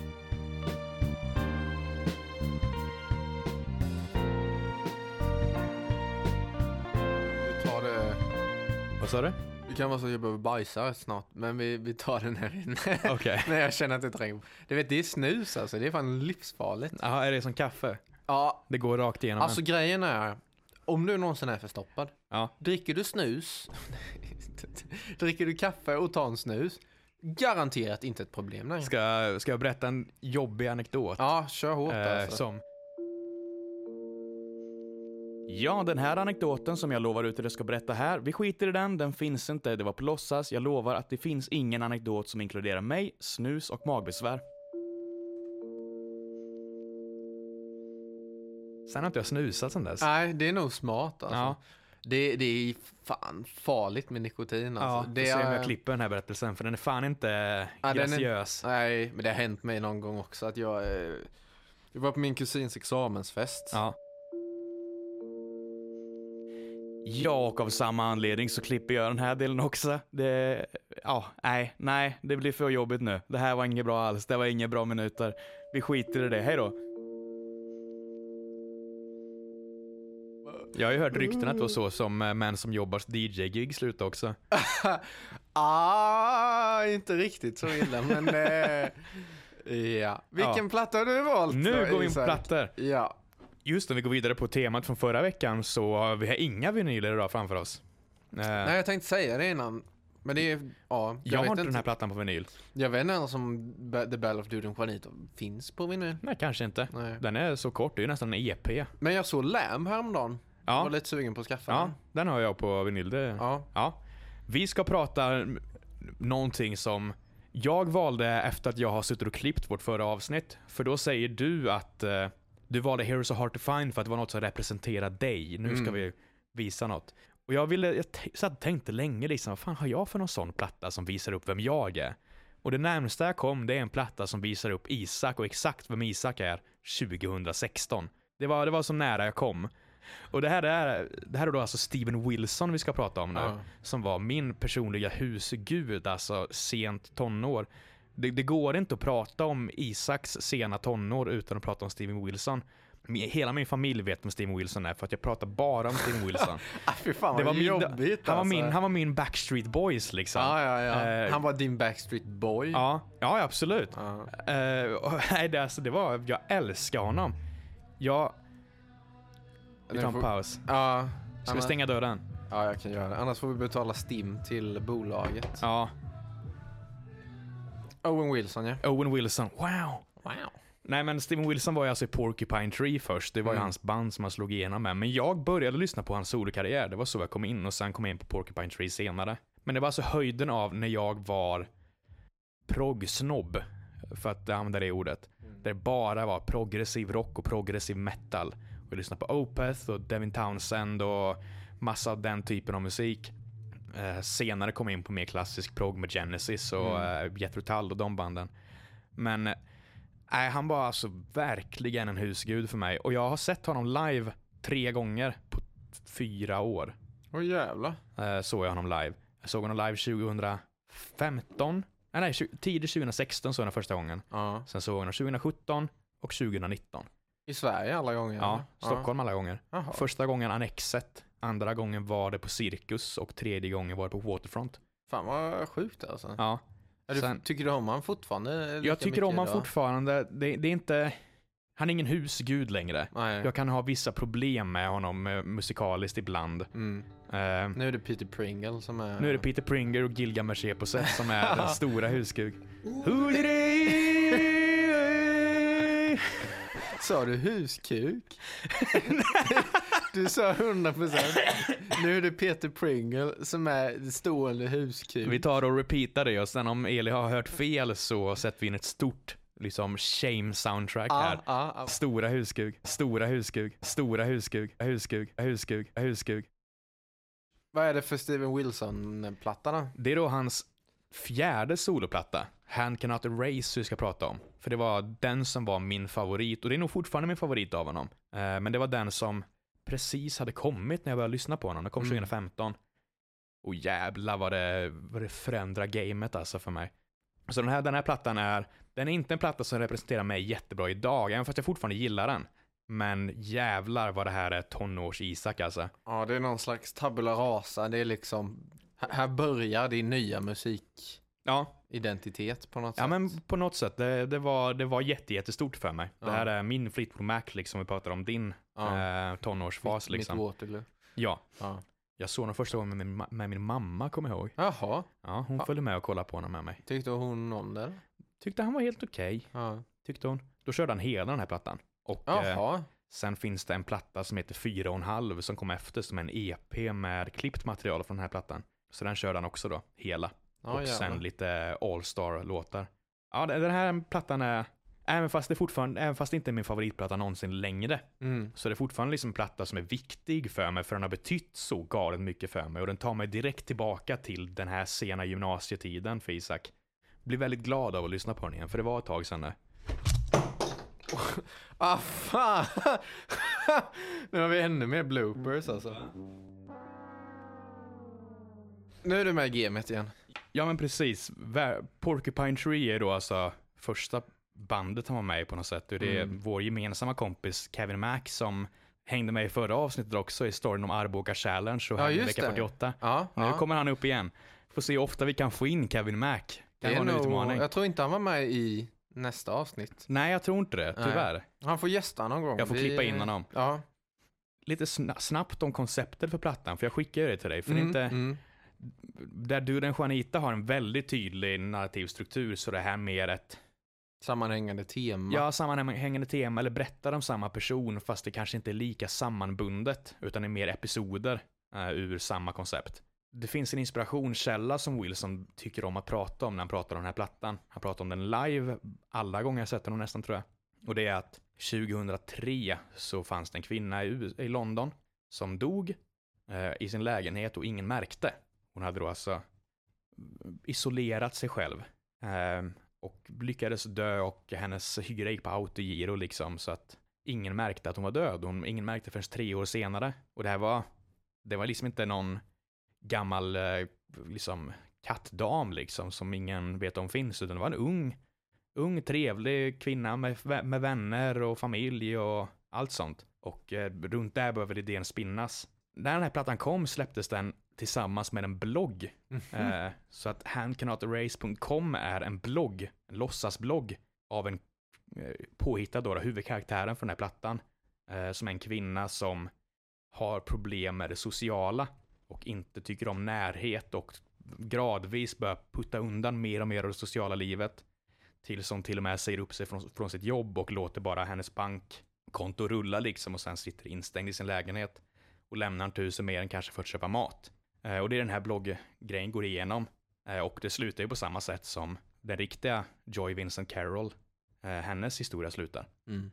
Vi tar det... Vad sa du? Det kan vara så att jag behöver bajsa snart, men vi tar den här inne. Okej. Nej, jag känner att det tränger. Det är snus alltså, det är fan livsfarligt. Ja, är det som kaffe? Ja. Det går rakt igenom. Alltså grejen är, om du någonsin är förstoppad, dricker du snus, dricker du kaffe och tar en snus, garanterat inte ett problem. Nej. Ska jag berätta en jobbig anekdot? Ja, kör hårt alltså. Ja, den här anekdoten som jag lovar ut att jag ska berätta här, vi skiter i den finns inte, det var på låtsas. Jag lovar att det finns ingen anekdot som inkluderar mig, snus och magbesvär. Sen har inte jag snusat sen dess. Nej, det är nog smart alltså. Ja. Det är fan farligt med nikotin alltså. Ja, det ser om jag klipper den här berättelsen, för den är fan inte graciös. Nej, men det har hänt mig någon gång också att jag var på min kusins examensfest. Ja. Ja, och av samma anledning så klipper jag den här delen också. Nej, det blir för jobbigt nu. Det här var inget bra alls, det var inga bra minuter. Vi skiter i det, hej då. Jag har ju hört rykten att det var så som män som jobbars DJ-gig slutar också. Inte riktigt så illa, men ja. Vilken platta har du valt? Nu går vi in på plattor. Ja. Just när vi går vidare på temat från förra veckan, så vi har inga vinyler idag framför oss. Nej, jag tänkte säga det innan. Men det är, jag har inte den här plattan på vinyl. Jag vet inte ens om The Bell of Dude and Juanita finns på vinyl. Nej, kanske inte. Nej. Den är så kort, det är ju nästan en EP. Men jag såg Lamb häromdagen. Jag var lite sugen på att skaffa den. Den har jag på vinyl. Ja. Vi ska prata någonting som jag valde efter att jag har suttit och klippt vårt förra avsnitt. För då säger du att du valde Heroes So Hard To Find för att det var något som representerar dig. Nu ska vi visa något. Och jag tänkte länge liksom, vad fan har jag för någon sån platta som visar upp vem jag är? Och det närmsta jag kom, det är en platta som visar upp Isak, och exakt vem Isak är 2016. Det var så nära jag kom. Och det här är då alltså Steven Wilson vi ska prata om nu, som var min personliga husgud, alltså sent tonår. Det går inte att prata om Isaks sena tonår utan att prata om Steven Wilson. Hela min familj vet vem Steven Wilson är, för att jag pratar bara om Steven Wilson. Fy fan, det var jobbigt, han var min Backstreet Boys liksom. Han var din Backstreet Boy. Ja, absolut. Jag älskar honom. Vi tar en paus. Ska vi stänga dörren? Ja, jag kan göra det. Annars får vi betala STIM till bolaget. Ja. Owen Wilson, ja. Owen Wilson. Wow. Nej, men Steven Wilson var ju alltså i Porcupine Tree först. Det var ju hans band som han slog igenom med. Men jag började lyssna på hans solokarriär. Det var så jag kom in, och sen kom jag in på Porcupine Tree senare. Men det var alltså höjden av när jag var proggsnobb, för att använda det ordet. Där det bara var progressiv rock och progressiv metal. Jag lyssnade på Opeth och Devin Townsend och massa av den typen av musik. Senare kom jag in på mer klassisk prog med Genesis och Jethro Tull och de banden. Men han var alltså verkligen en husgud för mig. Och jag har sett honom live 3 gånger på 4 år. Åh jävlar. Såg jag honom live. Jag såg honom live 2015. Tidigt 2016 såg jag honom första gången. Sen såg jag honom 2017 och 2019. I Sverige alla gånger? Ja, Stockholm alla gånger. Första gången Annexet, andra gången var det på Cirkus och tredje gången var det på Waterfront. Fan vad sjukt alltså. Ja. Tycker du om han fortfarande? Jag tycker om han fortfarande. Det är inte... Han är ingen husgud längre. Nej. Jag kan ha vissa problem med honom musikaliskt ibland. Nu är det Peter Pringle som är... Nu är det Peter Pringle och Gilgamesh Eposet som är den stora husgud. Sa du huskuk? Du sa 100%. Nu är det Peter Pringle som är det stående huskul. Vi tar och repeatar det och sen om Eli har hört fel så sätter vi in ett stort liksom shame soundtrack här. Stora huskug, stora huskug, stora huskug, huskug, huskug, huskug. Vad är det för Steven Wilson-platta då? Det är då hans 4:e soloplatta, Hand Cannot Erase, vi ska prata om. För det var den som var min favorit, och det är nog fortfarande min favorit av honom. Men det var den som precis hade kommit när jag började lyssna på honom. Det kom 2015. Och jävlar vad det förändrar gamet alltså för mig. Så den här plattan är inte en platta som representerar mig jättebra idag, även fast jag fortfarande gillar den. Men jävlar vad det här är tonårs-Isak alltså. Ja, det är någon slags tabula rasa. Det är liksom, här börjar din nya musikidentitet på något sätt. Ja, men på något sätt. Det var jättestort för mig. Det här är min Fleetwood Mac, liksom, vi pratar om din tonårsfas. Liksom. Mitt Waterloo. Ja. Jag såg den första gången med min mamma, kommer jag ihåg. Jaha. Ja, hon följde med och kollade på honom med mig. Tyckte hon om det? Tyckte han var helt okej. Tyckte hon. Då körde han hela den här plattan. Och sen finns det en platta som heter 4,5 som kom efter, som en EP med klippt material från den här plattan. Så den körde han också då, hela. Och sen lite All-Star-låtar. Ja, den här plattan är, även fast det inte är min favoritplatta någonsin längre, så det är fortfarande liksom en platta som är viktig för mig, för den har betytt så galet mycket för mig. Och den tar mig direkt tillbaka till den här sena gymnasietiden för Isak. Blir väldigt glad av att lyssna på den igen, för det var ett tag sedan det. Fan! Nu har vi ännu mer bloopers alltså. Nu är du med i gamet igen. Ja, men precis. Porcupine Tree är då alltså första bandet han var med på något sätt. Och det är vår gemensamma kompis Kevin Mac som hängde med i förra avsnittet också i storyn om Arboga Challenge och vecka 48. Nu kommer han upp igen. Får se hur ofta vi kan få in Kevin Mac. Det är nog, jag tror inte han var med i nästa avsnitt. Nej, jag tror inte det, tyvärr. Nej. Han får gästa någon gång. Jag får klippa in honom. Ja. Lite snabbt om konceptet för plattan, för jag skickar det till dig. För det är inte... Där du, den Juanita, har en väldigt tydlig narrativ struktur, så det här mer ett... sammanhängande tema. Ja, sammanhängande tema, eller berättar om samma person, fast det kanske inte är lika sammanbundet, utan är mer episoder ur samma koncept. Det finns en inspirationskälla som Wilson tycker om att prata om när han pratar om den här plattan. Han pratar om den live alla gånger jag sett den nästan, tror jag. Och det är att 2003 så fanns det en kvinna i London som dog i sin lägenhet och ingen märkte. Hon hade då alltså isolerat sig själv och lyckades dö, och hennes hyra gick på autogiro liksom, så att ingen märkte att hon var död. Ingen märkte förrän 3 år senare. Och det var liksom inte någon gammal liksom kattdam liksom, som ingen vet om finns, utan det var en ung trevlig kvinna med vänner och familj och allt sånt. Och runt där behöver idén spinnas. När den här plattan kom släpptes den tillsammans med en blogg. Så att handcannoterase.com är en blogg, en låtsasblogg av en påhittad då, huvudkaraktären för den här plattan, som är en kvinna som har problem med det sociala och inte tycker om närhet, och gradvis börjar putta undan mer och mer av det sociala livet, till som till och med säger upp sig från sitt jobb och låter bara hennes bankkonto rulla liksom, och sen sitter instängd i sin lägenhet och lämnar inte huset mer än kanske för att köpa mat. Och det är den här blogggrejen går igenom, och det slutar ju på samma sätt som den riktiga Joy Vincent Carroll, hennes historia slutar.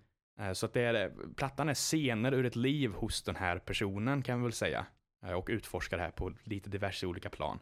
Så att plattan är scener ur ett liv hos den här personen, kan vi väl säga, och utforskar det här på lite diverse olika plan.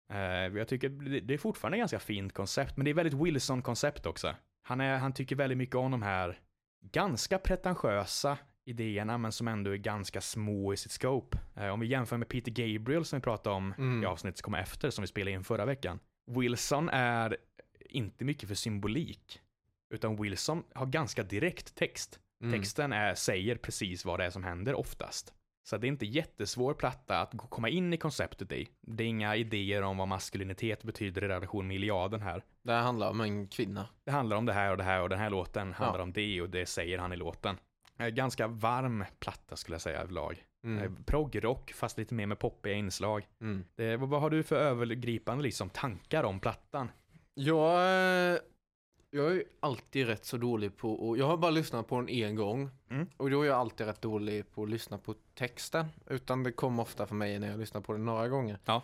Jag tycker det är fortfarande ett ganska fint koncept, men det är väldigt Wilson-koncept också. Han tycker väldigt mycket om de här ganska pretentiösa idéerna, men som ändå är ganska små i sitt scope. Om vi jämför med Peter Gabriel som vi pratade om i avsnittet som kommer efter, som vi spelade in förra veckan. Wilson är inte mycket för symbolik, utan Wilson har ganska direkt text. Texten säger precis vad det är som händer oftast. Så det är inte jättesvår platta att komma in i konceptet i. Det är inga idéer om vad maskulinitet betyder i relation med Iliaden här. Det handlar om en kvinna. Det handlar om det här och det här, och den här låten handlar om det, och det säger han i låten. Ganska varm platta skulle jag säga överlag. Proggrock, fast lite mer med poppiga inslag. Vad har du för övergripande liksom tankar om plattan? Jag är alltid rätt så dålig på, och jag har bara lyssnat på den en gång. Och då är jag alltid rätt dålig på att lyssna på texten. Utan det kommer ofta för mig när jag lyssnar på den några gånger. Ja.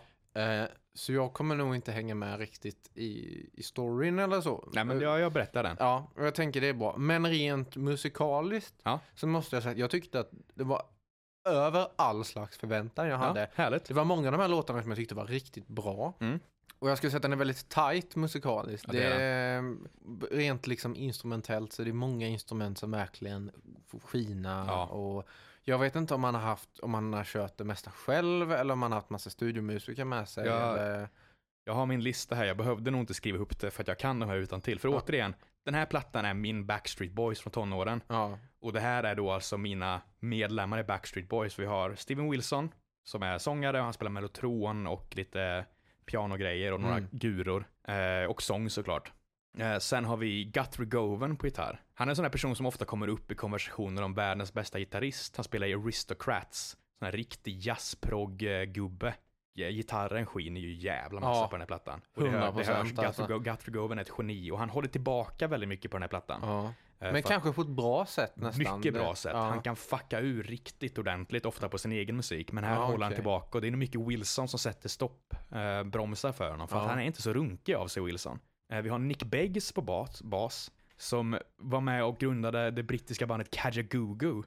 Så jag kommer nog inte hänga med riktigt i storyn eller så. Nej, men jag berättar den. Ja, och jag tänker det är bra. Men rent musikaliskt så måste jag säga att jag tyckte att det var över all slags förväntan jag hade. Härligt. Det var många av de här låtarna som jag tyckte var riktigt bra. Och jag skulle säga att den är väldigt tight musikaliskt. Ja, det är rent liksom instrumentellt, så det är många instrument som verkligen får skina. Ja. Och jag vet inte om man har kört det mesta själv eller om man har haft massa studiomusiker med sig. Jag har min lista här. Jag behövde nog inte skriva ihop det för att jag kan de här utan till. För återigen, den här plattan är min Backstreet Boys från tonåren. Ja. Och det här är då alltså mina medlemmar i Backstreet Boys. Vi har Steven Wilson som är sångare och han spelar mellotron och lite pianogrejer och några guror. Och sång såklart. Sen har vi Guthrie Govan på gitarr. Han är en sån här person som ofta kommer upp i konversationer om världens bästa gitarrist. Han spelar i Aristocrats. Sån här riktig jazzprogg-gubbe. Gitarren skiner ju jävla massa på den här plattan. Och det hörs Guthrie Govan är ett geni. Och han håller tillbaka väldigt mycket på den här plattan. Ja. Men kanske på ett bra sätt nästan. Mycket bra sätt. Ja. Han kan fucka ur riktigt ordentligt, ofta på sin egen musik. Men här håller han tillbaka. Och det är nog mycket Wilson som sätter stopp, bromsar för honom. För att han är inte så runkig av sig, Wilson. Vi har Nick Beggs på bas. Som var med och grundade det brittiska bandet Kajagoogoo.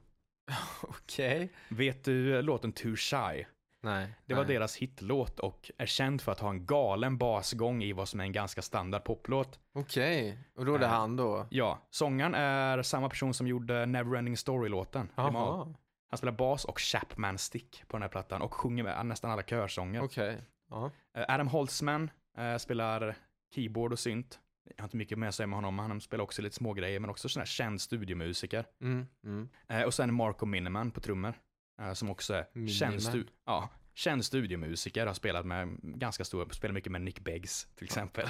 Okej. Vet du låten Too Shy? Nej. Det var deras hitlåt och är känd för att ha en galen basgång i vad som är en ganska standard poplåt. Okej. Och då är det han då? Ja. Sångaren är samma person som gjorde Neverending Story-låten. Han spelar bas och Chapman Stick på den här plattan och sjunger med nästan alla körsånger. Okej. Adam Holtzman spelar keyboard och synt. Jag har inte mycket med att säga med honom. Han spelar också lite små grejer, men också sån här känd studiomusiker. Och sen Marco Miniman på trummor. Som också är känd studiomusiker. Har spelat med spelar mycket med Nick Beggs till exempel.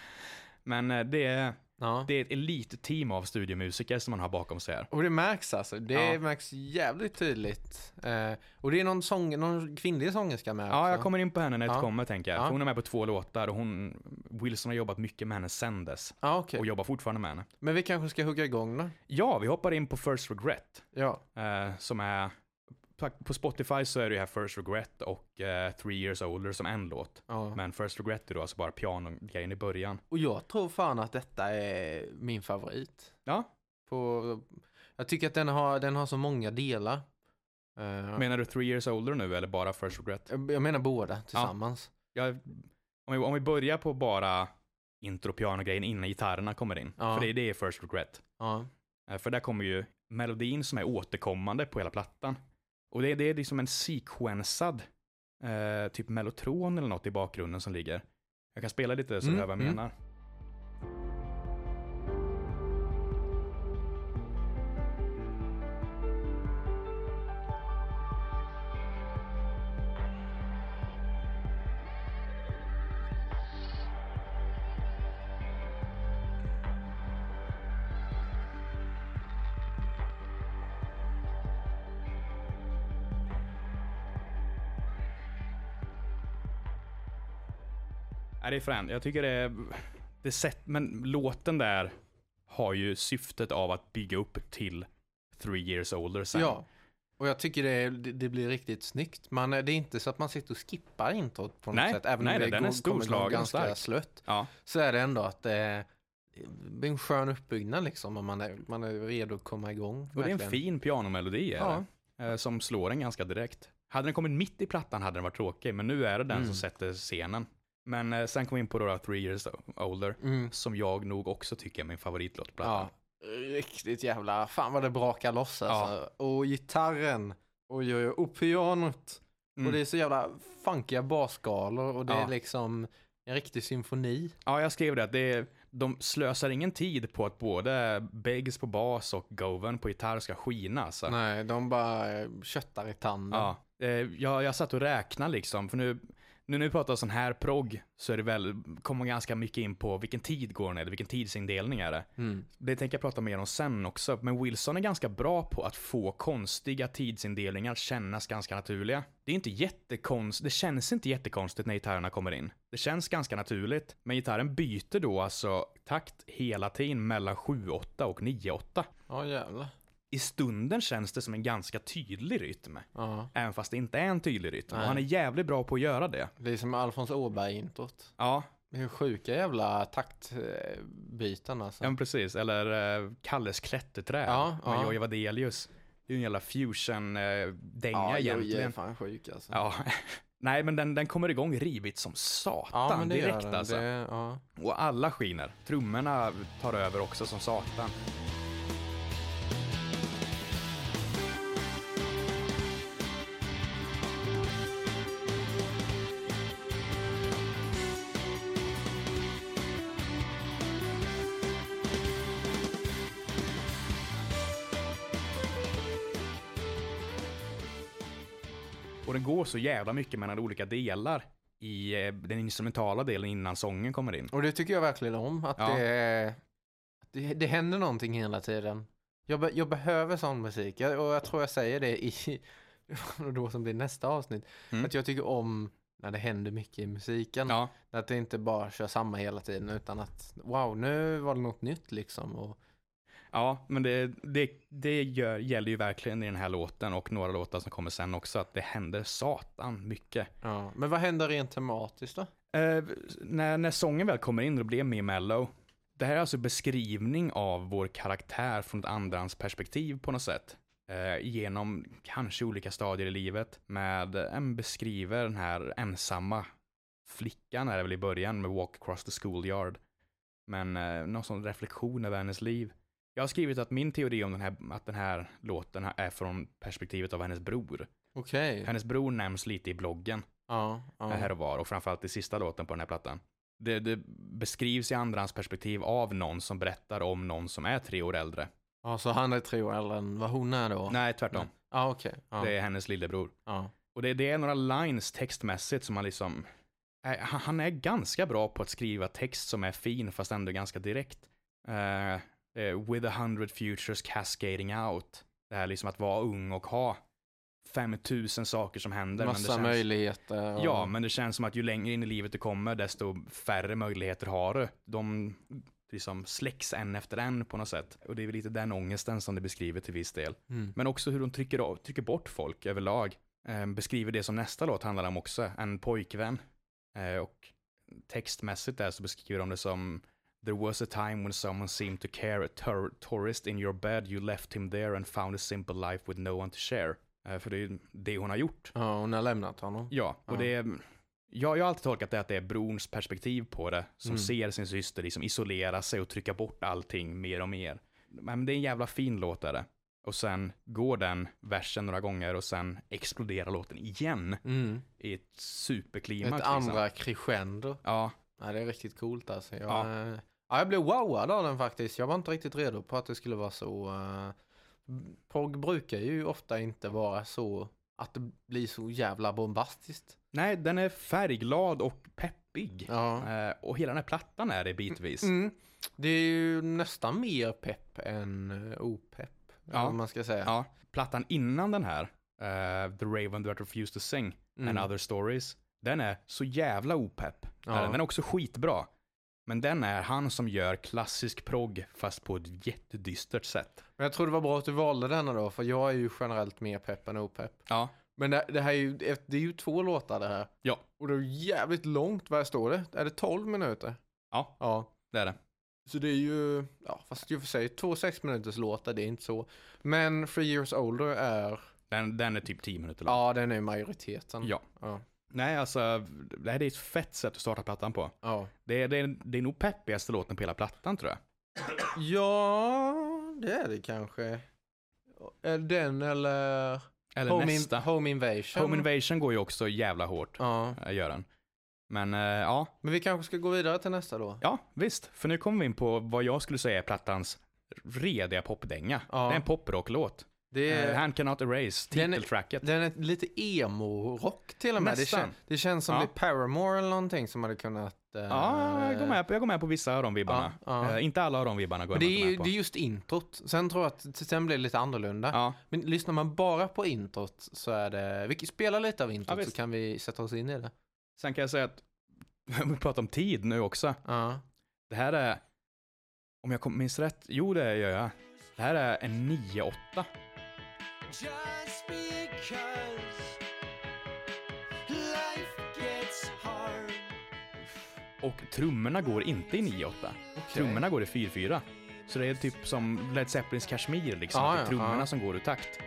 Men det är ett elitteam av studiomusiker som man har bakom sig här. Och det märks alltså. Det märks jävligt tydligt. Och det är någon kvinnlig sångerska med. Ja, jag kommer in på henne när det kommer, tänker jag. Hon är med på 2 låtar och Wilson har jobbat mycket med henne sen dess. Och jobbar fortfarande med henne. Men vi kanske ska hugga igång då? Ja, vi hoppar in på First Regret. Ja. Som är... På Spotify så är det här First Regret och 3 Years Older som en låt. Men First Regret är då alltså bara pianogrejen i början. Och jag tror fan att detta är min favorit. Ja. Jag tycker att den har så många delar. Menar du 3 Years Older nu eller bara First Regret? Jag menar båda tillsammans. Om vi börjar på bara intro pianogrejen innan gitarrerna kommer in. För det är First Regret. För där kommer ju melodin som är återkommande på hela plattan. Och det är liksom en sequensad typ mellotron eller något i bakgrunden som ligger. Jag kan spela lite så du hör vad jag menar. Det är fränt. Jag tycker det sätt, men låten där har ju syftet av att bygga upp till 3 Years Older sen. Ja, och jag tycker det blir riktigt snyggt. Det är inte så att man sitter och skippar introt på något sätt. Även om den är storslagen ganska slött. Så är det ändå att det är en skön uppbyggnad liksom. Om man är redo att komma igång. Och det är en fin pianomelodi som slår en ganska direkt. Hade den kommit mitt i plattan hade den varit tråkig. Men nu är det den som sätter scenen. Men sen kom vi in på då 3 Years Older som jag nog också tycker är min favoritlåt på plattan. Riktigt jävla, fan vad det brakar loss alltså. Och gitarren och pianot. Och det är så jävla funkiga basskalor och det är liksom en riktig symfoni. Ja, jag skrev det att de slösar ingen tid på att både Beggs på bas och Govan på gitarr ska skina. Alltså. Nej, de bara köttar i tanden. Ja, jag satt och räknade liksom, för nu Nu när vi pratar sån här progg så är det väl, kommer ganska mycket in på vilken tid går den eller vilken tidsindelning är det. Det tänker jag prata mer om sen också. Men Wilson är ganska bra på att få konstiga tidsindelningar kännas ganska naturliga. Det är inte det känns inte jättekonstigt när gitarrerna kommer in. Det känns ganska naturligt. Men gitarren byter då alltså takt hela tiden mellan 7-8 och 9-8. Ja, jävlar. I stunden känns det som en ganska tydlig rytm. Ja. Även fast det inte är en tydlig rytm. Nej. Och han är jävligt bra på att göra det. Det är som Alfons Åberg-introt. Ja. Hur sjuka jävla taktbyten alltså. Ja, precis. Eller Kalles klätterträd med Jojje Wadelius. Det är ju en jävla fusion-dänga egentligen. Ja, är fan sjuk alltså. Ja. Nej, men den kommer igång rivigt som satan direkt alltså. Och alla skiner. Trummorna tar över också som satan. Och den går så jävla mycket mellan olika delar i den instrumentala delen innan sången kommer in. Och det tycker jag verkligen om. Att det händer någonting hela tiden. Jag behöver sån musik. Och jag tror jag säger det i då som blir nästa avsnitt. Att jag tycker om när det händer mycket i musiken. Ja. Att det inte bara kör samma hela tiden. Utan att wow, nu var det något nytt liksom. Och ja, men det gäller ju verkligen i den här låten och några låtar som kommer sen också, att det händer satan mycket. Ja, men vad händer rent tematiskt då? När sången väl kommer in och det blir mer mellow, det här är alltså beskrivning av vår karaktär från ett andrans perspektiv på något sätt. Genom kanske olika stadier i livet med beskriver den här ensamma flickan är det väl i början med Walk Across the Schoolyard. Men någon sån reflektion över hennes liv. Jag har skrivit att min teori om att den här låten är från perspektivet av hennes bror. Okej. Hennes bror nämns lite i bloggen. Här och var. Och framförallt i sista låten på den här plattan. Det beskrivs i andrans perspektiv av någon som berättar om någon som är 3 år äldre. Ja, så han är 3 år äldre än vad hon är då? Nej, tvärtom. Ja, okej. Det är hennes lillebror. Och det är några lines textmässigt som man liksom... Han är ganska bra på att skriva text som är fin fast ändå ganska direkt. With 100 futures cascading out. Det här liksom att vara ung och ha 5000 saker som händer. Massa möjligheter. Ja, men det känns som att ju längre in i livet du kommer desto färre möjligheter har du. De liksom släcks en efter en på något sätt. Och det är väl lite den ångesten som det beskriver till viss del. Men också hur de trycker bort folk överlag. Beskriver det som nästa låt handlar om också. En pojkvän. Och textmässigt där så beskriver de det som: There was a time when someone seemed to care, a tourist in your bed, you left him there and found a simple life with no one to share. För det är det hon har gjort. Ja, hon har lämnat honom. Ja, och det är... Jag har alltid tolkat det att det är brors perspektiv på det, som ser sin syster liksom isolera sig och trycka bort allting mer och mer. Men det är en jävla fin låt där. Och sen går den versen några gånger och sen exploderar låten igen i ett superklimax. Ett andra crescendo. Ja. Ja, det är riktigt coolt alltså. Jag blev wowad av den faktiskt. Jag var inte riktigt redo på att det skulle vara så. Prog brukar ju ofta inte vara så att det blir så jävla bombastiskt. Nej, den är färgglad och peppig. Ja. Och hela den här plattan är det bitvis. Det är ju nästan mer pepp än opepp. Ja. Vad man ska säga. Ja. Plattan innan den här, The Raven That Refused to Sing and Other Stories, den är så jävla opepp. Ja. Den är också skitbra. Men den är han som gör klassisk progg fast på ett jättedystert sätt. Men jag tror det var bra att du valde denna då, för jag är ju generellt mer pepp än opepp. Ja. Men det här är ju 2 låtar det här. Ja. Och det är jävligt långt, vad står det? Är det 12 minuter? Ja, det är det. Så det är ju, fast ju för sig 2 6 minuters låtar, det är inte så. Men 3 Years Older är... Den är typ 10 minuter lång. Ja, den är majoriteten. Ja. Nej, alltså, det här är ett fett sätt att starta plattan på. Ja. Det är nog peppigaste låten på hela plattan, tror jag. Ja, det är det kanske. Den eller nästa. Home Invasion. Home Invasion går ju också jävla hårt. Ja. Gör den. Men ja. Men vi kanske ska gå vidare till nästa då. Ja, visst. För nu kommer vi in på vad jag skulle säga är plattans rediga popdänga. Ja. Det är en poprocklåt. Hand Cannot Erase, titeltracket. Den är lite emo-rock till och med. Det känns som det är Paramore eller någonting som hade kunnat... jag går med på vissa av de vibbarna. Inte alla av de vibbarna går jag med på. Det är just introt. Sen tror jag att sen blir det lite annorlunda. Ja. Men lyssnar man bara på introt så är det... Vi spelar lite av introt så kan vi sätta oss in i det. Sen kan jag säga att vi pratar om tid nu också. Det här är... Om jag minns rätt, det gör jag. Det här är en 9-8. Just because life gets hard. Och trummorna går inte i 9-8. Trummorna går i 4-4. Så det är typ som Led Zeppelins Kashmir liksom. Det är trummorna som går ur takt.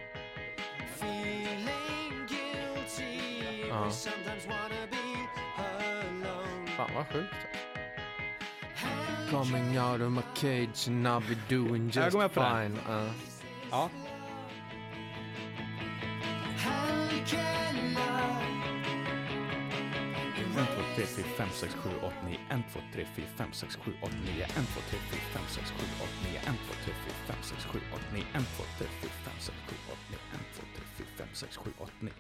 Fan vad sjukt. Coming out of my cage and I'll be doing just fine. Ja. 1, 2, 3, 4, 5, 6, 7, 8, 9. 1, 2, 3, 4, 5, 6, 7, 8, 9. 1, 2, 3, 4, 5, 6, 7, 8, 9. 1, 2, 3, 4, 5, 6, 7, 8, 9. 1, 2, 3, 4, 5, 6, 7, 8, 9. 1, 2, 3, 4, 5, 6, 7, 8, 9.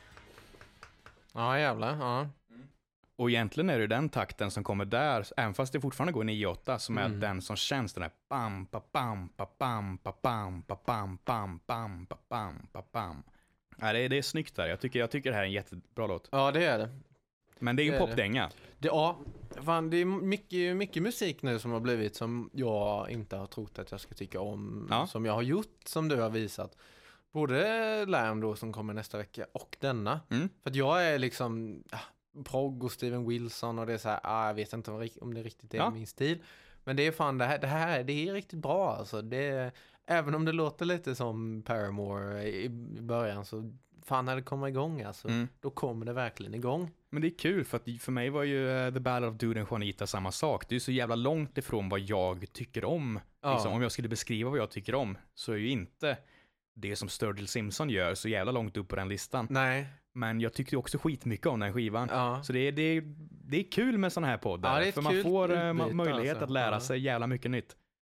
Ja, jävlar. Ja. Och egentligen är det den takten som kommer där, även fast det fortfarande går 9-8, som är den som känns den där bam, pa, bam, pa, bam, pa, bam, pa, bam, bam, bam, pa, bam, pa, bam. Ja, det är snyggt där. Jag tycker det här är en jättebra låt. Ja, det är det. Men det är ju en popdänga. Fan, det är mycket musik nu som har blivit som jag inte har trott att jag ska tycka om. Som jag har gjort, som du har visat. Både Lamb då som kommer nästa vecka och denna. För att jag är liksom progg och Steven Wilson och det är så här, jag vet inte om det riktigt är min stil. Men det är fan det är riktigt bra alltså. Även om det låter lite som Paramore i början, så fan när det kommer igång alltså, då kommer det verkligen igång. Men det är kul för att för mig var ju The Ballad of Dude and Juanita samma sak. Det är så jävla långt ifrån vad jag tycker om. Liksom, om jag skulle beskriva vad jag tycker om, så är ju inte det som Sturgill Simpson gör så jävla långt upp på den listan. Nej. Men jag tyckte också skitmycket om den skivan. Så det är kul med såna här poddar. För man får möjlighet att lära sig jävla mycket nytt.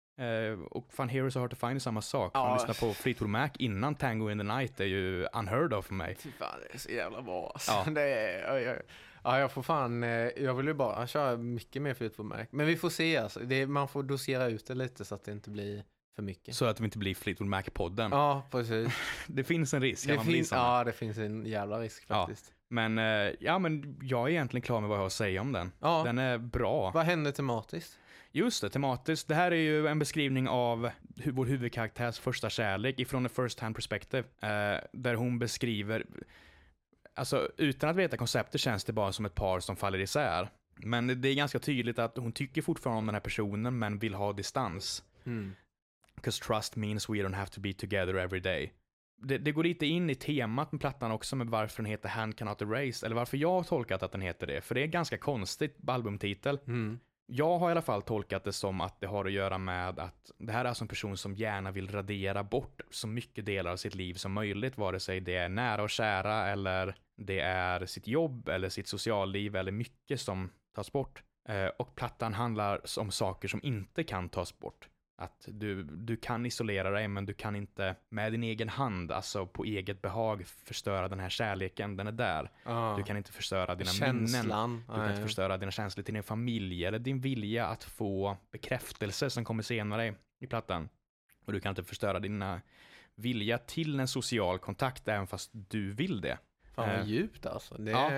Och fan, Heroes Are Hard to Find är samma sak. Man lyssnar på Fleetwood Mac innan Tango in the Night är ju unheard of för mig. Fan, det är så jävla bra alltså. Det är, jag får fan, jag vill ju bara köra mycket mer Fleetwood Mac. Men vi får se alltså. Man får dosera ut det lite så att det inte blir för mycket. Så att det inte blir Fleetwood Mac-podden. Ja, precis. Det finns en risk. Det finns en jävla risk faktiskt. Men jag är egentligen klar med vad jag har att säga om den. Den är bra. Vad händer tematiskt? Just det, tematiskt. Det här är ju en beskrivning av vår huvudkaraktärs första kärlek ifrån ett first hand perspective. Där hon beskriver, alltså utan att veta konceptet känns det bara som ett par som faller isär. Men det är ganska tydligt att hon tycker fortfarande om den här personen men vill ha distans. Because trust means we don't have to be together every day. Det går lite in i temat med plattan också, med varför den heter Hand Cannot Erase, eller varför jag har tolkat att den heter det. För det är en ganska konstigt albumtitel. Jag har i alla fall tolkat det som att det har att göra med att det här är alltså en person som gärna vill radera bort så mycket delar av sitt liv som möjligt, vare sig det är nära och kära eller det är sitt jobb eller sitt socialliv eller mycket som tas bort. Och plattan handlar om saker som inte kan tas bort. Att du kan isolera dig, men du kan inte med din egen hand, alltså på eget behag, förstöra den här kärleken. Den är där. Du kan inte förstöra dina minnen. Du kan inte förstöra dina känslor till din familj eller din vilja att få bekräftelse som kommer senare i plattan. Och du kan inte förstöra dina vilja till en social kontakt även fast du vill det. Fan vad djupt alltså.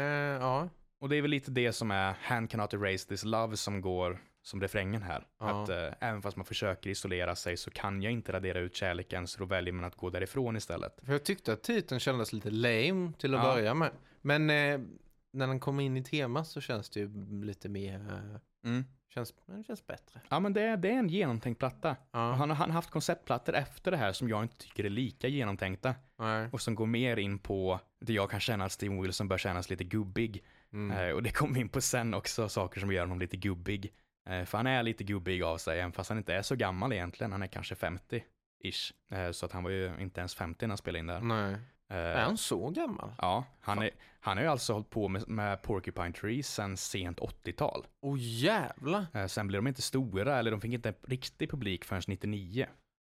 Och det är väl lite det som är Hand Cannot Erase This Love som går som refrängen här. Att även fast man försöker isolera sig så kan jag inte radera ut kärleken, så då väljer man att gå därifrån istället. För jag tyckte att titeln kändes lite lame till att börja med. Men när den kommer in i temat så känns det ju lite mer... Det känns bättre. Ja, men det är en genomtänkt platta. Han har haft konceptplattor efter det här som jag inte tycker är lika genomtänkta. Och som går mer in på det jag kan känna att Steven Wilson bör kännas lite gubbig. Och det kommer in på sen också, saker som gör honom lite gubbig. För han är lite gubbig av sig, även fast han inte är så gammal egentligen. Han är kanske 50-ish. Så att han var ju inte ens 50 när han spelade in där. Nej. Är han så gammal? Ja, han har ju alltså hållit på med Porcupine Tree sen sent 80-tal. Jävlar! Sen blev de inte stora, eller de fick inte riktig publik förrän 99.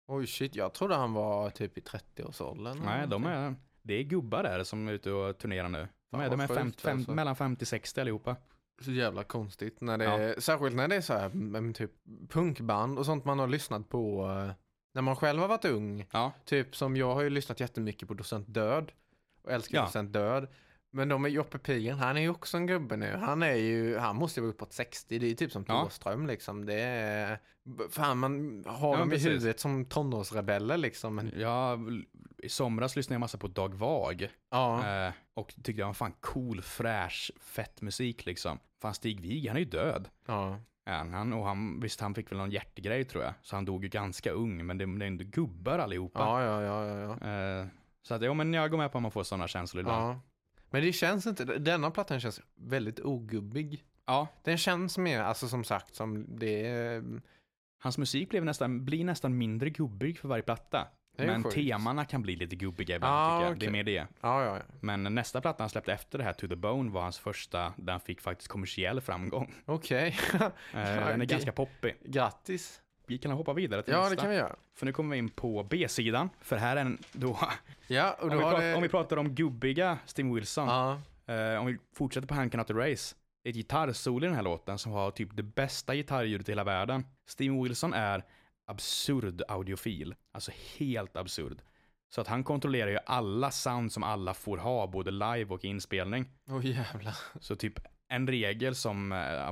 Oj shit, jag trodde han var typ i 30-årsåldern. Nej, det är gubbar där som är ute och turnerar nu. De är alltså. mellan 50-60 allihopa. Så jävla konstigt. När det är, särskilt när det är så här typ punkband och sånt man har lyssnat på när man själv har varit ung. Ja. Typ som jag har ju lyssnat jättemycket på Docent Död. Och älskar Docent Död. Men de är Joppe Pigen, han är ju också en gubbe nu. Han måste ju vara uppåt 60. Det är typ som Thåström liksom. Det är... Fan, man har dem i huvudet som tonårsrebeller liksom. Ja, i somras lyssnade jag massa på Dag Vag. Ja. Och tyckte jag var fan cool, fräsch, fett musik liksom. Fan, Stig Wig, han är ju död. Ja. Visst, han fick väl någon hjärtegrej tror jag. Så han dog ju ganska ung, men det är ändå gubbar allihopa. Ja. Så att, men jag går med på att man får sådana känslor ibland. Ja. Men det känns inte, denna plattan känns väldigt ogubbig. Ja. Den känns mer, alltså som sagt, som det är... Hans musik blir nästan mindre gubbig för varje platta. Men temana kan bli lite gubbiga ibland tycker jag. Det är mer det. Ja. Men nästa platta han släppte efter det här, To the Bone, var hans första där han fick faktiskt kommersiell framgång. Okej. Den är ganska poppig. Grattis. Vi kan hoppa vidare till nästa. Ja, det kan vi göra. För nu kommer vi in på B-sidan. För här är den då... Ja, och då om vi pratar om gubbiga Steve Wilson. Om vi fortsätter på Hand Cannot Erase. Ett gitarrsolo i den här låten som har typ det bästa gitarrljudet i hela världen. Steve Wilson är absurd audiofil. Alltså helt absurd. Så att han kontrollerar ju alla sound som alla får ha, både live och inspelning. Jävlar. Så typ en regel som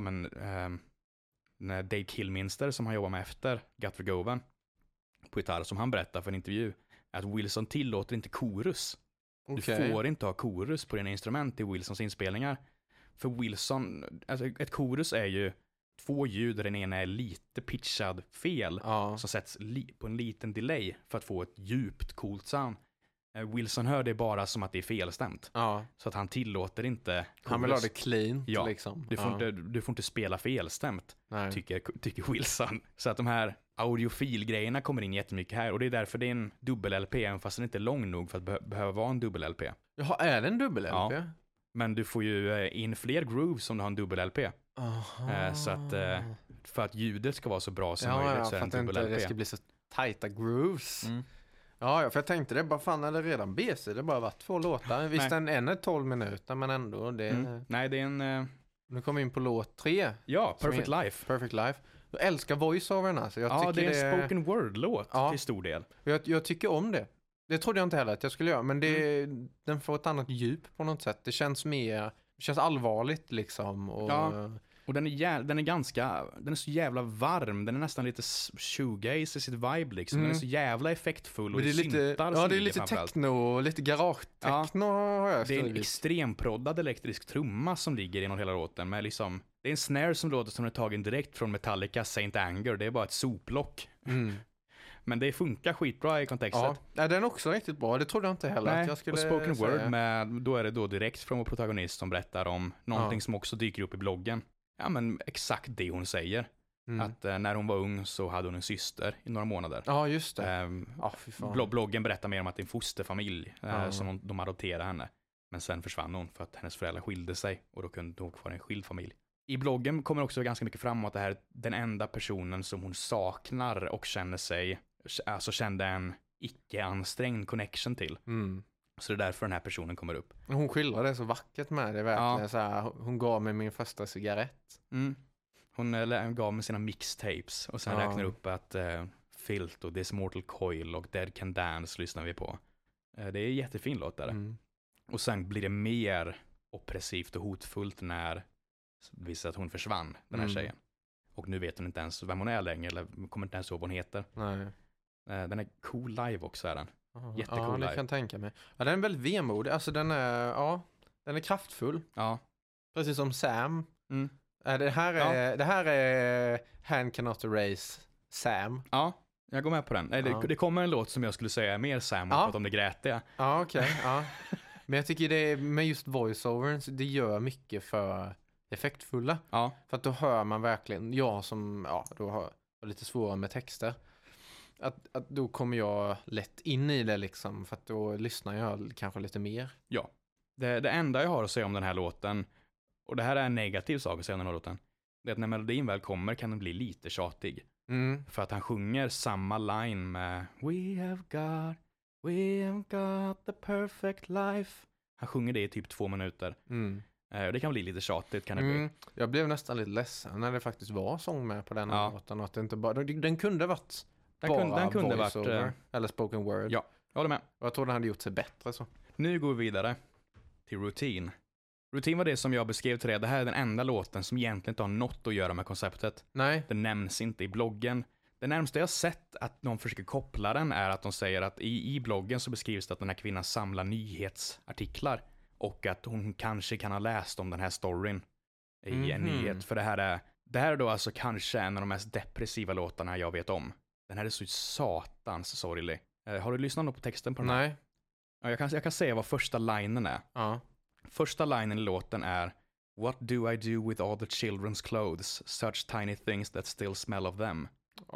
Dave Kilminster som han jobbar med efter Guthrie Govan på gitarr, som han berättar för en intervju, att Wilson tillåter inte chorus. Okay. Du får inte ha chorus på dina instrument i Wilsons inspelningar. För Wilson, alltså ett chorus är ju 2 ljud där den ena är lite pitchad fel som sätts på en liten delay för att få ett djupt coolt sound. Wilson hör det bara som att det är felstämt. Så att han tillåter inte chorus. Han vill ha det clean liksom. Du får inte spela felstämt, tycker Wilson. Så att de här audiofil-grejerna kommer in jättemycket här. Och det är därför det är en dubbel-LP, även fast den inte är lång nog för att behöva vara en dubbel-LP. Jaha, är det en dubbel-LP? Ja. Men du får ju in fler grooves om du har en dubbel-LP. Så att för att ljudet ska vara så bra som möjligt så är det en dubbel-LP. Det ska bli så tajta grooves. Ja, för jag tänkte det bara fan är det redan BC. Det bara varit 2 låtar. Visst en är 12 minuter, men ändå. Nej, det är en... Nu kommer vi in på låt 3. Ja, Perfect Life. Perfect Life. Jag älskar voice-overn så jag tycker det är en spoken word-låt till stor del. Jag tycker om det. Det trodde jag inte heller att jag skulle göra, men den får ett annat djup på något sätt. Det känns allvarligt liksom. Och den är så jävla varm. Den är nästan lite shoegaze i sitt vibe liksom. Den är så jävla effektfull och det är lite techno, lite garage-techno har jag skrivit. Det är en extremproddad elektrisk trumma som ligger genom hela låten med liksom, det är en snare som låter som den är tagen direkt från Metallica Saint Anger. Det är bara ett soplock. Men det funkar skitbra i kontextet. Ja, den är också riktigt bra. Det trodde jag inte heller att jag skulle säga. Och spoken word, då är det då direkt från vår protagonist som berättar om någonting som också dyker upp i bloggen. Ja, men exakt det hon säger. Att när hon var ung så hade hon en syster i några månader. Ja, just det. Bloggen berättar mer om att det är en fosterfamilj som de adopterade henne. Men sen försvann hon för att hennes föräldrar skilde sig och då kunde hon vara en skild familj. I bloggen kommer också ganska mycket fram att det här är den enda personen som hon saknar och kände en icke-ansträngd connection till. Så det är därför den här personen kommer upp. Hon skildrar det så vackert med det verkligen. Så här, hon gav mig min första cigarett. Hon gav mig sina mixtapes och sen räknar upp att Filth och This Mortal Coil och Dead Can Dance lyssnar vi på. Det är jättefin låt där. Och sen blir det mer oppressivt och hotfullt när det visar att hon försvann, den här tjejen. Och nu vet hon inte ens vem hon är längre, eller kommer inte ens ihåg vad hon heter. Nej. Den är cool live också, är den. Jättecool live. Ja, det kan tänka mig. Ja, den är väldigt vemodig. Alltså den är kraftfull. Ja. Precis som Sam. Det här är Hand Cannot Erase Sam. Ja, jag går med på den. Det kommer en låt som jag skulle säga är mer Sam om det grätiga. Ja, okej. Men jag tycker det med just voiceovers, det gör mycket för effektfulla. För att då hör man verkligen, jag som då har lite svårare med texter, att då kommer jag lätt in i det liksom, för att då lyssnar jag kanske lite mer. Ja, det enda jag har att säga om den här låten, och det här är en negativ sak att säga om den här låten, det är att när melodin väl kommer kan den bli lite tjatig. För att han sjunger samma line med We have got the perfect life. Han sjunger det i typ 2 minuter. Det kan bli lite tjatigt, kan det bli. Jag blev nästan lite ledsen när det faktiskt var sång med på den här låten. Att det inte bara, den kunde varit den kunde varit eller spoken word. Ja, jag håller med. Och jag tror den hade gjort sig bättre så. Nu går vi vidare till Routine. Routine var det som jag beskrev till dig. Det här är den enda låten som egentligen inte har något att göra med konceptet. Nej. Den nämns inte i bloggen. Det närmaste jag sett att någon försöker koppla den är att de säger att i bloggen så beskrivs det att den här kvinnan samlar nyhetsartiklar. Och att hon kanske kan ha läst om den här storyn i en nyhet. För det här är då alltså kanske en av de mest depressiva låtarna jag vet om. Den här är så satans sorglig. Har du lyssnat på texten på den här? Nej. Ja, jag kan säga vad första linen är. Ja. Första linen i låten är What do I do with all the children's clothes? Such tiny things that still smell of them.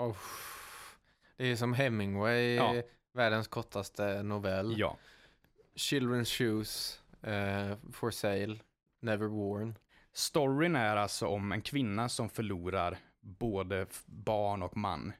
Det är som Hemingway, världens kortaste novell. Ja. Children's shoes, for sale, never worn. Storyn är alltså om en kvinna som förlorar både barn och man.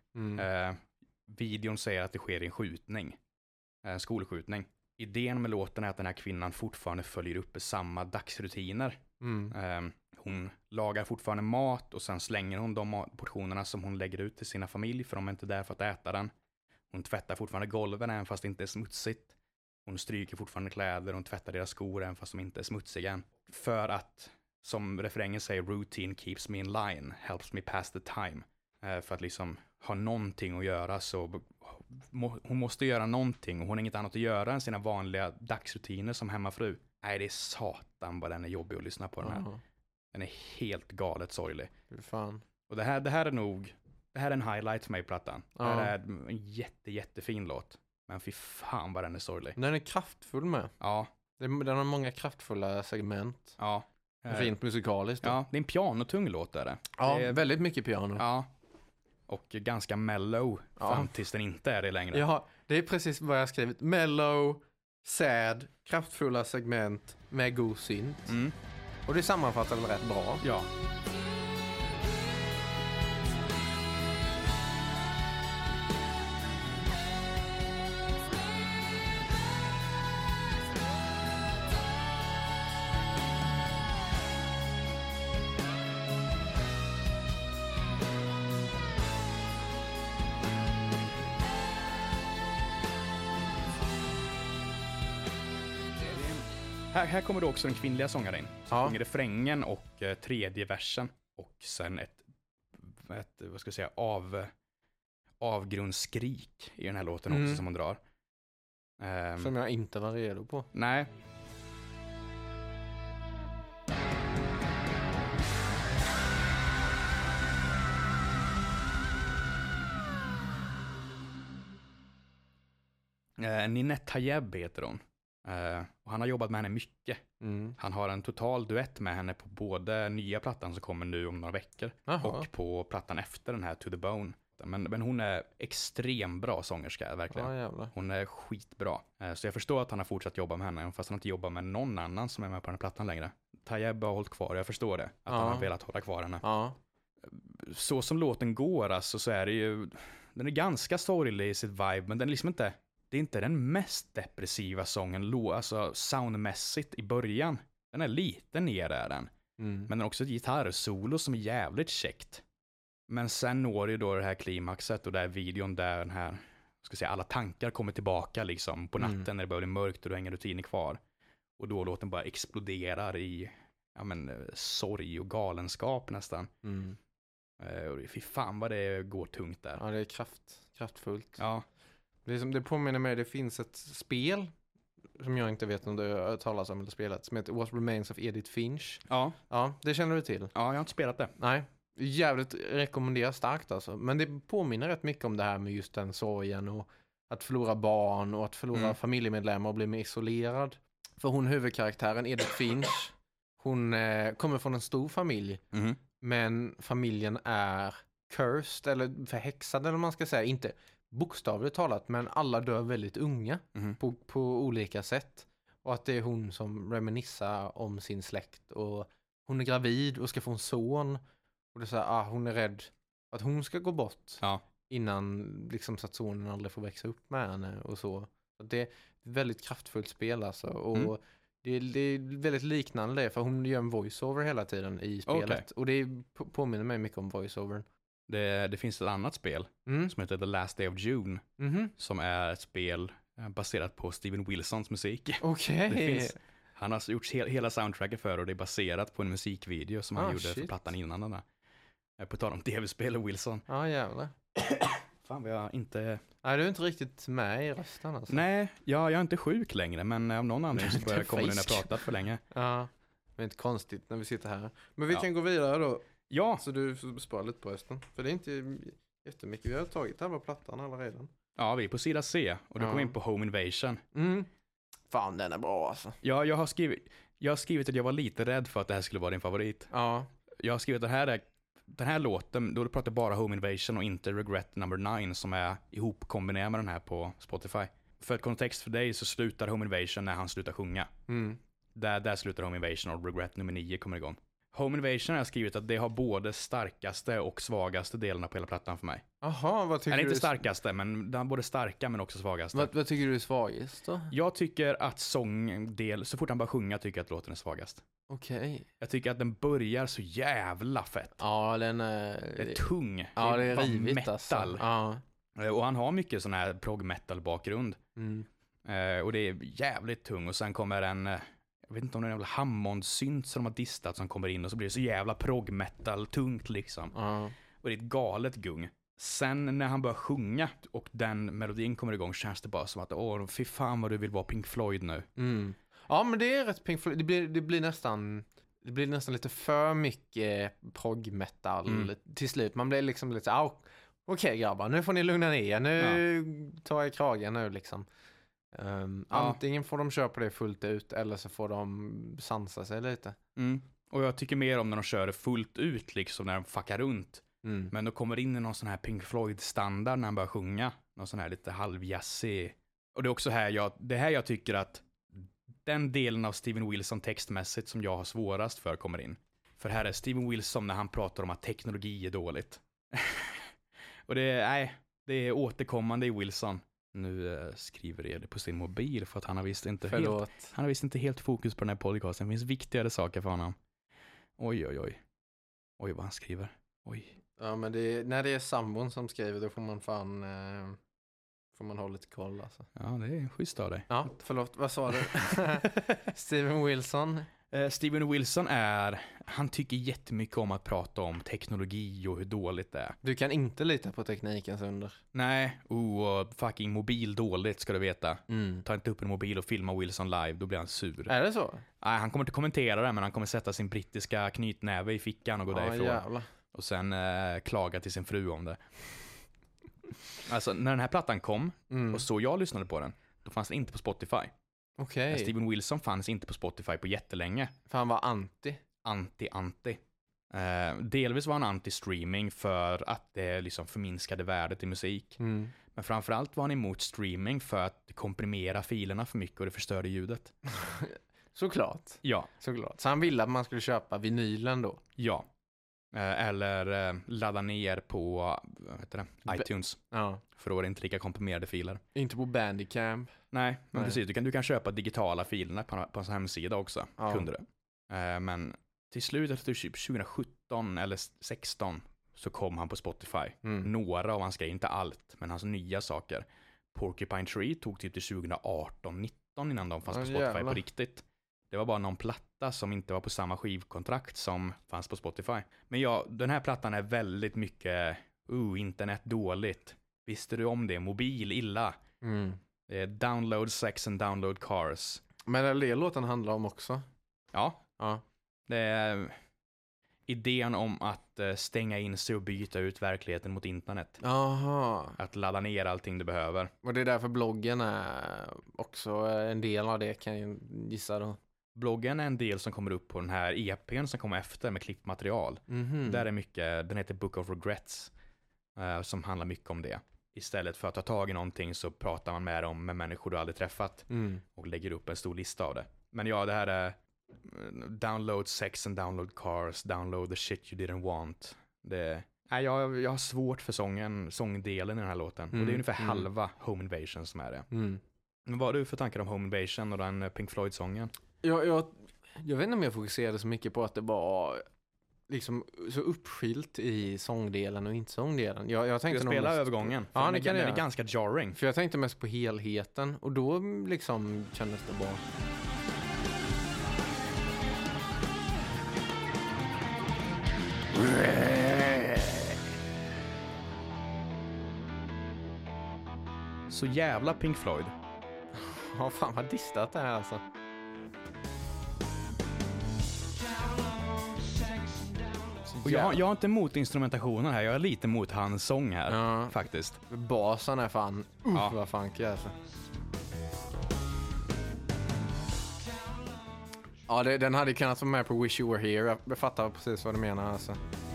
Videon säger att det sker en skjutning. En skolskjutning. Idén med låten är att den här kvinnan fortfarande följer upp samma dagsrutiner. Hon lagar fortfarande mat och sen slänger hon de portionerna som hon lägger ut till sina familj för de är inte där för att äta den. Hon tvättar fortfarande golven även fast det inte är smutsigt. Hon stryker fortfarande kläder, hon tvättar deras skor även fast de inte är smutsiga än. För att, som refrängen säger, routine keeps me in line, helps me pass the time. För att liksom ha någonting att göra så hon måste göra någonting och hon har inget annat att göra än sina vanliga dagsrutiner som hemmafru. Nej, det är satan vad den är jobbig att lyssna på den här. Den är helt galet sorglig. Fan. Och det här är en highlight för mig i plattan. Det här är en jättefin låt. Men fy fan vad den är sorglig. Den är kraftfull med. Ja. Den har många kraftfulla segment. Ja. Fint musikaliskt. Ja, det är en pianotung låt är det. Ja, det är väldigt mycket piano. Ja. Och ganska mellow fram tills den inte är det längre. Ja, det är precis vad jag har skrivit. Mellow, sad, kraftfulla segment med god synt. Och det sammanfattar väl rätt bra. Ja. Här kommer då också den kvinnliga sångaren in. Som sjunger refrängen och tredje versen. Och sen ett vad ska jag säga, avgrundsskrik i den här låten också som hon drar. Som jag inte var redo på. Nej. Ninette Tayeb heter hon. Och han har jobbat med henne mycket. Han har en total duett med henne på både nya plattan som kommer nu om några veckor. Och på plattan efter den här To the Bone. Men hon är extremt bra sångerska, verkligen. Hon är skitbra. Så jag förstår att han har fortsatt jobba med henne, fast han inte jobbar med någon annan som är med på den här plattan längre. Tayeb har hållit kvar, jag förstår det. Att han har velat hålla kvar henne. Så som låten går alltså, så är det ju... Den är ganska sorglig i sitt vibe, men den är liksom inte... Det är inte den mest depressiva sången, alltså soundmässigt i början. Den är lite ner är den. Men den har också ett gitarrsolo som är jävligt käckt. Men sen når det ju då det här klimaxet och där videon där den här, ska säga, alla tankar kommer tillbaka liksom på natten när det börjar bli mörkt och du har inga rutiner kvar. Och då låten bara exploderar i sorg och galenskap nästan. Fy fan vad det går tungt där. Ja, det är kraftfullt. Ja. Det påminner mig, det finns ett spel som jag inte vet om du har talat om eller spelat, som heter What Remains of Edith Finch. Ja. Ja, det känner du till. Ja, jag har inte spelat det. Nej, jävligt rekommenderar starkt alltså. Men det påminner rätt mycket om det här med just den sorgen och att förlora barn och att förlora familjemedlemmar och bli mer isolerad. För hon huvudkaraktären, Edith Finch, hon kommer från en stor familj. Men familjen är cursed eller förhäxad eller man ska säga. Inte bokstavligt talat, men alla dör väldigt unga på olika sätt. Och att det är hon som reminissar om sin släkt. Och hon är gravid och ska få en son. Och det är så här, hon är rädd Att hon ska gå bort Ja. innan liksom så att sonen aldrig får växa upp med henne och så. Det är ett väldigt kraftfullt spel alltså. Och det är väldigt liknande det, för hon gör en voiceover hela tiden i spelet. Okay. Och det påminner mig mycket om voiceovern. Det finns ett annat spel som heter The Last Day of June. Som är ett spel baserat på Steven Wilsons musik. Okej. Han har gjort hela soundtracket för, och det är baserat på en musikvideo som han gjorde för plattan innan den där. På tal om tv-spel och Wilson. Ja, jävlar. Fan vad jag inte... Nej, du är inte riktigt med i rösten alltså. Nej, jag är inte sjuk längre, men av någon anledning så börjar jag komma när jag pratat för länge. Ja, det är inte konstigt när vi sitter här. Men vi kan gå vidare då. Ja. Så du får spara lite på rösten. För det är inte jättemycket. Vi har tagit halva plattan alla redan. Ja, vi är på sida C och då kommer vi in på Home Invasion. Fan, den är bra alltså. Ja, jag har skrivit att jag var lite rädd för att det här skulle vara din favorit. Ja. Jag har skrivit att den här låten, då du pratar bara Home Invasion och inte Regret Number 9 som är ihopkombinerad med den här på Spotify. För ett kontext för dig så slutar Home Invasion när han slutar sjunga. Där slutar Home Invasion och Regret nummer 9 kommer igång. Home Invasion har jag skrivit att det har både starkaste och svagaste delarna på hela plattan för mig. Jaha, vad tycker du? Inte starkaste, men den har både starka men också svagaste. Vad tycker du är svagast då? Jag tycker att sångdel, så fort han börjar sjunga tycker jag att låten är svagast. Okej. Jag tycker att den börjar så jävla fett. Ja, den är... Det är tung. Ja, det är rivigt metal. alltså. Ja. Och han har mycket sån här prog metal bakgrund. Och det är jävligt tung. Och sen kommer jag vet inte om det är en jävla Hammond-synt som de har distat som kommer in och så blir det så jävla prog metal tungt liksom. Och det är ett galet gung. Sen när han börjar sjunga och den melodin kommer igång känns det bara som att fy fan vad du vill vara Pink Floyd nu. Ja, men det är rätt Pink Floyd. Det blir nästan lite för mycket prog metal till slut. Man blir liksom lite så okej grabbar, nu får ni lugna ner. Nu tar jag kragen nu liksom. Antingen får de köra på det fullt ut eller så får de sansa sig lite. Och jag tycker mer om när de kör det fullt ut liksom, när de fuckar runt. Men då kommer in i någon sån här Pink Floyd-standard när han börjar sjunga. Någon sån här lite halvjassig. Och det är också här jag tycker att den delen av Steven Wilson textmässigt som jag har svårast för kommer in. För här är Steven Wilson när han pratar om att teknologi är dåligt. Och det är återkommande i Wilson. Nu skriver det på sin mobil för att han har visst inte helt fokus på den här podcasten. Det finns viktigare saker för honom. Oj. Oj, vad han skriver. Oj. Ja, men när det är sambon som skriver då får man får man hålla lite koll alltså. Ja, det är schysst av dig. Ja, förlåt. Vad sa du? Steven Wilson? Steven Wilson han tycker jättemycket om att prata om teknologi och hur dåligt det är. Du kan inte lita på teknikens under. Nej, fucking mobil dåligt ska du veta. Ta inte upp en mobil och filma Wilson live, då blir han sur. Är det så? Nej, han kommer inte kommentera det, men han kommer sätta sin brittiska knytnäve i fickan och gå därifrån. Jävlar. Och sen klaga till sin fru om det. Alltså, när den här plattan kom och så jag lyssnade på den, då fanns den inte på Spotify. Okej. Steven Wilson fanns inte på Spotify på jättelänge. För han var anti. Delvis var han anti-streaming för att det liksom förminskade värdet i musik. Men framförallt var han emot streaming för att komprimera filerna för mycket och det förstörde ljudet. Såklart. Ja. Såklart. Så han ville att man skulle köpa vinylen då? Ja. Eller ladda ner på iTunes. För då är det inte lika komprimerade filer. Inte på Bandicamp. Nej, men precis. Du kan köpa digitala filerna på en sån hemsida också. Kunde du. Men till slutet av 2017 eller 16 så kom han på Spotify. Några av hans grejer, inte allt, men hans nya saker. Porcupine Tree tog typ till 2018-19 innan de fanns på Spotify på riktigt. Det var bara någon platta som inte var på samma skivkontrakt som fanns på Spotify. Men ja, den här plattan är väldigt mycket internet dåligt. Visste du om det? Mobil illa. Det är download sex and download cars. Men är det låten handlar om också? Ja. Det är idén om att stänga in sig och byta ut verkligheten mot internet. Aha. Att ladda ner allting du behöver. Och det är därför bloggen är också en del av det, kan jag gissa då. Bloggen är en del som kommer upp på den här EP:n som kommer efter med klippmaterial. Där är mycket, den heter Book of Regrets, som handlar mycket om det. Istället för att ta tag i någonting så pratar man med människor du aldrig träffat och lägger upp en stor lista av det. Men ja, det här är download sex and download cars, download the shit you didn't want. Det Nej, jag har svårt för sångdelen i den här låten. Och det är ungefär halva Home Invasion som är det. Men vad har du för tankar om Home Invasion och den Pink Floyd-sången? Jag vet inte om jag fokuserade så mycket på att det var liksom så uppskilt i sångdelen och inte sångdelen. Jag tänkte spela övergången. Ja, den är ganska jarring. För jag tänkte mest på helheten och då liksom kändes det bra. Så jävla Pink Floyd. Ja, fan vad distat det här alltså. Och jag är inte emot instrumentationen här. Jag är lite emot hans sång här, faktiskt. Basen är fan, vad funky alltså. Ja, den hade kunnat vara med på Wish You Were Here. Jag fattar precis vad du menar alltså.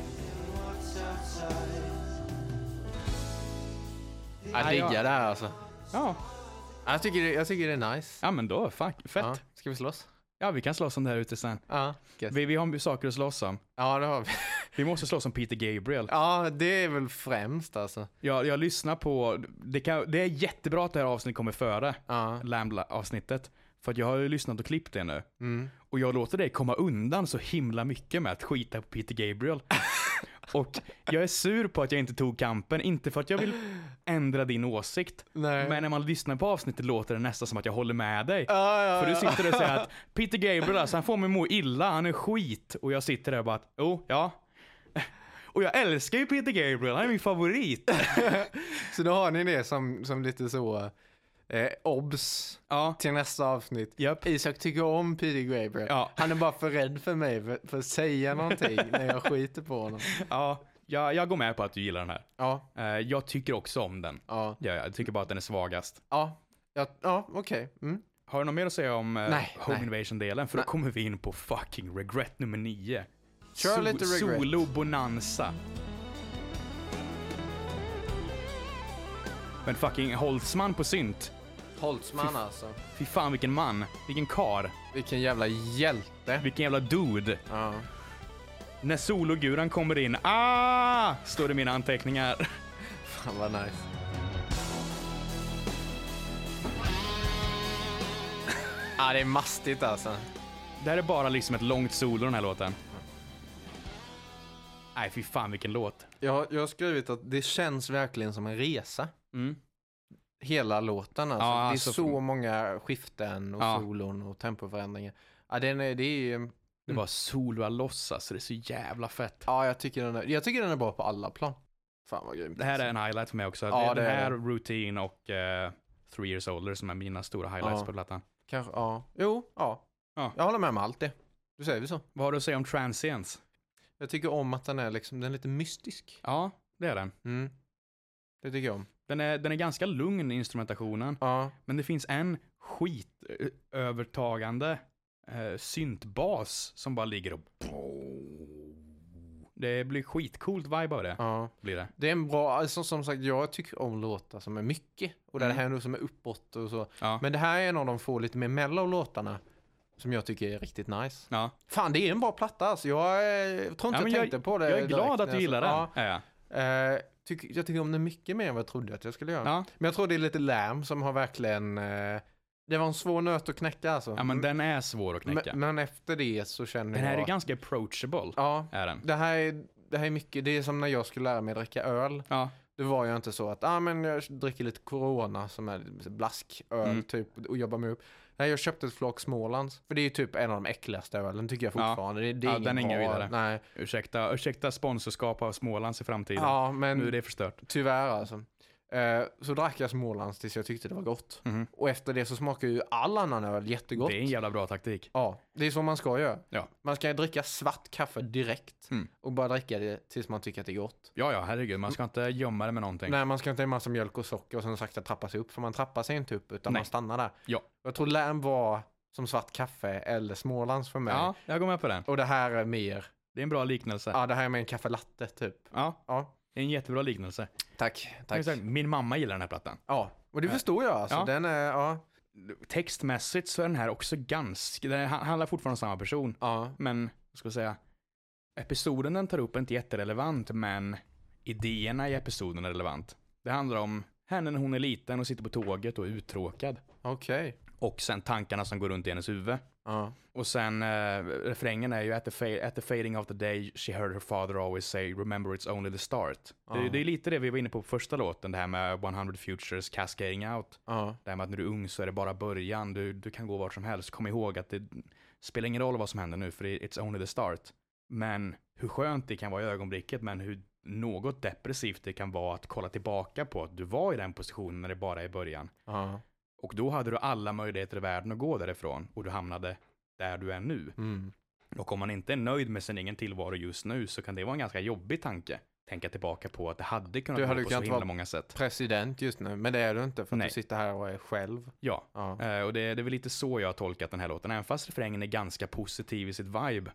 Jag diggar det här alltså. Ja. Jag tycker det är nice. Ja, men då, fett. Ja. Ska vi slåss? Ja, vi kan slåss om det här ute sen. Ja, vi har saker att slåss om. Ja, det har vi. Vi måste slåss om Peter Gabriel. Ja, det är väl främst alltså. Jag lyssnar på... Det är jättebra att det här avsnittet kommer före Lamb-avsnittet. För att jag har ju lyssnat och klippt det nu. Och jag låter det komma undan så himla mycket med att skita på Peter Gabriel. Och jag är sur på att jag inte tog kampen. Inte för att jag vill ändra din åsikt. Nej. Men när man lyssnar på avsnittet låter det nästan som att jag håller med dig. För du sitter och säger att Peter Gabriel, alltså, han får mig må illa. Han är skit. Och jag sitter där och bara, Och jag älskar ju Peter Gabriel. Han är min favorit. Så då har ni det som lite så... obs till nästa avsnitt. Isak tycker om Peter Gabriel. Han är bara för rädd för mig för att säga någonting när jag skiter på honom. Jag går med på att du gillar den här. Jag tycker också om den. Jag tycker bara att den är svagast. Okej. Har du något mer att säga om Home Invasion-delen? För då kommer vi in på fucking Regret nummer 9. Kör lite Regret. Solo Bonanza. Men fucking Holtzman på synt. Holtzman alltså. Fy fan vilken man. Vilken kar. Vilken jävla hjälte. Vilken jävla dude. När sologuran kommer in. Står det i mina anteckningar. Fan vad nice. Det är mastigt alltså. Det här är bara liksom ett långt solo den här låten. Nej, fy fan vilken låt. Jag har skrivit att det känns verkligen som en resa. Hela låten alltså. Det är alltså så många skiften och solon och tempoförändringar. Det var solo låtsas, så det är så jävla fett. Ja, jag tycker den är bra på alla plan. Fan vad grymt. Det här är en highlight för mig också. Det här Routine och 3 Years Older som är mina stora highlights på plattan. Kanske, jag håller med allt det. Du säger vi så. Vad har du att säga om Transience? Jag tycker om att den är lite mystisk. Ja, det är den. Det tycker jag om. Den är ganska lugn i instrumentationen. Men det finns en övertagande syntbas som bara ligger och... Det blir skitcoolt vibe av det. Blir det. Det är en bra... Alltså, som sagt, jag tycker om låtar som är mycket. Och det här är nog som är uppåt och så. Men det här är en av de få lite mer mellow låtarna som jag tycker är riktigt nice. Fan, det är en bra platta. Alltså. Jag tror inte jag tänkte på det. Jag är glad att du gillar den. Jag tycker om den mycket mer än vad jag trodde att jag skulle göra. Men jag tror det är lite Lamb som har verkligen... det var en svår nöt att knäcka alltså. Ja, men den är svår att knäcka. Men efter det så känner jag... Den här är ganska approachable. Är den. Det här är mycket... Det är som när jag skulle lära mig dricka öl. Det var ju inte så att men jag dricker lite Corona som är blasköl typ och jobbar mig upp. Nej, jag köpte ett flak Smålands. För det är ju typ en av de äckligaste ölen tycker jag fortfarande. Det är den är ingen vidare. Nej. Ursäkta sponsorskap av Smålands i framtiden. Men nu är det förstört. Tyvärr alltså. Så drack jag Smålands tills jag tyckte det var gott. Och efter det så smakar ju all annan öl jättegott. Det är en jävla bra taktik. Ja, det är så man ska göra. Man ska dricka svart kaffe direkt. Och bara dricka det tills man tycker att det är gott. Ja, herregud. Man ska inte gömma det med någonting. Nej, man ska inte ha en massa mjölk och socker och sen sakta trappa sig upp. För man trappar sig inte upp utan man stannar där. Jag tror Lamb var som svart kaffe eller Smålands för mig. Ja, jag går med på den. Och det här är mer... Det är en bra liknelse. Ja, det här är med en kaffelatte typ. Ja. Det är en jättebra liknelse. Tack. Min mamma gillar den här plattan. Ja, och det förstår jag. Alltså. Den är, Textmässigt så är den här också ganska... Den handlar fortfarande om samma person. Men, vad ska jag säga... Episoden den tar upp är inte jätterelevant, men idéerna i episoden är relevant. Det handlar om henne när hon är liten och sitter på tåget och är uttråkad. Okej. Och sen tankarna som går runt i hennes huvud. Ja. Och sen refrängen är ju at the fading of the day she heard her father always say remember it's only the start. Det är lite det vi var inne på första låten, det här med 100 futures cascading out. Det här med att när du är ung så är det bara början, du kan gå vart som helst. Kom ihåg att det spelar ingen roll vad som händer nu, för it's only the start. Men hur skönt det kan vara i ögonblicket, men hur något depressivt det kan vara att kolla tillbaka på att du var i den positionen när det bara är början. Och då hade du alla möjligheter i världen att gå därifrån, och du hamnade där du är nu. Och om man inte är nöjd med sin egen tillvaro just nu, så kan det vara en ganska jobbig tanke. Tänka tillbaka på att det hade kunnat vara på så himla många sätt. President just nu, men det är du inte, för att du sitter här och är själv. Ja, och det är väl lite så jag har tolkat den här låten. Även fast refrängen är ganska positiv i sitt vibe.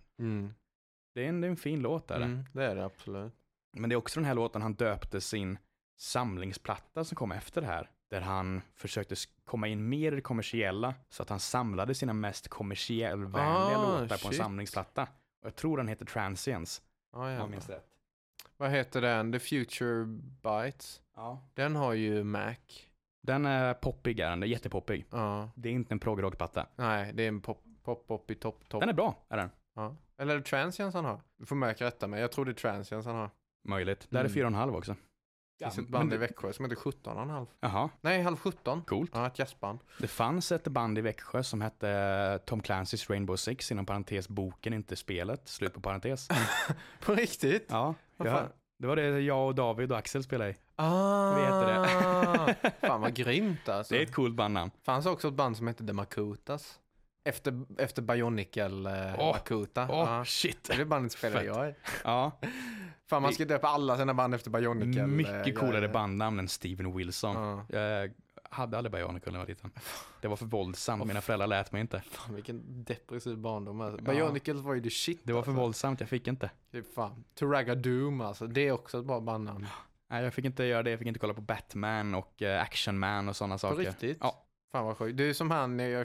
Det är en fin låt där. Det är det absolut. Men det är också den här låten han döpte sin samlingsplatta som kom efter det här. Där han försökte komma in mer i det kommersiella, så att han samlade sina mest kommersiellvänliga låtar på en samlingsplatta. Och jag tror den heter Transience. Jag minns rätt. Vad heter den? The Future Bites. Den har ju Mac. Den är poppig, den är jättepoppig. Det är inte en prog-rockplatta. Nej, det är en pop i topp. Den är bra, är den. Eller är det Transience han har? Du får Mac rätta mig. Jag tror det är Transience han har. Möjligt. Där är 4,5 också. Det finns ett band i Växjö som heter 17,5. Jaha. Nej, halv 17. Coolt. Ja, ett jazzband. Det fanns ett band i Växjö som hette Tom Clancy's Rainbow Six, inom parentes boken, inte spelet, slut på parentes. På riktigt? Ja. Det var det jag och David och Axel spelade i. Vi heter det. Fan vad grymt alltså. Det är ett coolt bandnamn. Fanns också ett band som hette The Makutas. Efter Bionicle Makuta. Shit. Det bandet spelade jag i. Ja. Fan, man ska döpa alla sina band efter Bionicle. Mycket coolare bandnamn än Steven Wilson. Jag hade aldrig Bionicle när jag var liten. Det var för våldsamt. Mina föräldrar lät mig inte. Fan, vilken depressiv barndom. Alltså. Bionicle var ju det shit. Det var för våldsamt, jag fick inte. Fan. To Ragga Doom, alltså. Det är också ett bra bandnamn. Nej, jag fick inte göra det. Jag fick inte kolla på Batman och Action Man och sådana saker. På riktigt? Ja. Fan vad sjukt. Du är som han jag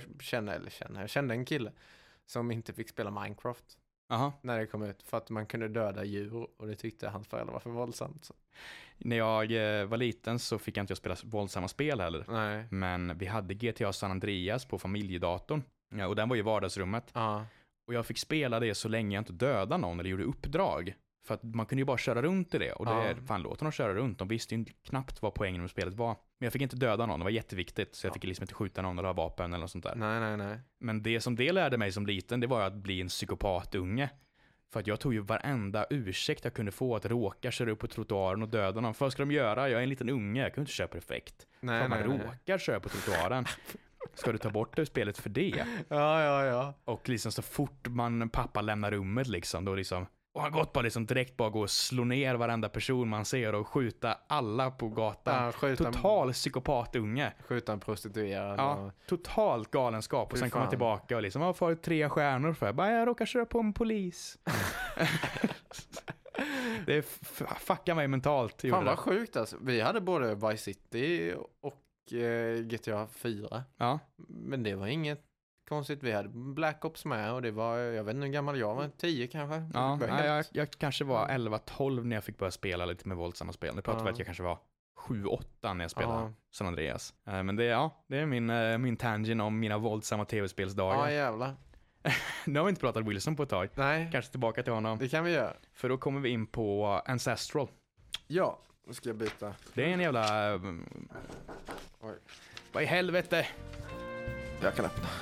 kände en kille som inte fick spela Minecraft. När det kom ut, för att man kunde döda djur, och det tyckte hans föräldrar var för våldsamt. Så. När jag var liten så fick jag inte spela våldsamma spel heller. Nej. Men vi hade GTA San Andreas på familjedatorn. Ja, och den var i vardagsrummet. Och jag fick spela det så länge jag inte dödade någon eller gjorde uppdrag. För att man kunde ju bara köra runt i det. Och det fan, låt dem köra runt. De visste ju knappt vad poängen med spelet var. Men jag fick inte döda någon, det var jätteviktigt. Så jag fick liksom inte skjuta någon eller ha vapen eller något sånt där. Nej. Men det som det lärde mig som liten, det var att bli en psykopatunge. För att jag tog ju varenda ursäkt jag kunde få att råka köra upp på trottoaren och döda någon. Vad ska de göra? Jag är en liten unge, jag kan inte köra perfekt. Nej. Man råkar köra på trottoaren. Ska du ta bort det spelet för det? Ja. Och liksom så fort pappa lämnar rummet liksom, då liksom... Och han gått bara liksom direkt bara gå och slå ner varenda person man ser och skjuta alla på gatan. Total psykopatunge. Skjuta en prostituerad. Ja, totalt galenskap. Och sen kommer tillbaka och liksom, vad får 3 stjärnor för? Jag råkar köra på en polis. Det fuckar mig mentalt. Fan vad sjukt alltså. Vi hade både Vice City och GTA 4. Ja. Men det var inget konstigt. Vi hade Black Ops med, och det var, jag vet inte hur gammal jag var, 10 kanske. Ja, jag kanske var 11-12 när jag fick börja spela lite med våldsamma spel. Nu pratar vi att jag kanske var 7-8 när jag spelade San Andreas. Men det är min tangent om mina våldsamma tv-spelsdagar. Ja, jävlar. Nu har vi inte pratat Wilson på ett tag. Nej. Kanske tillbaka till honom. Det kan vi göra. För då kommer vi in på Ancestral. Ja, då ska jag byta. Det är en jävla... Oj. Vad i helvete? Jag kan öppna.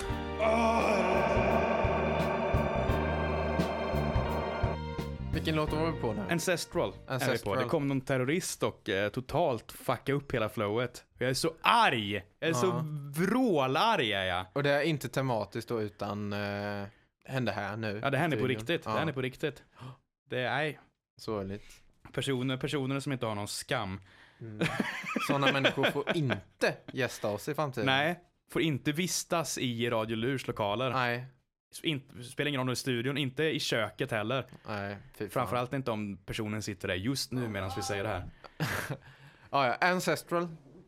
Vilken låt var vi på nu? Ancestral. Är vi på. Det kom någon terrorist och totalt fucka upp hela flowet. Jag är så arg. Jag är så vrålarg är jag. Och det är inte tematiskt då, utan det händer här nu. Ja, det händer på riktigt. Det händer på riktigt. Det är sorgligt. Personer som inte har någon skam. Sådana människor får inte gästa oss i framtiden. Nej, får inte vistas i Radio Lurs lokaler. Nej. Spelar ingen roll i studion, inte i köket heller. Nej, framförallt inte om personen sitter där just nu medan vi säger det här. Ja, Ancestral.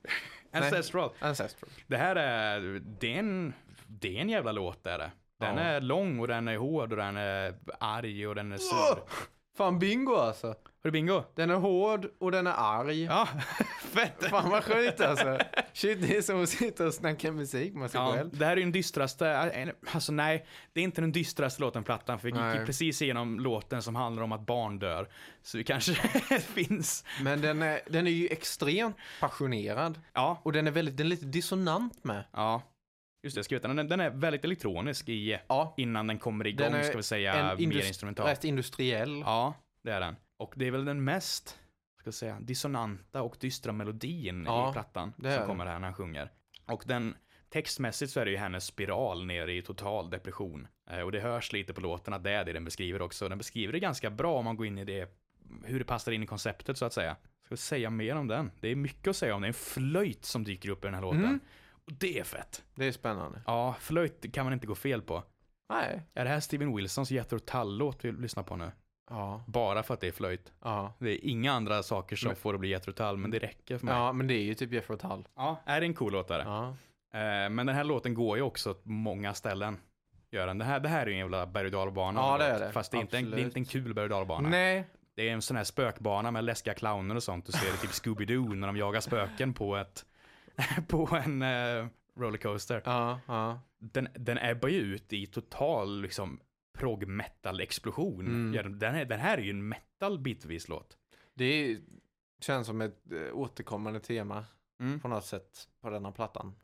Det här är det är en jävla låt där. Den är lång och den är hård och den är arg och den är sur. Fan, bingo alltså. Har du bingo? Den är hård och den är arg. Ja, fett. Fan vad skönt alltså. Shit, det är som att sitta och snacka musik med sig själv. Det här är ju den dystraste, alltså nej, det är inte den dystraste låten på plattan, för vi gick ju precis igenom låten som handlar om att barn dör. Så det kanske finns. Men den är ju extremt passionerad. Ja. Och den är lite dissonant med. Ja. Just det, jag skrev den är väldigt elektronisk innan den kommer igång, den ska vi säga, mer instrumental. Rätt industriell. Ja, det är den. Och det är väl den mest, ska jag säga, dissonanta och dystra melodin i plattan som kommer här när han sjunger. Och den, textmässigt så är det ju hennes spiral ner i total depression. Och det hörs lite på låten att det är det den beskriver också. Den beskriver det ganska bra om man går in i det, hur det passar in i konceptet så att säga. Ska vi säga mer om den? Det är mycket att säga om det. Det är en flöjt som dyker upp i den här låten. Och det är fett. Det är spännande. Ja, flöjt kan man inte gå fel på. Nej. Är det här Steven Wilsons Jethro Tull-låt vi lyssnar på nu? Ja. Bara för att det är flöjt. Ja. Det är inga andra saker som får det bli Jethro Tull, men det räcker för mig. Ja, men det är ju typ Jethro Tull. Ja, är det en cool låtare? Ja. Men den här låten går ju också på många ställen. Gör den. Det här är ju en jävla berg- och dalbana. Ja, det är det. Fast det är inte en kul berg- och dalbana. Nej. Det är en sån här spökbana med läskiga clowner och sånt. Du ser det typ Scooby-Doo när de jagar spöken på en rollercoaster. Ja. Den ebbar ju ut i total liksom prog-metal-explosion. Den här är ju en metal bitvis låt. Det känns som ett återkommande tema på något sätt på denna plattan.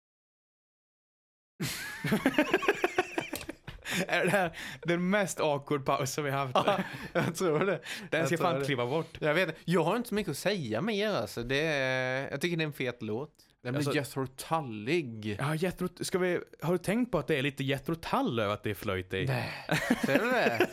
Är det här den mest awkward pausen vi haft? Ja, jag tror det. Den ska fan kliva bort. Jag har inte så mycket att säga mer alltså. Jag tycker det är en fet låt. Den blir Jethro Tullig. Ja, har du tänkt på att det är lite Jethro Tull över att det är flöjt i? Nej, ser du det?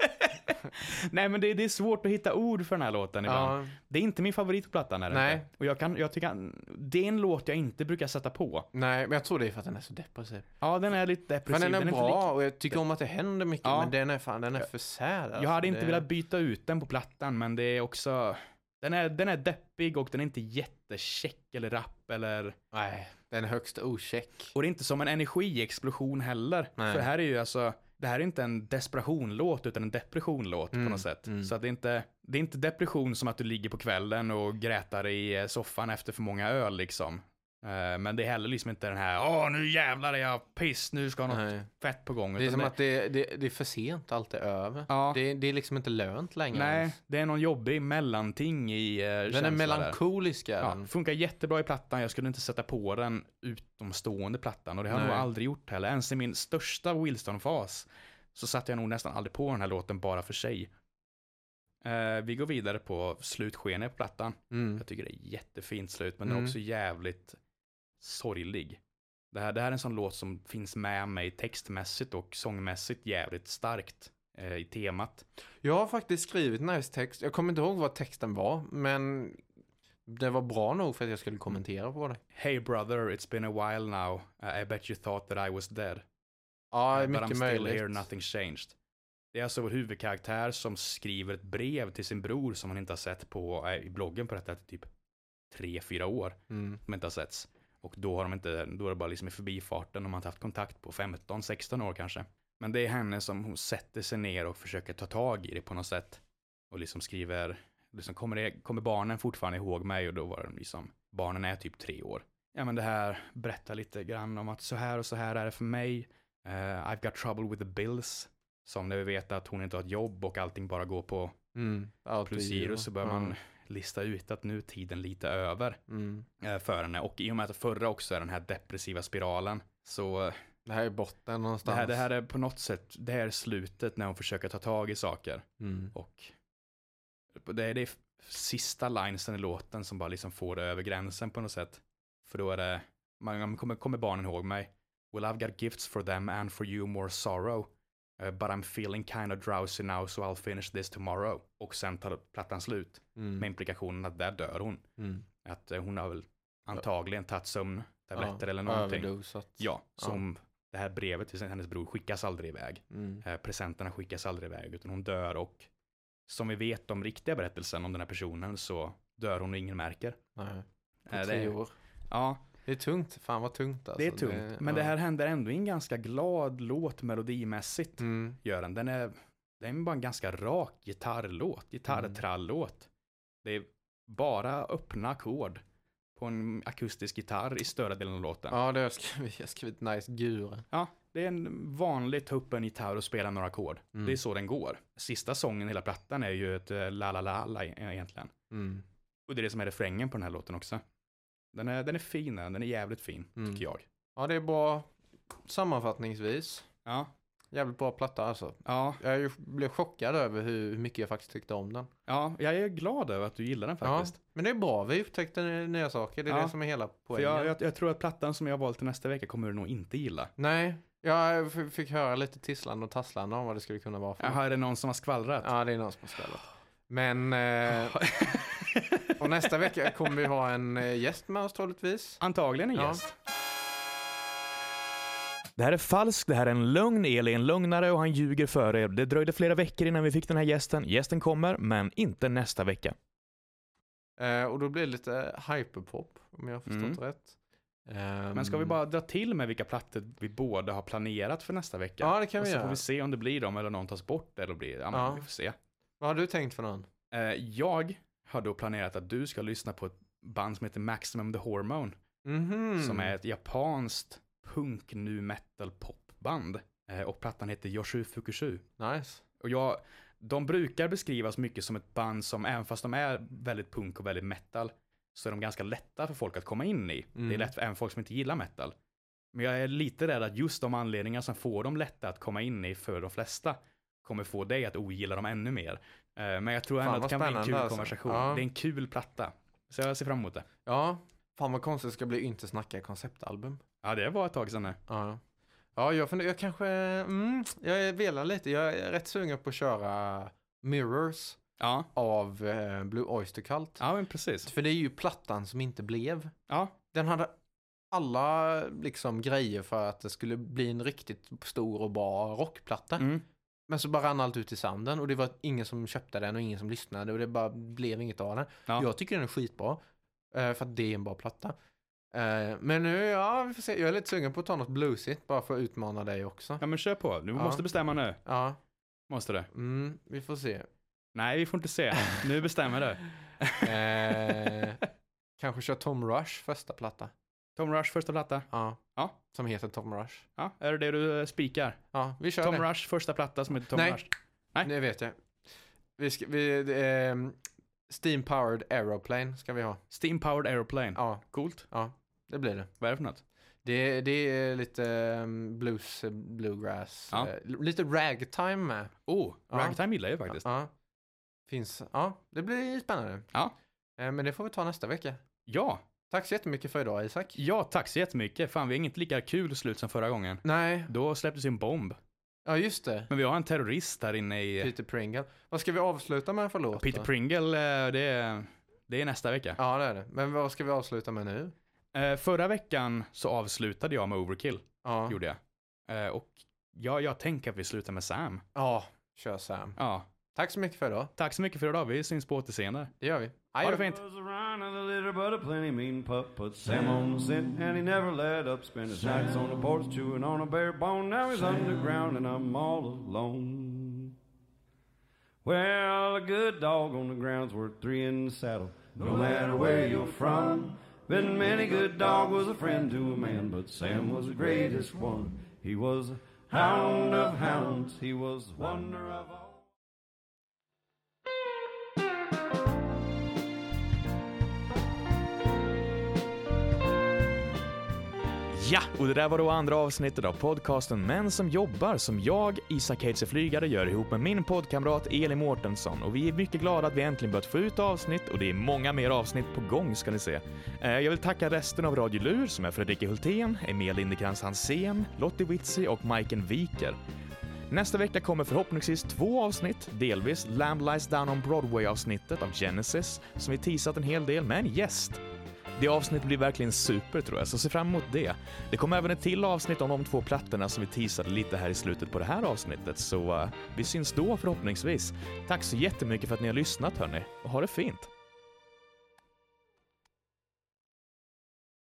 Nej, men det är svårt att hitta ord för den här låten ibland. Ja. Det är inte min favorit på plattan. Nej. Och jag tycker det är en låt jag inte brukar sätta på. Nej, men jag tror det är för att den är så depressiv. Ja, den är lite depressiv. Men den är bra och jag tycker om att det händer mycket. Men den är för sad. Alltså. Jag hade inte velat byta ut den på plattan, men det är också... Den är deppig och den är inte jättecheck eller rapp eller... Nej, den är högst ocheck. Och det är inte som en energiexplosion heller. Nej. För det här är ju alltså... Det här är inte en desperationlåt utan en depressionlåt på något sätt. Så att det är inte depression som att du ligger på kvällen och grätar i soffan efter för många öl liksom. Men det är heller liksom inte den här nu jävlar är jag piss, nu ska något fett på gång. Det är som att det är för sent, allt är över. Ja. Det är liksom inte lönt längre. Nej, det är någon jobbig mellanting i den är melankolisk. Funkar jättebra i plattan, jag skulle inte sätta på den utomstående plattan. Och det har jag nog aldrig gjort heller. Ens i min största Wilson-fas så satte jag nog nästan aldrig på den här låten bara för sig. Vi går vidare på slutskenet på plattan. Jag tycker det är jättefint slut, men den är också jävligt sorglig. Det här är en sån låt som finns med mig textmässigt och sångmässigt jävligt starkt i temat. Jag har faktiskt skrivit nice text. Jag kommer inte ihåg vad texten var, men det var bra nog för att jag skulle kommentera på det. Hey brother, it's been a while now. I bet you thought that I was dead. Ja, but mycket I'm möjligt. still here, nothing's changed. Det är alltså vår huvudkaraktär som skriver ett brev till sin bror som han inte har sett på i bloggen på detta typ 3-4 år. Som inte har setts. Och då är det bara liksom i förbifarten om man inte haft kontakt på 15-16 år kanske. Men det är henne som hon sätter sig ner och försöker ta tag i det på något sätt. Och liksom skriver, liksom kommer barnen fortfarande ihåg mig? Och då var de liksom, barnen är typ 3 år. Ja, men det här berättar lite grann om att så här och så här är det för mig. I've got trouble with the bills. Som när vi vet att hon inte har ett jobb och allting bara går på plusgiro, så bör man lista ut att nu är tiden lite över för henne. Och i och med att förra också är den här depressiva spiralen, så det här är botten någonstans. Det här är på något sätt, det här är slutet när hon försöker ta tag i saker. Och det är det sista linesen i låten som bara liksom får det över gränsen på något sätt. För då är det, man kommer barnen ihåg mig. Well, I've got gifts for them and for you more sorrow. But I'm feeling kind of drowsy now, so I'll finish this tomorrow. Och sen tar plattan slut. Med implikationen att där dör hon. Att hon har väl antagligen tagit sömntabletter eller någonting. Överdosat. Ja, som det här brevet till hennes bror skickas aldrig iväg. Presenterna skickas aldrig iväg, utan hon dör. Och som vi vet om riktiga berättelsen om den här personen, så dör hon och ingen märker. Nej, på 3 år. Ja. Det är tungt, fan vad tungt alltså. Det är tungt, men det här händer ändå i en ganska glad låt melodimässigt. Gör den är Det är bara en ganska rak gitarrtrall-låt. Det är bara öppna ackord på en akustisk gitarr i större delen av låten. Ja, det har jag skrivit nice gur. Ja, det är en vanlig ta upp en gitarr och spela några ackord. Det är så den går. Sista sången i hela plattan är ju ett la egentligen. Och det är det som är refrängen på den här låten också. Den är fin, den är jävligt fin, tycker jag. Ja, det är bra sammanfattningsvis. Ja. Jävligt bra platta alltså. Ja. Jag blev chockad över hur mycket jag faktiskt tyckte om den. Ja, jag är glad över att du gillar den faktiskt. Ja, men det är bra, vi upptäckte nya saker. Det är det som är hela poängen. Jag tror att plattan som jag har valt till nästa vecka kommer du nog inte gilla. Nej, jag fick höra lite tisslande och tasslande om vad det skulle kunna vara för. Jaha, är det någon som har skvallrat? Ja, det är någon som har skvallrat. Men och nästa vecka kommer vi ha en gäst med oss troligtvis. Antagligen en gäst. Det här är falskt, det här är en lögn, Eli är en lögnare och han ljuger för er. Det dröjde flera veckor innan vi fick den här gästen. Gästen kommer, men inte nästa vecka. Och då blir det lite hyperpop, om jag har förstått rätt. Men ska vi bara dra till med vilka plattor vi båda har planerat för nästa vecka? Ja, det kan vi göra. Och så får vi se om det blir dem eller någon tas bort eller blir. Ja, men vi får se. Vad har du tänkt för någon? Jag har då planerat att du ska lyssna på ett band som heter Maximum the Hormone. Som är ett japanskt punk nu metal popband. Och plattan heter Yoshu Fukushu. Nice. Och de brukar beskrivas mycket som ett band som, även fast de är väldigt punk och väldigt metal, så är de ganska lätta för folk att komma in i. Det är lätt för även folk som inte gillar metal. Men jag är lite rädd att just de anledningar som får dem lätta att komma in i för de flesta kommer få dig att ogilla dem ännu mer. Men jag tror ändå att det kan bli en kul konversation. Det är en kul platta. Så jag ser fram emot det. Ja, fan vad konstigt det ska bli inte snacka konceptalbum. Ja, det var ett tag sedan nu. Ja, jag kanske jag velar lite. Jag är rätt sugen på att köra Mirrors av Blue Oyster Cult. Ja, men precis. För det är ju plattan som inte blev. Ja. Den hade alla liksom grejer för att det skulle bli en riktigt stor och bra rockplatta. Men så bara rann allt ut i sanden och det var ingen som köpte den och ingen som lyssnade och det bara blev inget av den. Ja. Jag tycker den är skitbra för att det är en bra platta. Men nu, vi får se. Jag är lite sugen på att ta något bluesigt bara för att utmana dig också. Ja, men kör på. Du måste bestämma nu. Ja. Måste det? Vi får se. Nej, vi får inte se. Nu bestämmer du. Kanske kör Tom Rush första platta. Tom Rush första platta? Ja. Som heter Tom Rush. Ja, är det du spikar? Ja, vi kör Tom Rush första platta som heter Tom Rush. Nej, det vet jag. Steam-powered Aeroplane ska vi ha. Steam-powered Aeroplane? Ja. Coolt. Ja, det blir det. Vad är det för något? Det är lite bluegrass. Ja. Lite ragtime med. Ragtime gillar jag faktiskt. Det blir spännande. Ja. Men det får vi ta nästa vecka. Ja. Tack så jättemycket för idag, Isak. Ja, tack så jättemycket. Fan, vi har inget lika kul slut som förra gången. Nej. Då släpptes en bomb. Ja, just det. Men vi har en terrorist här inne i... Peter Pringle. Vad ska vi avsluta med för låt? Peter Pringle, det är nästa vecka. Ja, det är det. Men vad ska vi avsluta med nu? Förra veckan så avslutade jag med Overkill. Ja. Gjorde jag. Och jag tänker att vi slutar med Sam. Ja, kör Sam. Ja. Tack så mycket för idag. Tack så mycket för idag. Vi syns på återseende. Det gör vi. Ha det fint. But a plenty mean pup put Sam on the scent and he never let up. Spend his nights on the porch chewing on a bare bone. Now he's underground and I'm all alone. Well, a good dog on the ground's worth 3 in the saddle, no matter where you're from. Been many good dog was a friend to a man, but Sam was the greatest one. He was a hound of hounds, he was the wonder of all. Ja, och det där var då andra avsnittet av podcasten Män som jobbar, som jag, Isak Heitzeflygare, gör ihop med min poddkamrat Eli Mårtensson. Och vi är mycket glada att vi äntligen börjat få ut avsnitt och det är många mer avsnitt på gång, ska ni se. Jag vill tacka resten av Radio Lur som är Fredrika Hultén, Emil Lindekrans Hansén, Lottie Witzy och Majken Wiker. Nästa vecka kommer förhoppningsvis 2 avsnitt, delvis Lamb Lies Down on Broadway-avsnittet av Genesis, som vi teasat en hel del med en gäst. Det avsnittet blir verkligen super, tror jag, så se fram emot det. Det kommer även ett till avsnitt om de 2 plattorna som vi teasade lite här i slutet på det här avsnittet, så vi syns då förhoppningsvis. Tack så jättemycket för att ni har lyssnat, hörni, och ha det fint!